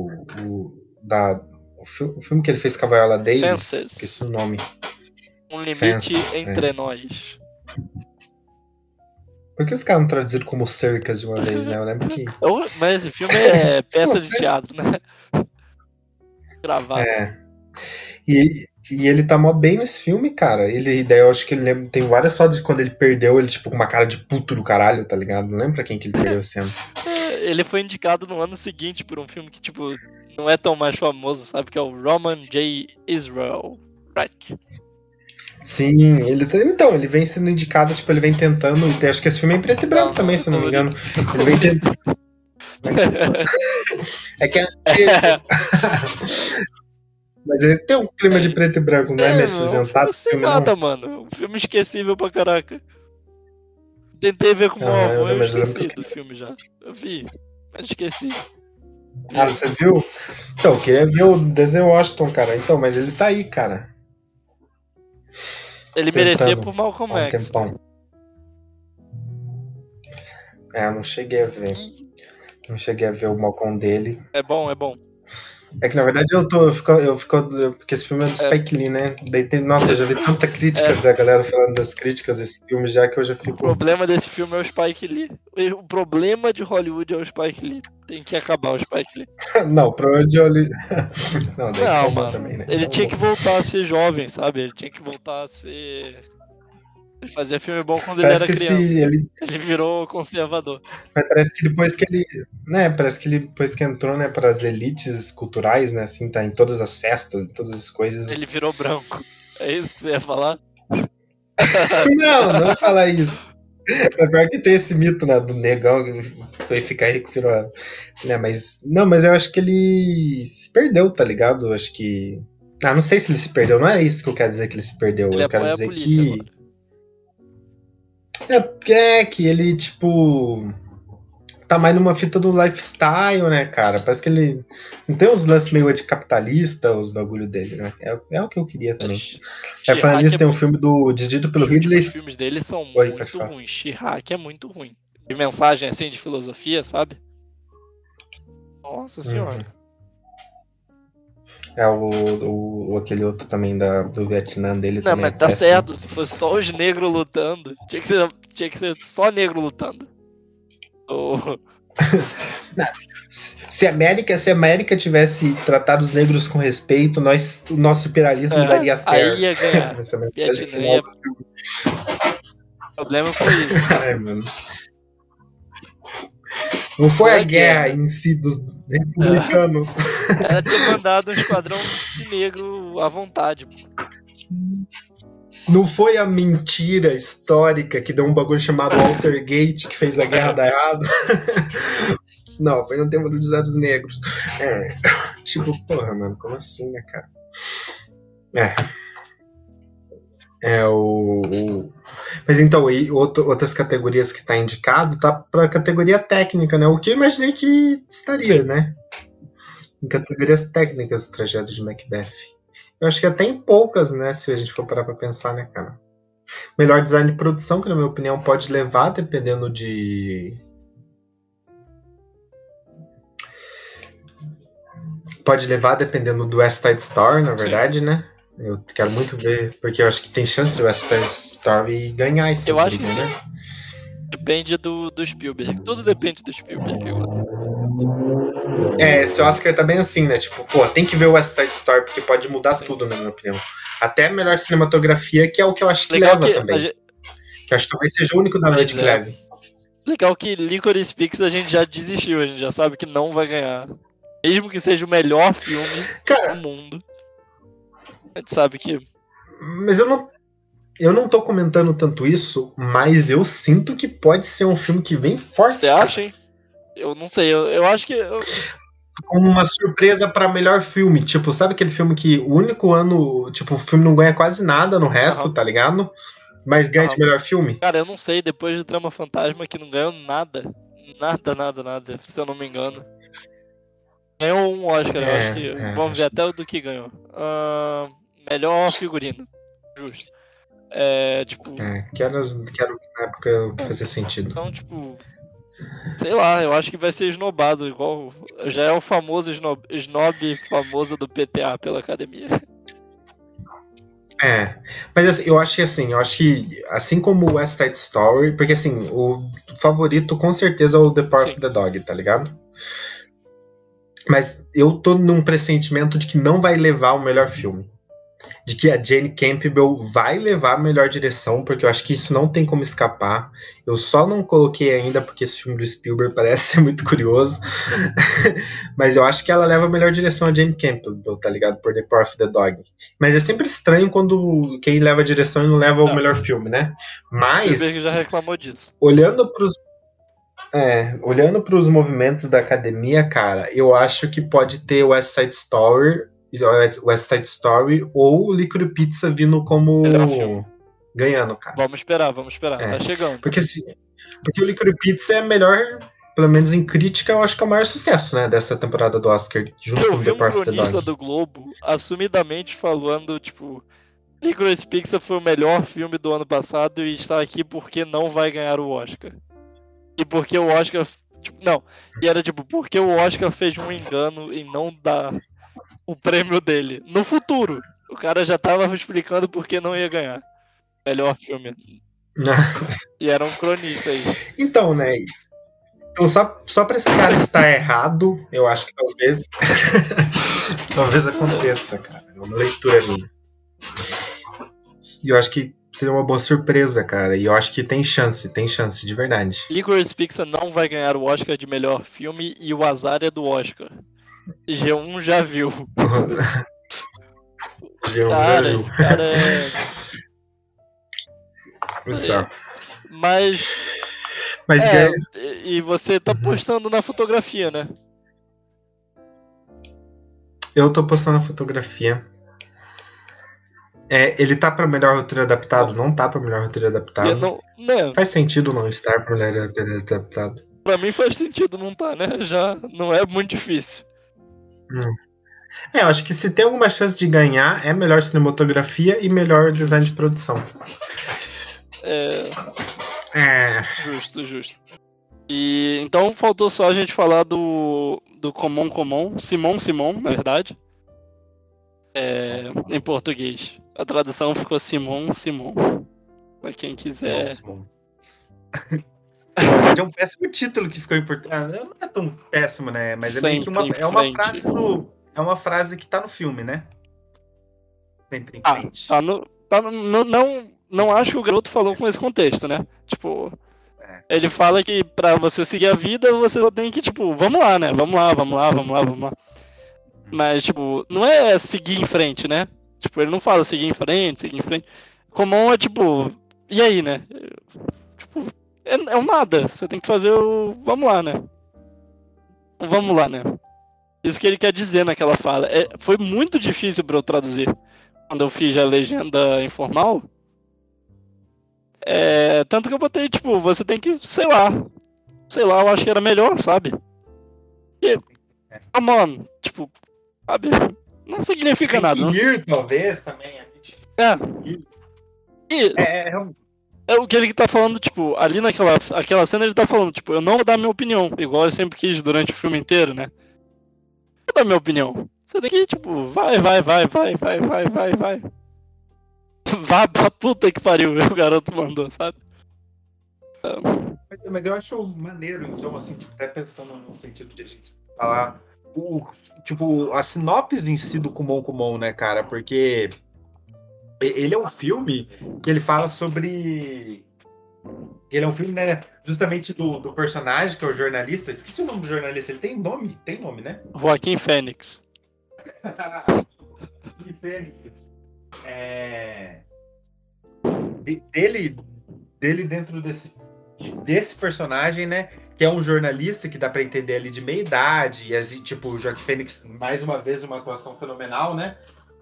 o filme que ele fez com a Viola Davis, Fences. esqueci o nome. Um limite Fences, entre nós. Por que os caras não traduziram como cercas de uma vez, né? Eu lembro que. Mas esse filme é peça de teatro, né? Gravado. É. E ele tá mó bem nesse filme, cara. Daí eu acho que ele lembra, tem várias fotos de quando ele perdeu, ele, tipo, com uma cara de puto do caralho, tá ligado? Não lembro pra quem que ele perdeu esse ano. Ele foi indicado no ano seguinte por um filme que, tipo, não é tão mais famoso, sabe? Que é o Roman J. Israel. Right? Sim, ele vem sendo indicado, tipo, ele vem tentando. Acho que esse filme é em preto e branco Não, também, é se eu não me engano. colorido. Ele vem tentando. É que é antigo. Mas ele tem um clima de preto e branco, não é meio um acinzentado filme esse sem filme, nada, não? mano. Um filme esquecível pra caraca. Tentei ver com o meu avô e eu Mas eu lembro esqueci que do filme já. Eu vi, mas esqueci. você viu? Então, eu queria ver o Denzel Washington, cara. Então, mas ele tá aí, cara. Ele Tentando merecia por Malcolm há um X. tempão. Eu não cheguei a ver. Não cheguei a ver o Malcolm dele. É bom, é bom. É que na verdade porque esse filme é do Spike Lee, né? Nossa, eu já vi tanta crítica da galera falando das críticas desse filme já que eu já O fico. problema desse filme é o Spike Lee. O problema de Hollywood é o Spike Lee. Tem que acabar o Spike Lee. Não, pra onde eu li. Não, daí Não, acabou mano. também, né? Ele Então, tinha que voltar a ser jovem, sabe? Ele tinha que voltar a ser. Ele fazia filme bom quando ele Parece era que criança. ele virou conservador. Mas parece que depois que ele. Né, parece que ele depois que entrou, né, pras elites culturais, né? Assim, tá em todas as festas, em todas as coisas. Ele virou branco. É isso que você ia falar? Não vou falar isso. É pior que tem esse mito, né, do negão que foi ficar rico, virou. Né, mas. Não, mas eu acho que ele se perdeu, tá ligado? Eu acho que. Não sei se ele se perdeu, não é isso que eu quero dizer que ele se perdeu. Ele Eu quero apoia a dizer polícia que. agora. Que ele, tipo. Tá mais numa fita do lifestyle, né, cara? Parece que ele. Não tem uns lances meio anticapitalista, os bagulho dele, né? É o que eu queria também. Falando nisso, tem um filme dirigido pelo Ridley. Os filmes dele são Oi, muito ruins. She-Hulk é muito ruim. De mensagem assim, de filosofia, sabe? Nossa senhora. Aquele outro também do Vietnã dele. Não, também mas tá certo. Se fosse só os negros lutando, tinha que ser só negro lutando. Ou... Se a América tivesse tratado os negros com respeito, o nosso imperialismo daria certo. Aí ia ganhar. Essa Vietnã final ia... do filme. O problema foi isso. Ai, mano. Não foi a guerra em si dos republicanos. Era ter mandado um esquadrão de negro à vontade. Não foi a mentira histórica que deu um bagulho chamado Watergate que fez a guerra dar errado. Não, foi no tempo dos Estados Negros. Tipo, porra, mano, como assim, né, cara? Mas então, e outras categorias que tá indicado, tá pra categoria técnica, né? O que eu imaginei que estaria, né? Em categorias técnicas, o trajeto de Macbeth. Eu acho que até em poucas, né? Se a gente for parar pra pensar, né, cara? Melhor design de produção, que na minha opinião pode levar, dependendo de... Pode levar dependendo do West Side Story, na verdade, né? Eu quero muito ver, porque eu acho que tem chance do West Side Story ganhar esse Eu acho que né? Depende do Spielberg. Tudo depende do Spielberg agora. Esse Oscar tá bem assim, né? Tipo, pô, tem que ver o West Side Story, porque pode mudar tudo, na minha opinião. Até a melhor cinematografia, que é o que eu acho que Legal leva que também. Que eu acho que talvez seja o único da noite que leve. Legal que Licorice Pizza a gente já desistiu, a gente já sabe que não vai ganhar. Mesmo que seja o melhor filme do mundo. A gente sabe que... Mas eu não tô comentando tanto isso, mas eu sinto que pode ser um filme que vem forte. Você acha, hein? Eu não sei, eu acho que... Como uma surpresa pra melhor filme. Tipo, sabe aquele filme que o único ano... Tipo, o filme não ganha quase nada no resto, tá ligado? Mas ganha de melhor filme? Cara, eu não sei, depois do Trama Fantasma que não ganhou nada. Nada, se eu não me engano. Ganhou um Oscar, eu acho que... Vamos ver até o do que ganhou. Melhor figurino. Justo. Quero na época que fazia sentido. Então, tipo... Sei lá, eu acho que vai ser esnobado, igual... Já é o famoso snob famoso do PTA pela academia. Mas assim, eu acho que assim como o West Side Story, porque assim, o favorito com certeza é o The Power of the Dog, tá ligado? Mas eu tô num pressentimento de que não vai levar o melhor filme. De que a Jane Campbell vai levar a melhor direção, porque eu acho que isso não tem como escapar. Eu só não coloquei ainda porque esse filme do Spielberg parece ser muito curioso. Mas eu acho que ela leva a melhor direção a Jane Campbell, tá ligado? Por The Power of the Dog. Mas é sempre estranho quando quem leva a direção e não leva o melhor filme, né? Mas... O Spielberg já reclamou disso. Olhando pros movimentos da academia, cara, eu acho que pode ter West Side Story ou Licorice Pizza vindo como ganhando, cara. Vamos esperar, tá chegando. Porque o Licorice Pizza é melhor, pelo menos em crítica, eu acho que é o maior sucesso, né, dessa temporada do Oscar, junto com The Power of the Dog. Eu vi um cronista do Globo assumidamente falando, tipo, Licorice Pizza foi o melhor filme do ano passado e está aqui porque não vai ganhar o Oscar. E porque o Oscar... Tipo, não, e era tipo, porque o Oscar fez um engano em não dar o prêmio dele. No futuro, o cara já tava explicando por que não ia ganhar. Melhor filme. E era um cronista aí. Então, né? Então, só pra esse cara estar errado, eu acho que talvez... talvez aconteça, cara. É uma leitura minha. E eu acho que seria uma boa surpresa, cara. E eu acho que tem chance, de verdade. Licorice Pizza não vai ganhar o Oscar de melhor filme e o azar é do Oscar. G1 já viu. G1 cara, já viu. esse cara Mas e você tá postando na fotografia, né? Eu tô postando a fotografia. Ele tá pra melhor roteiro adaptado? Não tá pra melhor roteiro adaptado. Não. Faz sentido não estar pra melhor roteiro adaptado. Pra mim faz sentido não tá, né? Já não é muito difícil. Eu acho que se tem alguma chance de ganhar, é melhor cinematografia e melhor design de produção. Justo. E então faltou só a gente falar do Simon, na verdade. Em português. A tradução ficou Simon. Pra quem quiser. verdade, é um péssimo título que ficou em português. Não é tão péssimo, né? Mas é meio que Sempre em é uma frente. frase do. É uma frase que tá no filme, né? Sempre em frente. Não acho que o garoto falou com esse contexto, né? Tipo, É. ele fala que pra você seguir a vida, você só tem que, tipo, vamos lá, né? Vamos lá. Mas, tipo, não é seguir em frente, né? Tipo, ele não fala seguir em frente. Comum é, tipo, e aí, né? Tipo, é um nada. Você tem que fazer o vamos lá, né? Vamos lá, né? Isso que ele quer dizer naquela fala. Foi muito difícil pra eu traduzir. Quando eu fiz a legenda informal, tanto que eu botei, tipo, você tem que, sei lá, eu acho que era melhor, sabe? Porque, come on, tipo, sabe? Não significa Tem nada. que Não, ir, talvez, também. é. E É, o que ele tá falando, tipo, ali aquela cena ele tá falando, tipo, eu não vou dar minha opinião, igual eu sempre quis durante o filme inteiro, né? Não vou dar minha opinião. Você tem que, tipo, vai. Vá pra puta que pariu, o garoto mandou, sabe? mas eu acho maneiro, então, assim, tipo, até pensando no sentido de a gente falar tipo, a sinopse em si do Kumon, né, cara? Porque ele é um filme que ele fala sobre. Ele é um filme, né, justamente do personagem, que é o jornalista. Esqueci o nome do jornalista. Ele tem nome? Tem nome, né? Joaquim Fênix. E Fênix. Dele dentro desse personagem, né? Que é um jornalista que dá pra entender ali de meia idade. E assim, tipo, o Joaquim Fênix, mais uma vez, uma atuação fenomenal, né?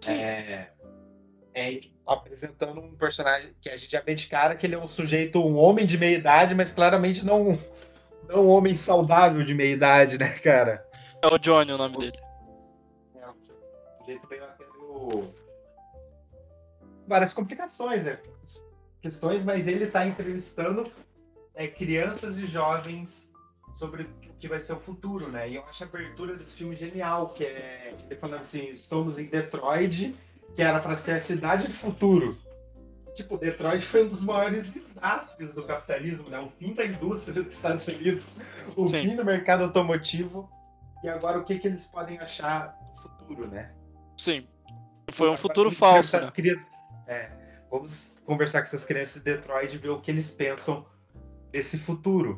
Apresentando um personagem que a gente já vê de cara que ele é um sujeito, um homem de meia idade, mas claramente não um homem saudável de meia idade, né, cara? É o Johnny o nome dele. É um sujeito bem tendo várias complicações, né? Questões, mas ele tá entrevistando crianças e jovens sobre o que vai ser o futuro, né? E eu acho a abertura desse filme genial, que é ele falando assim, estamos em Detroit, que era para ser a cidade do futuro. Tipo, Detroit foi um dos maiores desastres do capitalismo, né? O fim da indústria dos Estados Unidos, o Sim. fim do mercado automotivo, e agora o que eles podem achar do futuro, né? Sim. Foi um Agora, falso, vamos conversar né? Vamos conversar com essas crianças de Detroit e ver o que eles pensam desse futuro.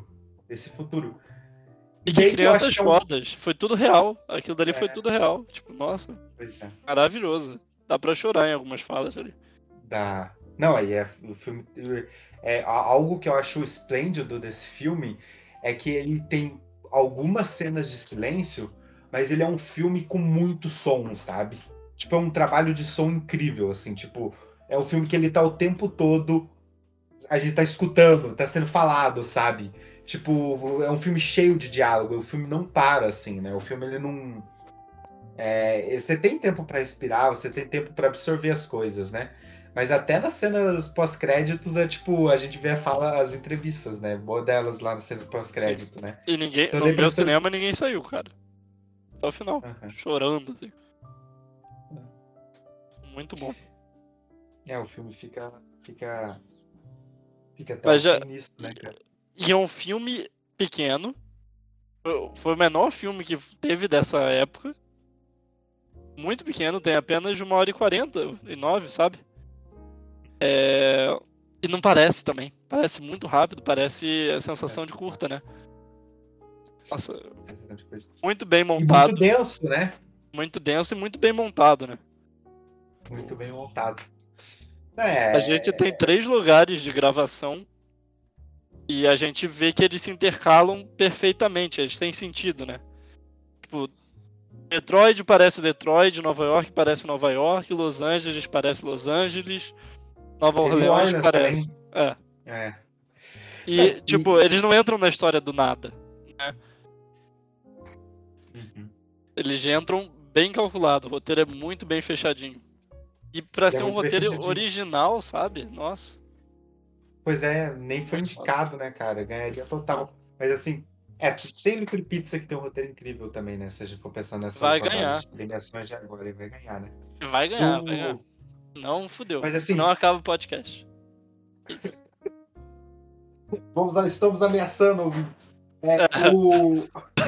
E que crianças que fodas. Foi tudo real. Aquilo dali foi tudo real. Tipo, nossa, Pois é. maravilhoso. Dá pra chorar em algumas falas ali. Dá. Não, aí o filme. Algo que eu acho esplêndido desse filme é que ele tem algumas cenas de silêncio, mas ele é um filme com muito som, sabe? Tipo, é um trabalho de som incrível, assim, tipo, é um filme que ele tá o tempo todo. A gente tá escutando, tá sendo falado, sabe? Tipo, é um filme cheio de diálogo, o filme não para, assim, né? O filme, ele não. Você tem tempo pra respirar, você tem tempo pra absorver as coisas, né? Mas até nas cenas pós-créditos tipo, a gente vê as entrevistas, né? Boa delas lá nas cenas pós-crédito, né? E ninguém, Então, no meu cinema ninguém saiu, cara. Até o final. Chorando, assim. Muito bom. O filme fica até nisso, né, cara? E é um filme pequeno. Foi o menor filme que teve dessa época. Muito pequeno, tem apenas 1h49, sabe? E não parece também. Parece muito rápido, parece a sensação de curta, né? Nossa, muito bem montado. E muito denso, né? Muito denso e muito bem montado, né? Muito bem montado. A gente tem 3 lugares de gravação e a gente vê que eles se intercalam perfeitamente, eles têm sentido, né? Tipo, Detroit parece Detroit, Nova York parece Nova York, Los Angeles parece Los Angeles, Nova Orleans parece. E, tipo, eles não entram na história do nada, né? Eles entram bem calculado, o roteiro é muito bem fechadinho. E pra ser um roteiro original, sabe? Nossa. Pois é, nem foi indicado, né, cara? Ganharia total. Mas assim, tem Liquid Pizza que tem um roteiro incrível também, né? Se a gente for pensando nessas rodadas de premiações de agora, ele vai ganhar, né? Vai ganhar. Não fudeu. Mas assim. Não acaba o podcast. Isso. Estamos ameaçando ouvintes. O...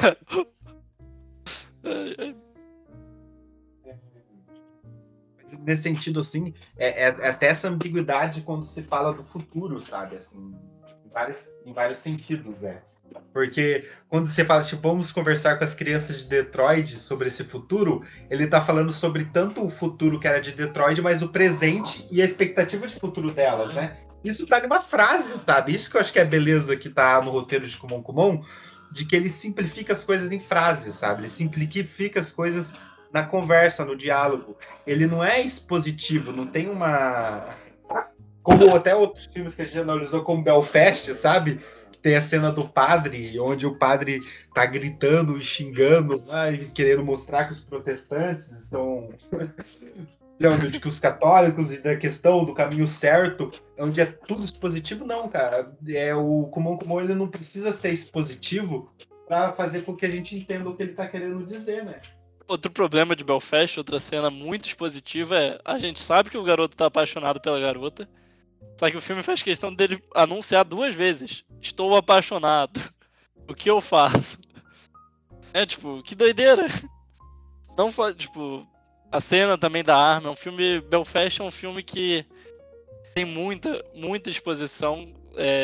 Nesse sentido, assim, é até essa ambiguidade quando se fala do futuro, sabe? Assim, em vários sentidos, né? Porque quando você fala, tipo, vamos conversar com as crianças de Detroit sobre esse futuro, ele tá falando sobre tanto o futuro que era de Detroit, mas o presente e a expectativa de futuro delas, né? Isso tá numa frase, sabe? Isso que eu acho que é a beleza que tá no roteiro de Kumon Kumon, de que ele simplifica as coisas em frases, sabe? Ele simplifica as coisas na conversa, no diálogo. Ele não é expositivo, não tem uma... Como até outros filmes que a gente analisou, como Belfast, sabe? Tem a cena do padre, onde o padre tá gritando e xingando, querendo mostrar que os protestantes estão de que os católicos e da questão do caminho certo, onde é tudo expositivo, não, cara. O Kumon Kumon, ele não precisa ser expositivo para fazer com que a gente entenda o que ele tá querendo dizer, né? Outro problema de Belfast, outra cena muito expositiva é a gente sabe que o garoto tá apaixonado pela garota, só que o filme faz questão dele anunciar 2 vezes: estou apaixonado. O que eu faço? Tipo, que doideira. Não foi, tipo, a cena também da arma, é um filme... Belfast é um filme que tem muita exposição.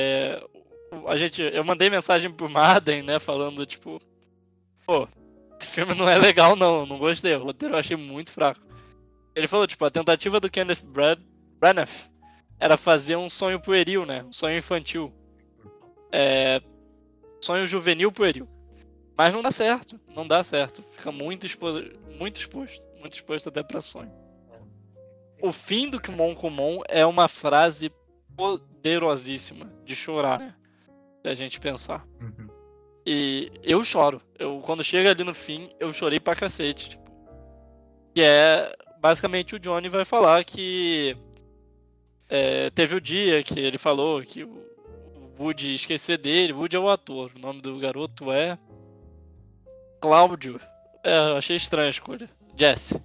Eu mandei mensagem pro Madden, né, falando, tipo, pô, esse filme não é legal não gostei, o roteiro eu achei muito fraco. Ele falou, tipo, a tentativa do Kenneth Branagh era fazer um sonho pueril, né, um sonho infantil. Sonho juvenil pueril. Mas não dá certo. Fica muito exposto até pra sonho. O fim do Kumon Kumon é uma frase poderosíssima de chorar, né? Se a gente pensar. Uhum. E eu choro. Quando chega ali no fim, eu chorei pra cacete. Tipo, que é, basicamente, o Johnny vai falar que teve o dia que ele falou que o Woody ia esquecer dele. Woody é o ator. O nome do garoto é Cláudio. Eu achei estranha a escolha. Jesse.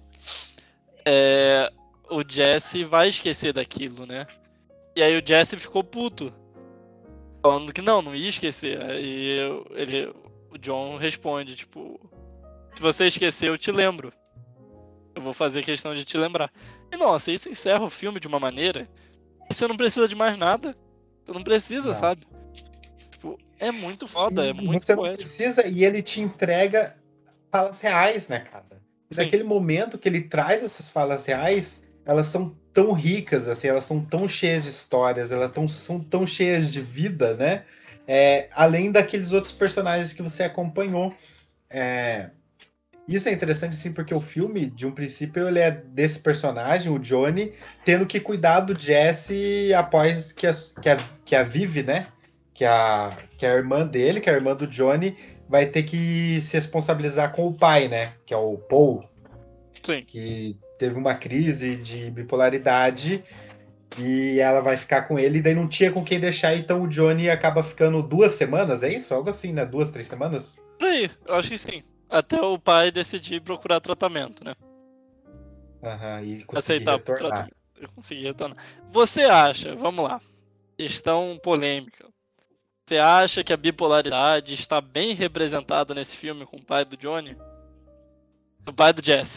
O Jesse vai esquecer daquilo, né? E aí o Jesse ficou puto. Falando que não ia esquecer. Aí o John responde, tipo, se você esquecer, eu te lembro. Eu vou fazer questão de te lembrar. E nossa, isso encerra o filme de uma maneira que você não precisa de mais nada. Você não precisa, Não. sabe? Tipo, é muito foda, é muito Você poético. não precisa, e ele te entrega falas reais, né, cara? E naquele momento que ele traz essas falas reais, elas são tão ricas, assim, elas são tão cheias de histórias, são tão cheias de vida, né? Além daqueles outros personagens que você acompanhou. Isso é interessante, sim, porque o filme, de um princípio, ele é desse personagem, o Johnny, tendo que cuidar do Jesse após que a Vivi, né? Que a irmã dele, que é a irmã do Johnny, vai ter que se responsabilizar com o pai, né? Que é o Paul. Sim. Que teve uma crise de bipolaridade e ela vai ficar com ele, e daí não tinha com quem deixar, então o Johnny acaba ficando 2 semanas, é isso? Algo assim, né? 2, 3 semanas? Por aí, eu acho que sim. Até o pai decidir procurar tratamento, né? E conseguir Aceitar retornar. tratamento. Eu consegui retornar. Você acha, vamos lá, questão polêmica. Você acha que a bipolaridade está bem representada nesse filme com o pai do Johnny? O pai do Jesse.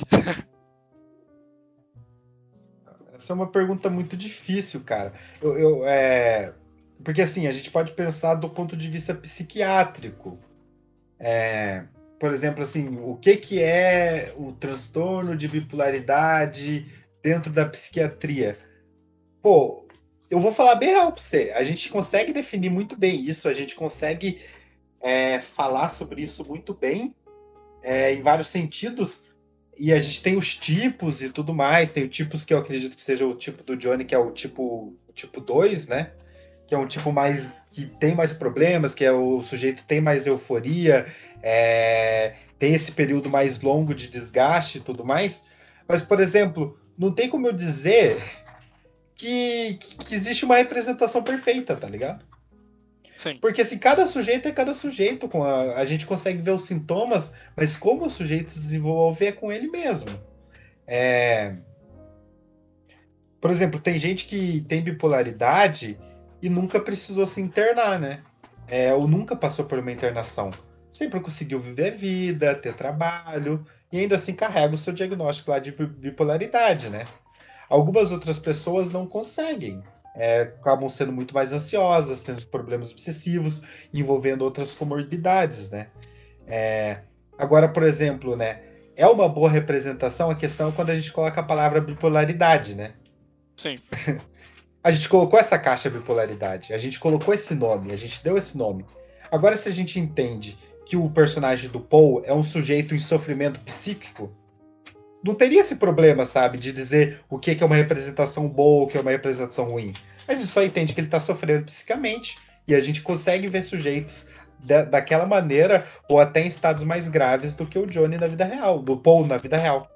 Essa é uma pergunta muito difícil, cara. Porque assim, a gente pode pensar do ponto de vista psiquiátrico. Por exemplo, assim, o que é o transtorno de bipolaridade dentro da psiquiatria? Pô, eu vou falar bem real pra você. A gente consegue definir muito bem isso, a gente consegue falar sobre isso muito bem, em vários sentidos. E a gente tem os tipos e tudo mais. Tem o tipos que eu acredito que seja o tipo do Johnny, que é o tipo 2, né? Que é um tipo mais que tem mais problemas, que é o sujeito tem mais euforia, tem esse período mais longo de desgaste e tudo mais. Mas, por exemplo, não tem como eu dizer que existe uma representação perfeita, tá ligado? Sim. Porque assim, cada sujeito é cada sujeito. A gente consegue ver os sintomas, mas como o sujeito se desenvolve é com ele mesmo. Por exemplo, tem gente que tem bipolaridade e nunca precisou se internar, né? Ou nunca passou por uma internação. Sempre conseguiu viver a vida, ter trabalho, e ainda assim carrega o seu diagnóstico lá de bipolaridade, né? Algumas outras pessoas não conseguem. Acabam sendo muito mais ansiosas, tendo problemas obsessivos, envolvendo outras comorbidades, né? Agora, por exemplo, né? É uma boa representação, a questão é quando a gente coloca a palavra bipolaridade, né? Sim. A gente colocou essa caixa bipolaridade, a gente colocou esse nome, a gente deu esse nome. Agora, se a gente entende que o personagem do Paul é um sujeito em sofrimento psíquico, não teria esse problema, sabe, de dizer o que é uma representação boa, o que é uma representação ruim. A gente só entende que ele está sofrendo psicamente e a gente consegue ver sujeitos daquela maneira ou até em estados mais graves do que o Johnny na vida real, do Paul na vida real.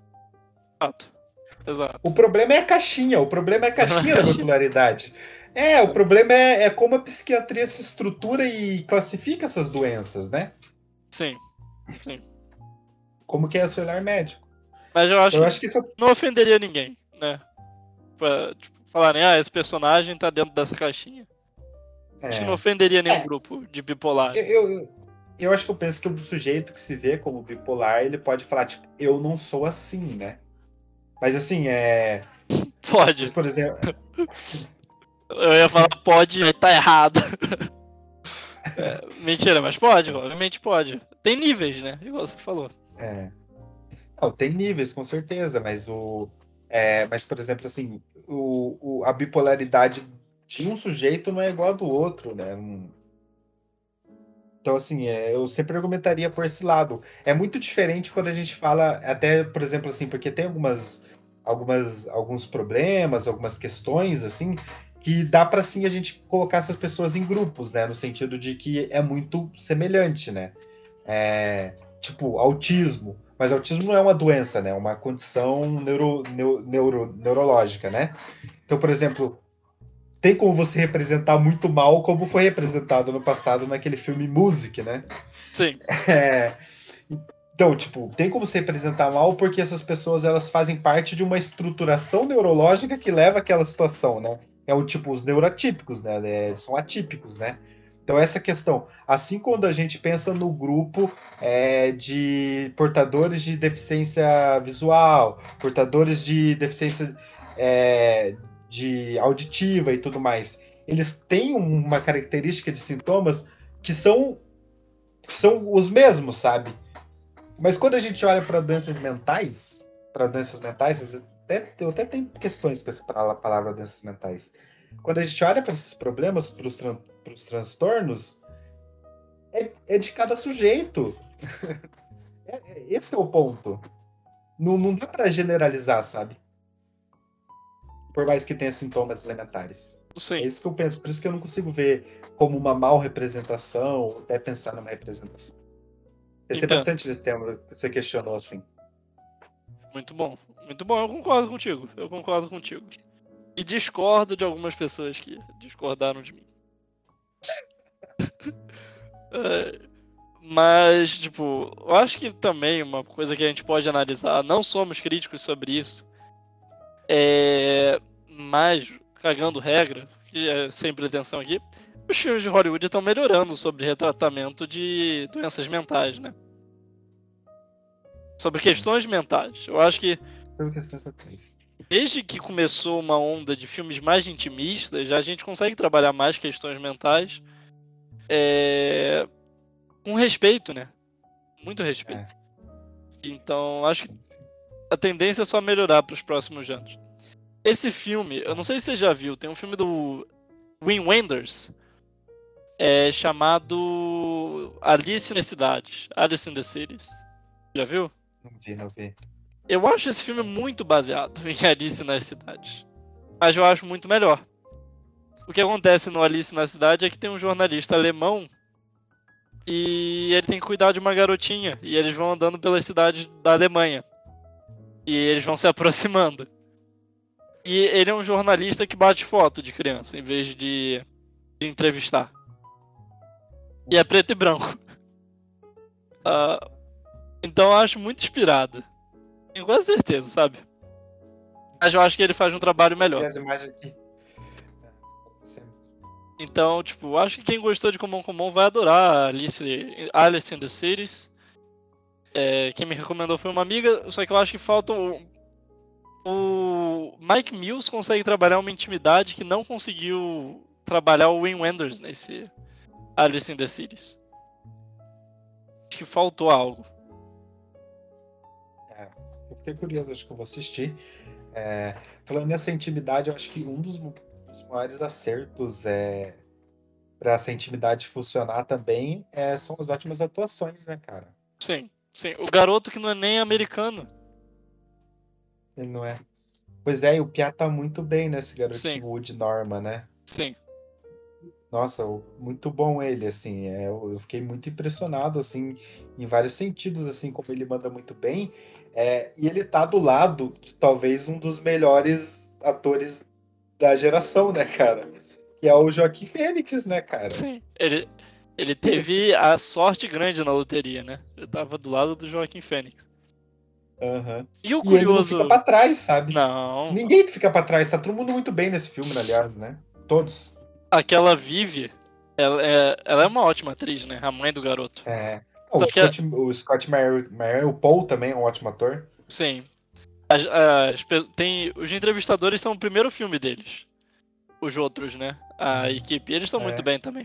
Exato. O problema é a caixinha da bipolaridade. O problema é como a psiquiatria se estrutura e classifica essas doenças, né? Sim. Como que é o seu olhar médico. Mas eu acho que isso não ofenderia ninguém, né? Pra falarem, esse personagem tá dentro dessa caixinha. Acho que não ofenderia nenhum grupo de bipolar. Eu acho que eu penso que o sujeito que se vê como bipolar, ele pode falar, tipo, eu não sou assim, né? Mas assim, Pode. Mas, por exemplo... Eu ia falar pode, mas tá errado. Mentira, mas pode, obviamente pode. Tem níveis, né? Igual você falou. Não, tem níveis, com certeza, mas mas, por exemplo, assim, a bipolaridade de um sujeito não é igual a do outro, né? Então, assim, eu sempre argumentaria por esse lado. É muito diferente quando a gente fala, até, por exemplo, assim, porque tem alguns problemas, algumas questões, assim, que dá para sim a gente colocar essas pessoas em grupos, né? No sentido de que é muito semelhante, né? Tipo, autismo. Mas autismo não é uma doença, né? É uma condição neurológica, né? Então, por exemplo, tem como você representar muito mal como foi representado no passado naquele filme Music, né? Sim. Então, tipo, tem como você representar mal porque essas pessoas, elas fazem parte de uma estruturação neurológica que leva àquela situação, né? Os neuroatípicos, né? São atípicos, né? Então, essa questão. Assim, quando a gente pensa no grupo de portadores de deficiência visual, portadores de deficiência de auditiva e tudo mais, eles têm uma característica de sintomas que são os mesmos, sabe? Mas quando a gente olha para doenças mentais, eu até tenho questões com essa palavra doenças mentais. Quando a gente olha para esses problemas, para os transtornos, é de cada sujeito. Esse é o ponto. Não dá para generalizar, sabe? Por mais que tenha sintomas elementares. Sim. É isso que eu penso. Por isso que eu não consigo ver como uma mal representação, ou até pensar numa representação. Pensei bastante nesse tema que você questionou, assim. Muito bom. Muito bom, eu concordo contigo. E discordo de algumas pessoas que discordaram de mim. Mas, tipo, eu acho que também uma coisa que a gente pode analisar, não somos críticos sobre isso, mas, cagando regra, que é sem pretensão aqui, os filmes de Hollywood estão melhorando sobre retratamento de doenças mentais, né? Sobre questões mentais. Eu acho que Sobre questões mentais. Desde que começou uma onda de filmes mais intimistas, já a gente consegue trabalhar mais questões mentais com respeito, né? Muito respeito. Então, acho que a tendência é só melhorar para os próximos anos. Esse filme, eu não sei se você já viu, tem um filme do Wim Wenders chamado Alice nas Cidades, Alice in the Cities. Já viu? Não vi. Eu acho esse filme muito baseado em Alice nas Cidades. Mas eu acho muito melhor. O que acontece no Alice na Cidade é que tem um jornalista alemão e ele tem que cuidar de uma garotinha. E eles vão andando pelas cidades da Alemanha. E eles vão se aproximando. E ele é um jornalista que bate foto de criança, em vez de entrevistar. E é preto e branco. Então eu acho muito inspirado. Tenho quase certeza, sabe? Mas eu acho que ele faz um trabalho melhor. E as imagens aqui. Então, tipo, acho que quem gostou de Common Common vai adorar Alice in the Cities. Quem me recomendou foi uma amiga, só que eu acho que falta o Mike Mills consegue trabalhar uma intimidade que não conseguiu trabalhar o Wim Wenders nesse Alice in the Cities. Acho que faltou algo. Eu fiquei curioso, acho que eu vou assistir. Falando nessa intimidade, eu acho que um dos maiores acertos para essa intimidade funcionar também são as ótimas atuações, né, cara? Sim, sim. O garoto que não é nem americano. Ele não é. Pois é, e o Piá tá muito bem nesse Sim, garotinho Wood Norman, né? sim. Nossa, muito bom ele, assim. Eu fiquei muito impressionado, assim, em vários sentidos, assim, como ele manda muito bem. E ele tá do lado de talvez um dos melhores atores da geração, né, cara? Que é o Joaquim Fênix, né, cara? Sim. Ele teve a sorte grande na loteria, né? Ele tava do lado do Joaquim Fênix. Uhum. E o E ele não curioso. fica pra trás, sabe? Não. Ninguém fica pra trás, tá todo mundo muito bem nesse filme, aliás, né? Todos. Aquela Vivi, ela é uma ótima atriz, né? A mãe do garoto. O Só que o Scott Meyer, o Paul também é um ótimo ator. sim. Os entrevistadores são o primeiro filme deles. Os outros, né? A equipe. Eles estão muito bem também.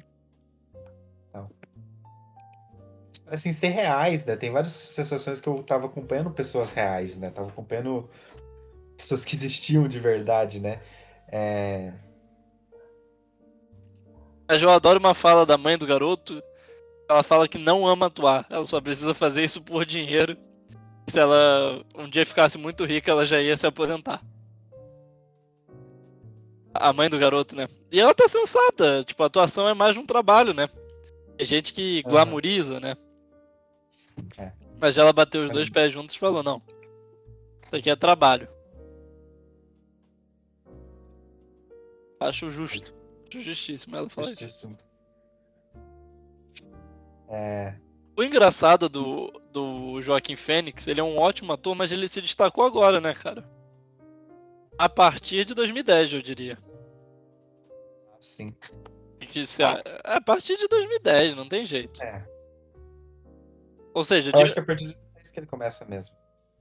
Assim, ser reais, né? Tem várias sensações que eu tava acompanhando pessoas reais, né? Tava acompanhando pessoas que existiam de verdade, né? Mas eu adoro uma fala da mãe do garoto. Ela fala que não ama atuar. Ela só precisa fazer isso por dinheiro. Se ela um dia ficasse muito rica, ela já ia se aposentar. A mãe do garoto, né? E ela tá sensata. Tipo, a atuação é mais um trabalho, né? Tem gente que glamoriza, né? Mas ela bateu os dois pés juntos e falou, não. Isso aqui é trabalho. Acho justo. Justíssimo ela falar isso. O engraçado do Joaquim Fênix, ele é um ótimo ator, mas ele se destacou agora, né, cara? A partir de 2010, eu diria. Sim. A partir de 2010, não tem jeito. Ou seja, eu acho que é a partir de 2010 que ele começa mesmo.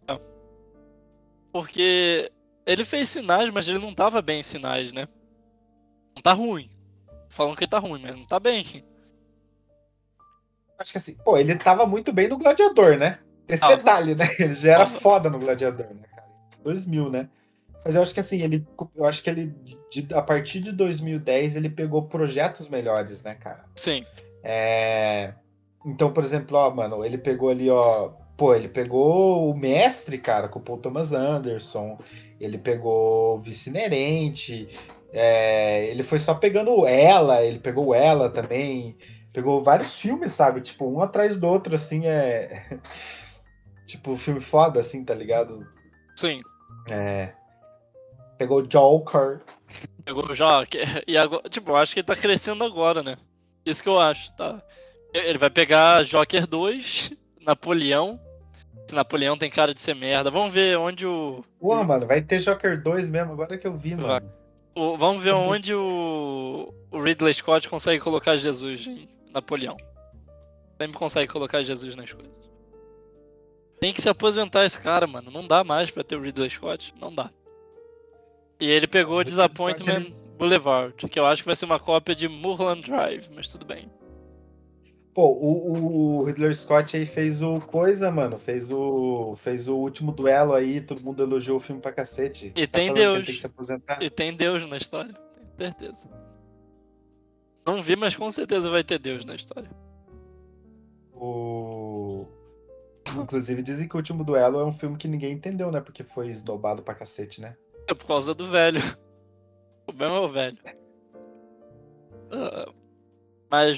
Porque ele fez Sinais, mas ele não tava bem em Sinais, né? Não tá ruim. Falam que ele tá ruim, mas não tá bem. Acho que assim, pô, ele tava muito bem no Gladiador, né? Esse detalhe, né? Ele já era foda no Gladiador, né, cara? 2000, né? Mas eu acho que assim, a partir de 2010, ele pegou projetos melhores, né, cara? Sim. Então, por exemplo, ó, mano, ele pegou ali, ó. Pô, ele pegou o Mestre, cara, com o Paul Thomas Anderson. Ele pegou Vice Inerente. Ele foi só pegando Ela, ele pegou Ela também. Pegou vários filmes, sabe? Tipo, um atrás do outro, assim, tipo, filme foda, assim, tá ligado? Sim. Pegou Joker. Pegou o Joker. E agora, tipo, eu acho que ele tá crescendo agora, né? Isso que eu acho, tá? Ele vai pegar Joker 2, Napoleão. Esse Napoleão tem cara de ser merda. Vamos ver onde Pô, mano, vai ter Joker 2 mesmo, agora que eu vi, mano. Vamos ver onde o Ridley Scott consegue colocar Jesus em Napoleão. Sempre consegue colocar Jesus nas coisas. Tem que se aposentar esse cara, mano. Não dá mais pra ter o Ridley Scott. Não dá. E ele pegou Disappointment Boulevard, que eu acho que vai ser uma cópia de Mulholland Drive, mas tudo bem. Pô, o Ridley Scott aí fez o coisa, mano. Fez o último duelo aí, todo mundo elogiou o filme pra cacete. E Você tem tá falando Deus. que ele tem que se aposentar? E tem Deus na história, tenho certeza. Não vi, mas com certeza vai ter Deus na história. Inclusive dizem que o último duelo é um filme que ninguém entendeu, né? Porque foi esnobado pra cacete, né? É por causa do velho. O bem é o velho. Mas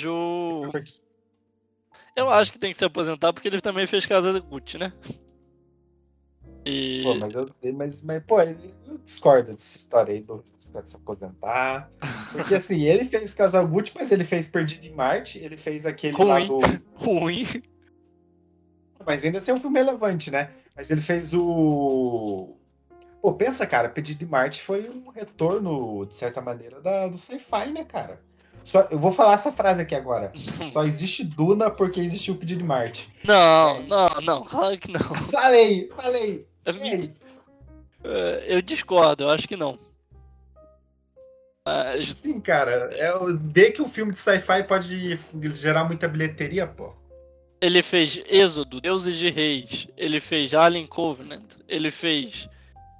eu acho que tem que se aposentar porque ele também fez Casa Gucci, né? Pô, pô, eu discordo dessa história aí do Scott se aposentar. Porque assim, ele fez Casa Gucci, mas ele fez Perdido em Marte, ele fez aquele lá do. Ruim. Mas ainda assim é um filme relevante, né? Mas ele fez o. Pô, pensa, cara, Perdido em Marte foi um retorno, de certa maneira, do sci-fi, né, cara? Eu vou falar essa frase aqui agora. Só existe Duna porque existiu o Pedido de Marte. Não, claro que não. Falei! Eu discordo, eu acho que não. Mas Sim, cara. Ver que um filme de sci-fi pode gerar muita bilheteria, pô. ele fez Êxodo, Deuses de Reis, ele fez Alien Covenant, ele fez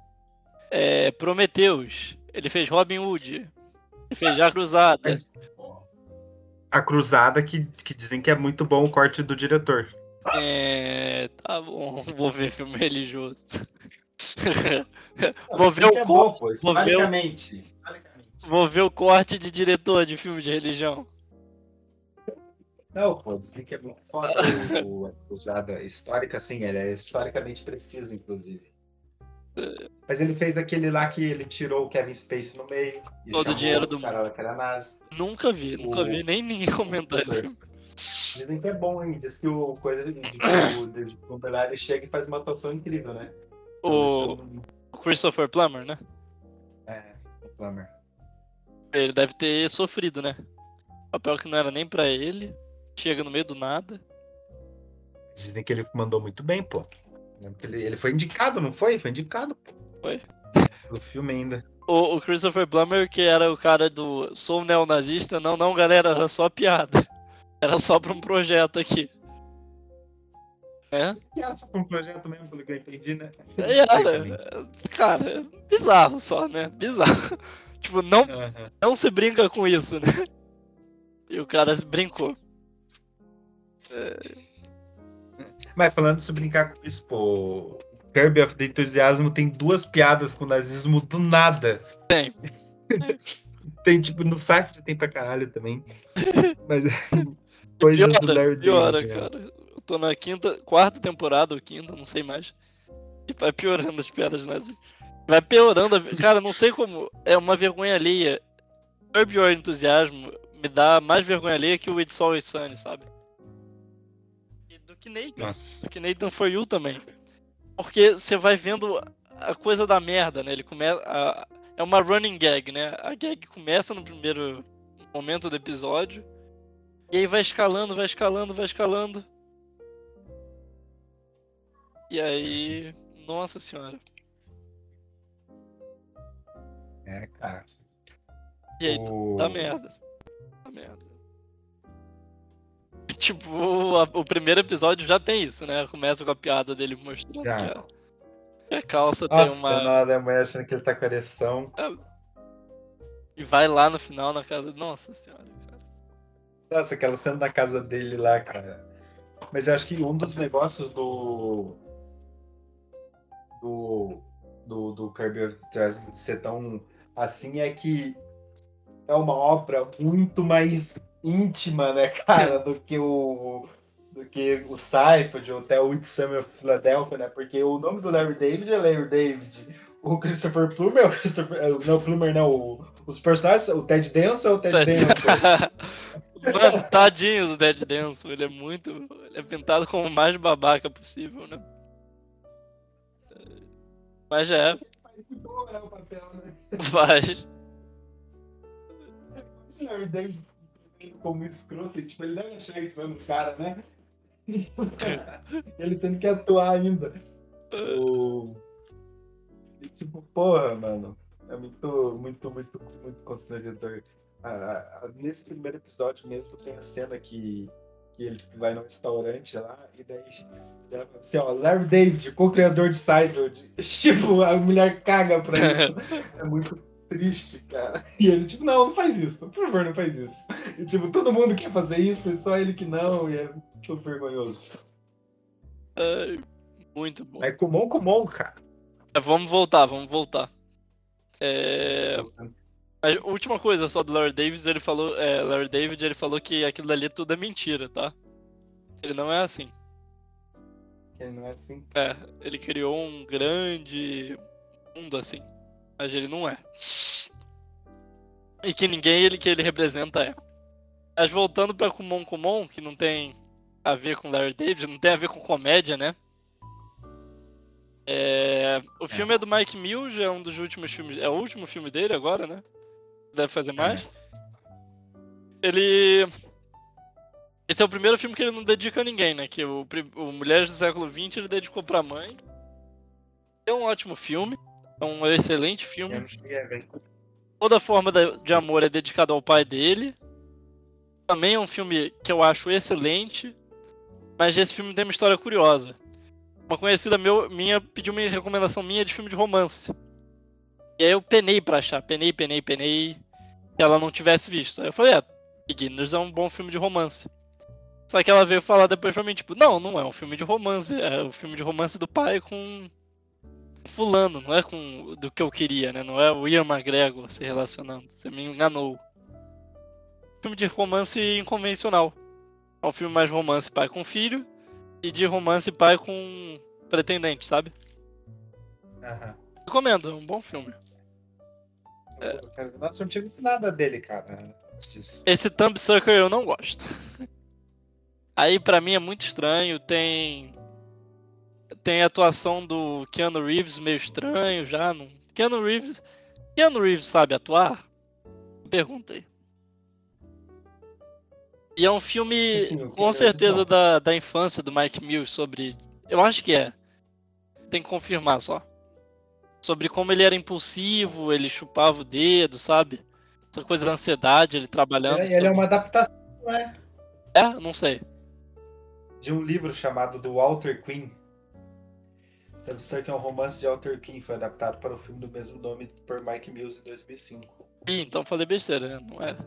Prometheus, ele fez Robin Hood, ele fez A Cruzada. Mas, a Cruzada, que dizem que é muito bom o corte do diretor. Tá bom, vou ver filme religioso. Vou ver o corte. Vou ver o corte de diretor de filme de religião. Não, pô, dizem que é muito foda a Cruzada histórica, sim, ele é historicamente preciso, inclusive. Mas ele fez aquele lá que ele tirou o Kevin Spacey no meio. E Todo o dinheiro do cara lá que era nazi. Nunca vi, nem ninguém comentar esse filme. Dizem que é bom, hein? Diz que o David Cumberland chega e faz uma atuação incrível, né? O Christopher Plummer, né? O Plummer. Ele deve ter sofrido, né? Papel que não era nem pra ele. Chega no meio do nada. Dizem que ele mandou muito bem, pô. Ele foi indicado, não foi? Foi indicado, pô. Foi. No filme ainda. O Christopher Plummer, que era o cara do Sou neonazista, não, galera, era só piada. Era só pra um projeto aqui. Piada só pra um projeto mesmo, pelo que eu entendi, né? Cara, bizarro só, né? Bizarro. Tipo, não se brinca com isso, né? E o cara brincou. Mas falando sobre brincar com isso, pô, Curb of the Enthusiasm tem 2 piadas com nazismo do nada. Tem. Tem, tipo, no Seinfeld tem pra caralho também. Mas coisas do Larry David. Cara. Eu tô na quarta temporada ou quinta, não sei mais. E vai piorando as piadas nazis. Vai piorando. Cara, não sei como. É uma vergonha alheia. Curb Your Enthusiasm me dá mais vergonha alheia que o It's Always Sunny, sabe? E do que Nathan. Nossa. Do que Nathan For You também. Porque você vai vendo a coisa da merda, né? Ele começa. É uma running gag, né? A gag começa no primeiro momento do episódio. E aí vai escalando. E aí. Nossa senhora. Cara. E aí dá merda. Tipo, o primeiro episódio já tem isso, né? Começa com a piada dele mostrando que a calça Nossa, tem uma. Na hora da mulher achando que ele tá com ereção. E vai lá no final na casa. Nossa senhora, cara. Nossa, aquela cena na casa dele lá, cara. Mas eu acho que um dos negócios do Curb Your Enthusiasm de ser tão assim é que é uma obra muito mais íntima, né, cara, do que o Seinfeld ou até o It's Summer of Philadelphia, né? Porque o nome do Larry David é Larry David. O Christopher Plummer é o Christopher... Não, Plummer não. Os personagens, o Ted Danson é o Ted Danson. Mano, tadinho do Ted Danson. Ele é pintado como o mais babaca possível, né? Mas faz. O Larry David como escroto, tipo, ele deve achar isso mesmo, cara, né? Ele tendo que atuar ainda. E, tipo, porra, mano. É muito constrangedor. Nesse primeiro episódio mesmo tem a cena que ele vai no restaurante lá e daí assim, ó, Larry David, co-criador de Seinfeld. Tipo, a mulher caga pra isso. É muito triste, cara. E ele, tipo, não faz isso. Por favor, não faz isso. E, tipo, todo mundo quer fazer isso e só ele que não. E é muito vergonhoso. Muito bom. É comum, cara. Vamos voltar. A última coisa só do Larry David, ele falou que aquilo dali tudo é mentira, tá? Ele não é assim. Ele não é assim? Ele criou um grande mundo assim. Mas ele não é. E que ninguém que ele representa é. Mas voltando pra Kumon, que não tem a ver com Larry David, não tem a ver com comédia, né? O filme é do Mike Mills, é um dos últimos filmes. É o último filme dele agora, né? Deve fazer mais. ele... Esse é o primeiro filme que ele não dedica a ninguém, né? Que o Mulheres do Século XX ele dedicou pra mãe. É um ótimo filme. É um excelente filme. Eu não cheguei a ver. Toda forma de amor é dedicada ao pai dele. Também é um filme que eu acho excelente. Mas esse filme tem uma história curiosa. Uma conhecida minha pediu uma recomendação minha de filme de romance. E aí eu penei pra achar. Penei. Que ela não tivesse visto. Aí eu falei, Beginners é um bom filme de romance. Só que ela veio falar depois pra mim, tipo, não é um filme de romance. É um filme de romance do pai com fulano. Não é com do que eu queria, né? Não é o Ian McGregor se relacionando. Você me enganou. Filme de romance inconvencional. É um filme mais romance pai com filho. E de romance pai com pretendente, sabe? Aham. Recomendo, é um bom filme. Nossa, eu não tinha visto nada dele, cara. Antes disso. Esse Thumbsucker eu não gosto. Aí pra mim é muito estranho, tem a atuação do Keanu Reeves meio estranho já. Não... Keanu Reeves sabe atuar? Perguntei. E é um filme Assim, o com Keanu certeza Reeves não. da infância do Mike Mills sobre... Eu acho que é. Tem que confirmar só. Sobre como ele era impulsivo, ele chupava o dedo, sabe? Essa coisa da ansiedade, ele trabalhando Ele é uma adaptação, né? Não sei. De um livro chamado do Walter Quinn. Deve ser que é um romance de Walter Quinn. Foi adaptado para o filme do mesmo nome por Mike Mills em 2005. Ih, então falei besteira, né? Não é.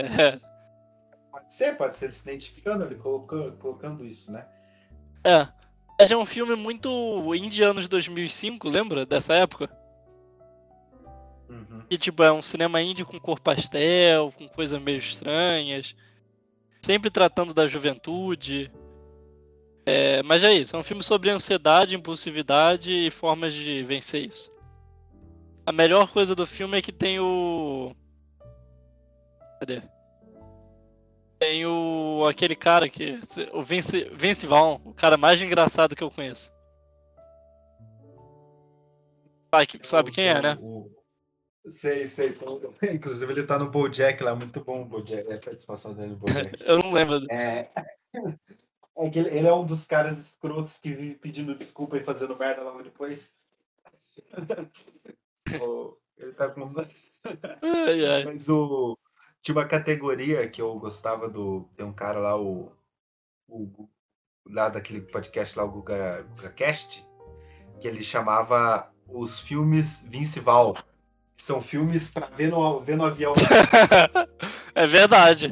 Pode ser ele se identificando, ele colocando isso, né? Mas é um filme muito indie anos 2005, lembra? Dessa época? Uhum. Que tipo, é um cinema indie com cor pastel, com coisas meio estranhas. Sempre tratando da juventude. Mas é isso, é um filme sobre ansiedade, impulsividade e formas de vencer isso. A melhor coisa do filme é que tem o... Cadê? Tem aquele cara que... O Vince Vaughn, o cara mais engraçado que eu conheço. Sabe quem é, né? Sei. Inclusive ele tá no BoJack lá, muito bom o BoJack, a participação dele no BoJack. Eu não lembro. É que ele é um dos caras escrotos que vive pedindo desculpa e fazendo merda logo depois. Ele tá com... Ai. Mas tinha uma categoria que eu gostava tem um cara lá, lá daquele podcast lá, o GugaCast, que ele chamava os filmes Vince Vaughn. Que são filmes pra ver no avião. É verdade.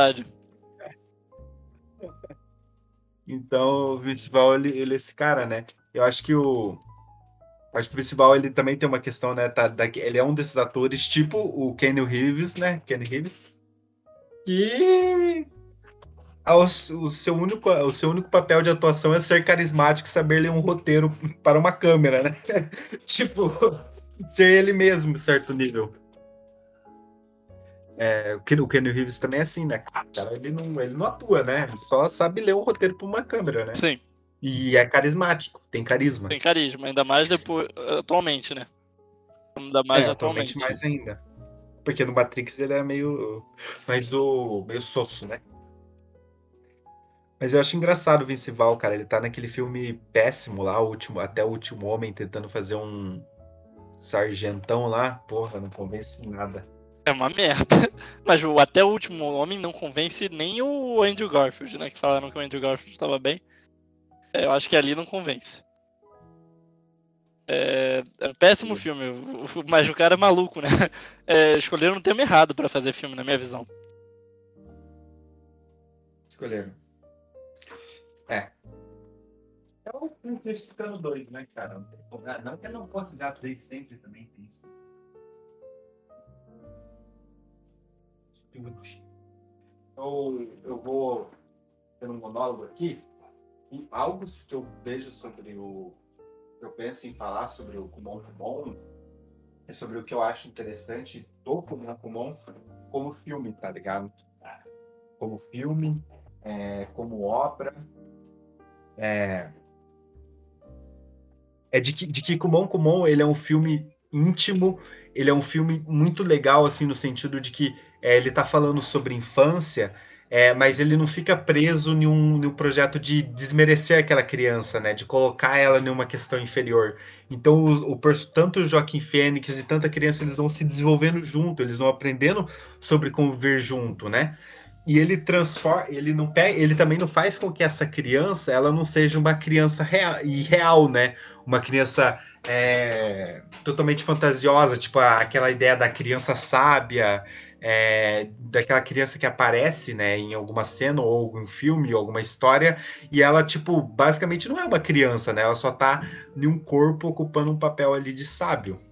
Então, o Vince Vaughn, ele é esse cara, né? Eu acho que o Vince Vaughn, ele também tem uma questão, né? Ele é um desses atores, tipo o Keanu Reeves, né? Keanu Reeves. Que o seu único papel de atuação é ser carismático e saber ler um roteiro para uma câmera, né? Tipo, ser ele mesmo, em certo nível. O Keanu Reeves também é assim, né? Cara, ele não atua, né? Ele só sabe ler um roteiro para uma câmera, né? Sim. E é carismático, tem carisma. Tem carisma, ainda mais atualmente, né? Ainda mais atualmente. Mais ainda. Porque no Matrix ele era meio sosso, né? Mas eu acho engraçado o Vince Vaughn, cara. Ele tá naquele filme péssimo lá, até o Último Homem, tentando fazer um sargentão lá. Porra, não convence em nada. É uma merda. Mas Até o Último Homem não convence nem o Andrew Garfield, né? Que falaram que o Andrew Garfield estava bem. Eu acho que ali não convence. É um péssimo filme, mas o cara é maluco, né? Escolheram um tema errado pra fazer filme, na minha visão. Escolheram. É o filme ficando doido, né, cara? Não que eu não fosse já desde sempre também tem isso. Eu vou ter um monólogo aqui. E algo que eu vejo eu penso em falar sobre o Kumon é sobre o que eu acho interessante do Kumon como filme, tá ligado? Como filme, como obra. De que Kumon ele é um filme íntimo, ele é um filme muito legal, assim, no sentido de que ele tá falando sobre infância, mas ele não fica preso em um projeto de desmerecer aquela criança, né? De colocar ela em uma questão inferior. Então, tanto o Joaquim Fênix e tanta criança, eles vão se desenvolvendo junto, eles vão aprendendo sobre conviver junto, né? E ele transforma, ele não pega, ele também não faz com que essa criança, ela não seja uma criança irreal, né? Uma criança totalmente fantasiosa, tipo aquela ideia da criança sábia, daquela criança que aparece, né, em alguma cena ou algum filme, ou alguma história, e ela, tipo, basicamente não é uma criança, né? Ela só tá em um corpo ocupando um papel ali de sábio.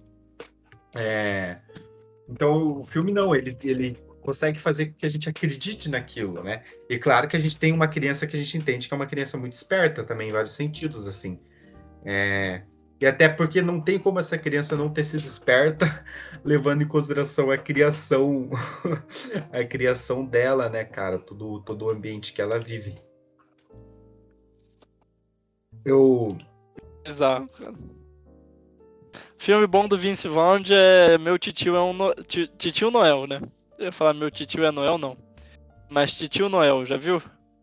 Então o filme não, ele consegue fazer com que a gente acredite naquilo, né? E claro que a gente tem uma criança que a gente entende que é uma criança muito esperta também, em vários sentidos, assim. E até porque não tem como essa criança não ter sido esperta, levando em consideração a criação, a criação dela, né, cara? Todo o ambiente que ela vive. Bizarro, cara. Filme bom do Vince Vaughn é Meu Titio é um Titio Noel, né? Eu ia falar Meu Titio é Noel, não. Mas Titio Noel, já viu?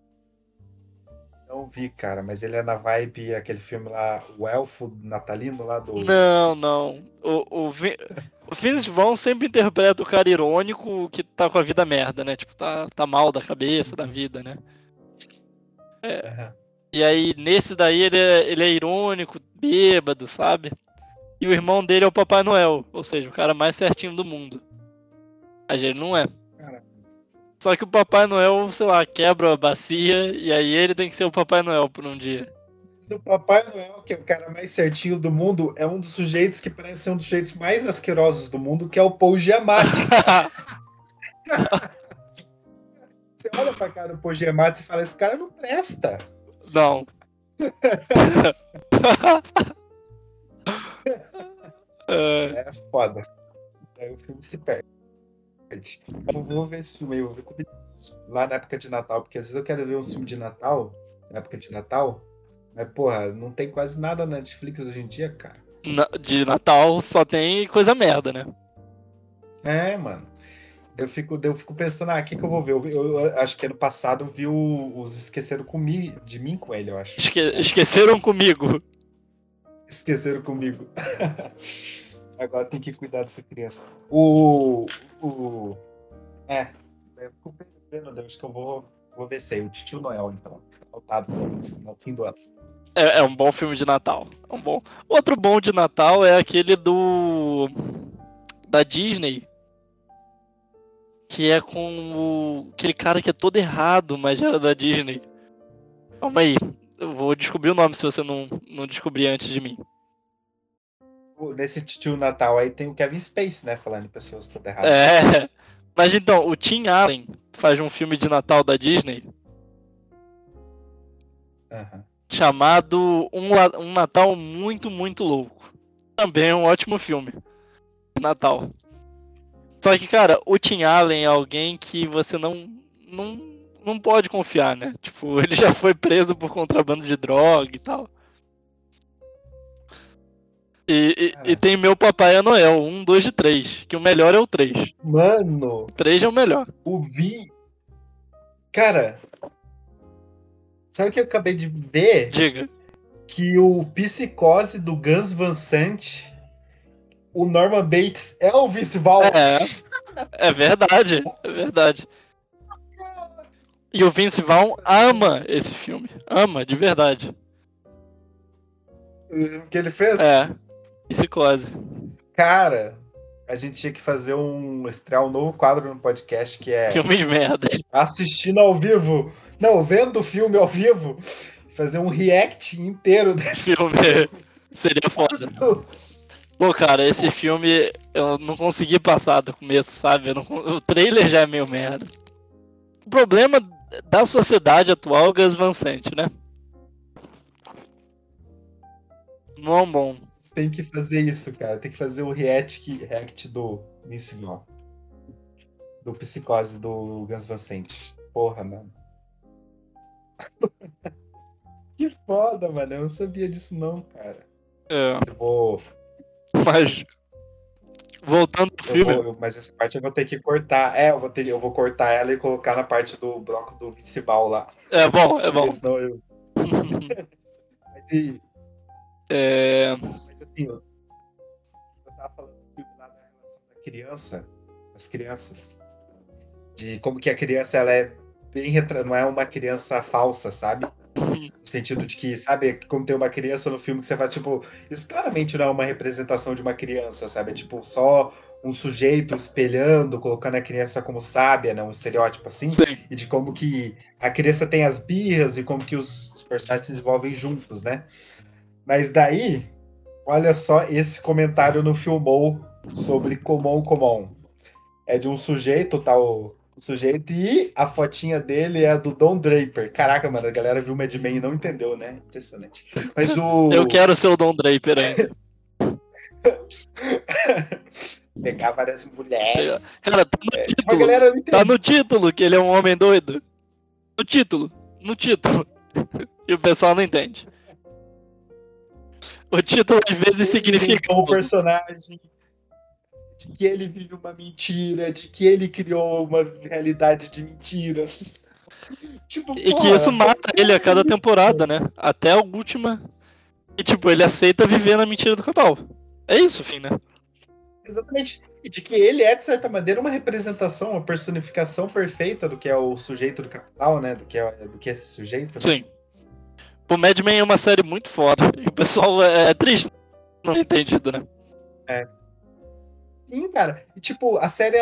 Não vi, cara, mas ele é na vibe, aquele filme lá, o Elfo Natalino lá do... Não. O Vince Vaughn sempre interpreta o cara irônico que tá com a vida merda, né? Tipo, tá mal da cabeça, da vida, né? Uhum. E aí, nesse daí, ele é irônico, bêbado, sabe? E o irmão dele é o Papai Noel, ou seja, o cara mais certinho do mundo. Mas ele não é. Cara. Só que o Papai Noel, sei lá, quebra a bacia e aí ele tem que ser o Papai Noel por um dia. O Papai Noel, que é o cara mais certinho do mundo, é um dos sujeitos que parece ser um dos sujeitos mais asquerosos do mundo, que é o Paul Giamatti. Você olha pra cara do Paul Giamatti e fala, esse cara não presta. Não. É foda. Aí o filme se perde. Eu vou ver esse filme aí, eu vou ver lá na época de Natal, porque às vezes eu quero ver um filme de Natal, na época de Natal, mas porra, não tem quase nada na Netflix hoje em dia, cara. De Natal só tem coisa merda, né? Mano. Eu fico pensando, o que eu vou ver? Eu acho que ano passado eu vi os Esqueceram de Mim com ele, eu acho. Esqueceram comigo. Esqueceram comigo. Agora tem que cuidar dessa criança. Eu fico vendo, acho que eu vou ver se aí. O Titio Noel, então. Faltado no fim do ano. É um bom filme de Natal. Outro bom de Natal é aquele da Disney, que é com aquele cara que é todo errado, mas já era da Disney. Calma aí, eu vou descobrir o nome se você não descobrir antes de mim. Nesse Titio Natal aí tem o Kevin Spacey, né? Falando em pessoas todas erradas. Mas então, o Tim Allen faz um filme de Natal da Disney chamado Um Natal Muito, Muito Louco. Também é um ótimo filme de Natal. Só que, cara, o Tim Allen é alguém que você não pode confiar, né? Tipo, ele já foi preso por contrabando de droga e tal. E tem Meu Papai é Noel, 1, 2 e 3, que o melhor é o 3. Mano! O 3 é o melhor. Cara, sabe o que eu acabei de ver? Diga. Que o Psicose do Gus Van Sant, o Norman Bates é o Vince Vaughn. É verdade. E o Vince Vaughn ama esse filme. Ama, de verdade. O que ele fez? Psicose. Cara, a gente tinha que estrear um novo quadro no podcast que é... Filmes merda. Assistindo ao vivo. Não, vendo o filme ao vivo. Fazer um react inteiro desse filme. Seria foda. Pô, cara, esse filme eu não consegui passar do começo, sabe? O trailer já é meio merda. O problema da sociedade atual é o Gus Van Sant, né? Não é bom. Tem que fazer isso, cara. Tem que fazer o react do Vince Vaughn. Do Psicose do Gus Van Sant. Porra, mano. Que foda, mano. Eu não sabia disso não, cara. Mas Voltando pro filme. Mas essa parte eu vou ter que cortar. Eu vou cortar ela e colocar na parte do bloco do Vincival lá. É bom. Porque senão eu. Mas assim, eu tava falando do filme lá da relação da criança, das crianças. De como que a criança ela é bem não é uma criança falsa, sabe? No sentido de que, sabe, como tem uma criança no filme que você fala, tipo, isso claramente não é uma representação de uma criança, sabe? É tipo só um sujeito espelhando, colocando a criança como sábia, né? Um estereótipo assim. Sim. E de como que a criança tem as birras e como que os personagens se desenvolvem juntos, né? Mas daí, olha só esse comentário no Filmou sobre Comon. É de um sujeito, tal sujeito, e a fotinha dele é do Don Draper. Caraca, mano, a galera viu Mad Men e não entendeu, né? Impressionante. Mas Eu quero ser o Don Draper ainda. Pegar várias mulheres. Cara, tá no Tipo, a título. galera não Tá entende. no título que ele é um homem doido. No título. E o pessoal não entende. O título às vezes significa Como tudo. personagem, de que ele vive uma mentira, de que ele criou uma realidade de mentiras. Tipo, E que isso mata ele a cada temporada. temporada, né? Até a última. E tipo, ele aceita viver na mentira do casal. É isso, fim, né? Exatamente. E de que ele é, de certa maneira, uma representação, uma personificação perfeita do que é o sujeito do capital, né? Do que é esse sujeito. Né? Sim. O Mad Men é uma série muito foda. E o pessoal é triste não ter entendido, né? Sim, cara. E tipo, a série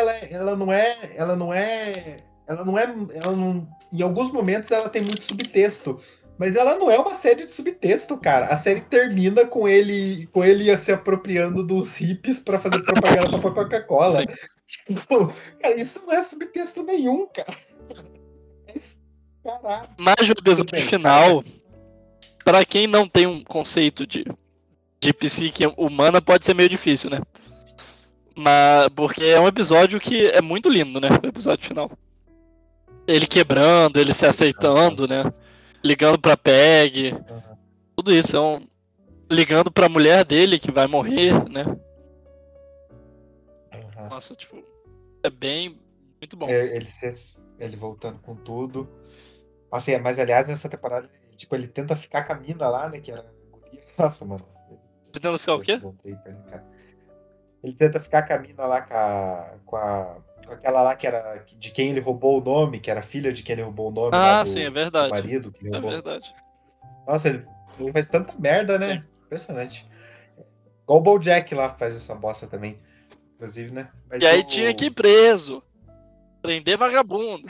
em alguns momentos ela tem muito subtexto, mas ela não é uma série de subtexto, cara. A série termina com ele se apropriando dos hippies pra fazer propaganda pra Coca-Cola. Tipo, cara, isso não é subtexto nenhum, cara. Caralho. Mas o episódio bem, final, pra quem não tem um conceito de psique humana, pode ser meio difícil, né? Mas porque é um episódio que é muito lindo, né? O episódio final. Ele quebrando, ele se aceitando, né? Ligando pra Peg. Tudo isso. Ligando pra mulher dele que vai morrer, né? Nossa, tipo, é bem. Muito bom. Ele voltando com tudo. Assim, mas aliás, nessa temporada, tipo, ele tenta ficar com a mina lá, né? Que era guria. Nossa, mano. Tentando ficar o quê? Ele tenta ficar com a mina lá com aquela lá que era de quem ele roubou o nome, que era filha de quem ele roubou o nome lá do, sim, é verdade. do marido. Que ele roubou. É verdade. Nossa, ele faz tanta merda, né? Sim. Impressionante. Igual o BoJack lá faz essa bosta também. Inclusive, né? Mas E aí tinha que ir preso. Prender vagabundo.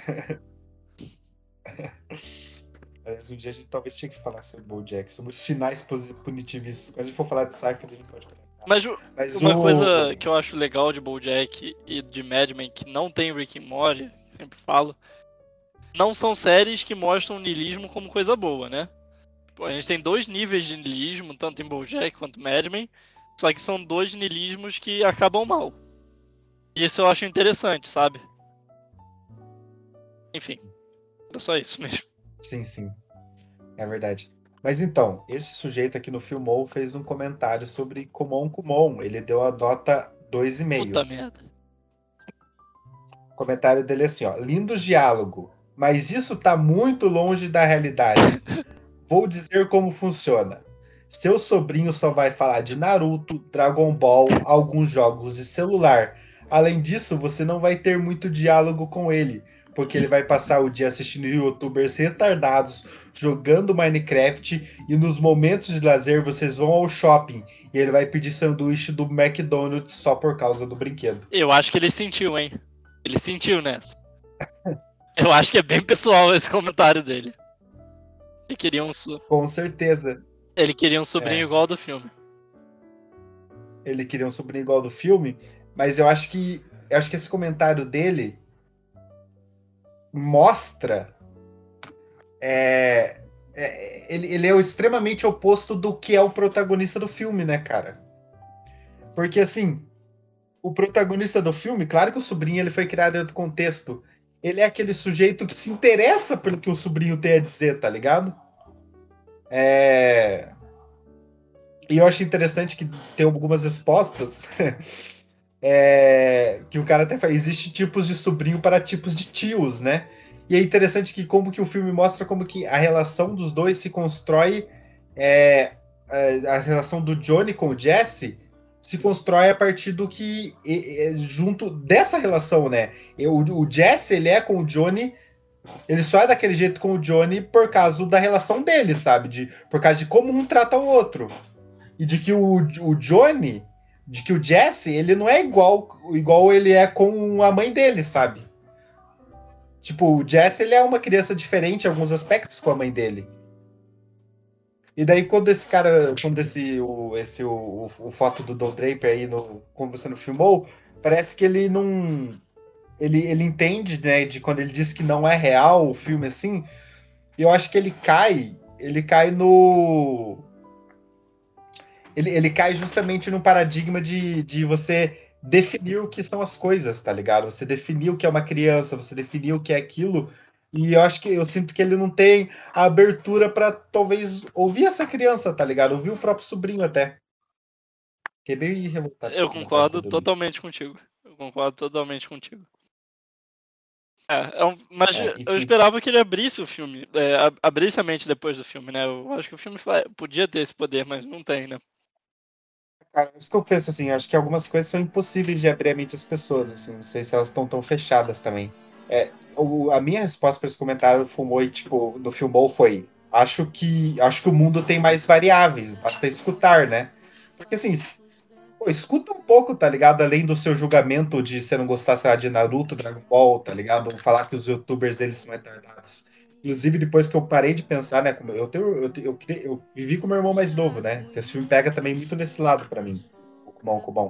Aliás, um dia a gente talvez tinha que falar sobre o BoJack, sobre os finais punitivistas. Quando a gente for falar de Seinfeld, a gente pode comentar. Mas uma coisa que eu acho legal de BoJack e de Mad Men, que não tem Rick and Morty, sempre falo, não são séries que mostram o niilismo como coisa boa, né? A gente tem 2 níveis de niilismo, tanto em BoJack quanto Mad Men, só que são 2 niilismos que acabam mal. E isso eu acho interessante, sabe? Enfim, é só isso mesmo. Sim. É verdade. Mas então, esse sujeito aqui no Filmou fez um comentário sobre Kumon. Ele deu a nota 2,5. Puta merda. O comentário dele é assim, ó. Lindo diálogo, mas isso tá muito longe da realidade. Vou dizer como funciona. Seu sobrinho só vai falar de Naruto, Dragon Ball, alguns jogos de celular. Além disso, você não vai ter muito diálogo com ele, porque ele vai passar o dia assistindo youtubers retardados, jogando Minecraft, e nos momentos de lazer vocês vão ao shopping e ele vai pedir sanduíche do McDonald's só por causa do brinquedo. Eu acho que ele sentiu, hein? Ele sentiu nessa. Eu acho que é bem pessoal esse comentário dele. Ele queria Com certeza. Ele queria um sobrinho igual ao do filme. Ele queria um sobrinho igual ao do filme, mas eu acho que esse comentário dele mostra ele é o extremamente oposto do que é o protagonista do filme, né, cara? Porque, assim, o protagonista do filme, claro que o sobrinho ele foi criado em outro contexto, ele é aquele sujeito que se interessa pelo que o sobrinho tem a dizer, tá ligado? E eu acho interessante que tem algumas respostas Que o cara até fala, existe tipos de sobrinho para tipos de tios, né? E é interessante que como que o filme mostra como que a relação dos dois se constrói, é, a relação do Johnny com o Jesse se constrói a partir do que junto dessa relação, né? O Jesse, ele é com o Johnny, ele só é daquele jeito com o Johnny por causa da relação deles, sabe? Por causa de como um trata o outro. E de que o Johnny, de que o Jesse, ele não é igual ele é com a mãe dele, sabe? Tipo, o Jesse, ele é uma criança diferente em alguns aspectos com a mãe dele. E daí, quando esse cara, o foto do Don Draper aí, como você não filmou, parece que ele não... Ele entende, né, de quando ele diz que não é real o filme, assim, e eu acho que ele cai no... Ele cai justamente num paradigma de você definir o que são as coisas, tá ligado? Você definir o que é uma criança, você definir o que é aquilo, e eu sinto que ele não tem a abertura pra talvez ouvir essa criança, tá ligado? Ouvir o próprio sobrinho até. Fiquei bem revoltado com Eu esse comentário concordo quando eu li. totalmente contigo. Eu concordo totalmente contigo. Mas É, eu esperava que ele abrisse o filme, abrisse a mente depois do filme, né? Eu acho que o filme podia ter esse poder, mas não tem, né? Cara, isso que eu penso, assim, acho que algumas coisas são impossíveis de abrir a mente das pessoas, assim, não sei se elas estão tão fechadas também. A minha resposta para esse comentário do Filmou foi, acho que o mundo tem mais variáveis, basta escutar, né? Porque, assim, pô, escuta um pouco, tá ligado? Além do seu julgamento de você não gostar, sei lá, de Naruto, Dragon Ball, tá ligado? Ou falar que os youtubers deles são retardados. Inclusive, depois que eu parei de pensar, né? Como eu vivi com meu irmão mais novo, né? Então, esse filme pega também muito desse lado pra mim. O Kumon.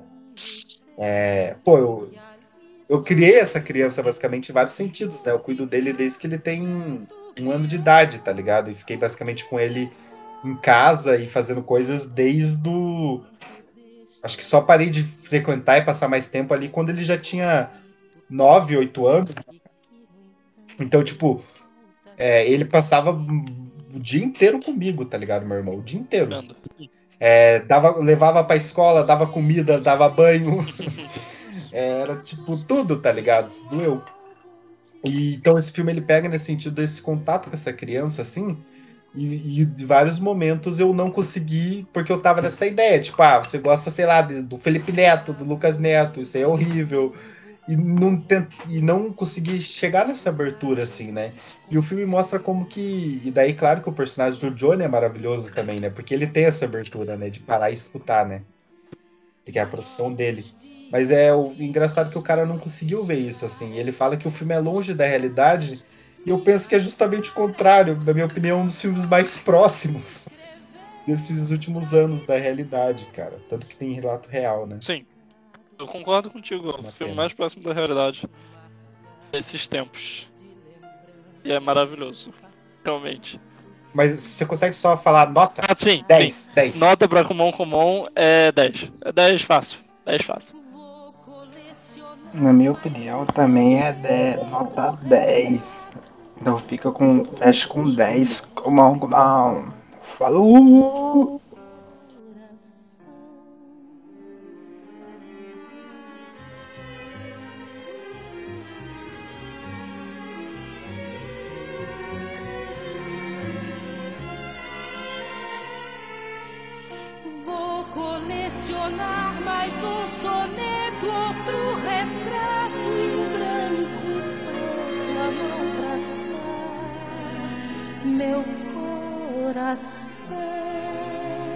Pô, eu criei essa criança basicamente em vários sentidos, né? Eu cuido dele desde que ele tem um ano de idade, tá ligado? E fiquei basicamente com ele em casa e fazendo coisas desde o. Acho que só parei de frequentar e passar mais tempo ali quando ele já tinha 9, 8 anos. Então, tipo, ele passava o dia inteiro comigo, tá ligado, meu irmão? O dia inteiro. Vendo. Levava pra escola, dava comida, dava banho. Era, tipo, tudo, tá ligado? Doeu. E, então, esse filme, ele pega nesse sentido desse contato com essa criança, assim, e de vários momentos eu não consegui, porque eu tava nessa ideia, tipo, você gosta, sei lá, do Felipe Neto, do Lucas Neto, isso aí é horrível. E não consegui chegar nessa abertura, assim, né? E o filme mostra como que. E daí, claro que o personagem do Johnny é maravilhoso também, né? Porque ele tem essa abertura, né? De parar e escutar, né? Que é a profissão dele. Mas é o engraçado que o cara não conseguiu ver isso, assim. Ele fala que o filme é longe da realidade. E eu penso que é justamente o contrário, na minha opinião, um dos filmes mais próximos desses últimos anos da realidade, cara. Tanto que tem relato real, né? Sim, eu concordo contigo. É o Uma filme pena. mais próximo da realidade desses tempos. E é maravilhoso, realmente. Mas você consegue só falar nota? Sim, 10, sim. 10. Nota pra Kumon é 10. É 10 fácil. 10 fácil. Na minha opinião, também é nota 10. Então fecha com 10. Kumon. Falou! Vou colecionar mais um soneto, outro retrato e um branco sopro a mão pra cá, meu coração.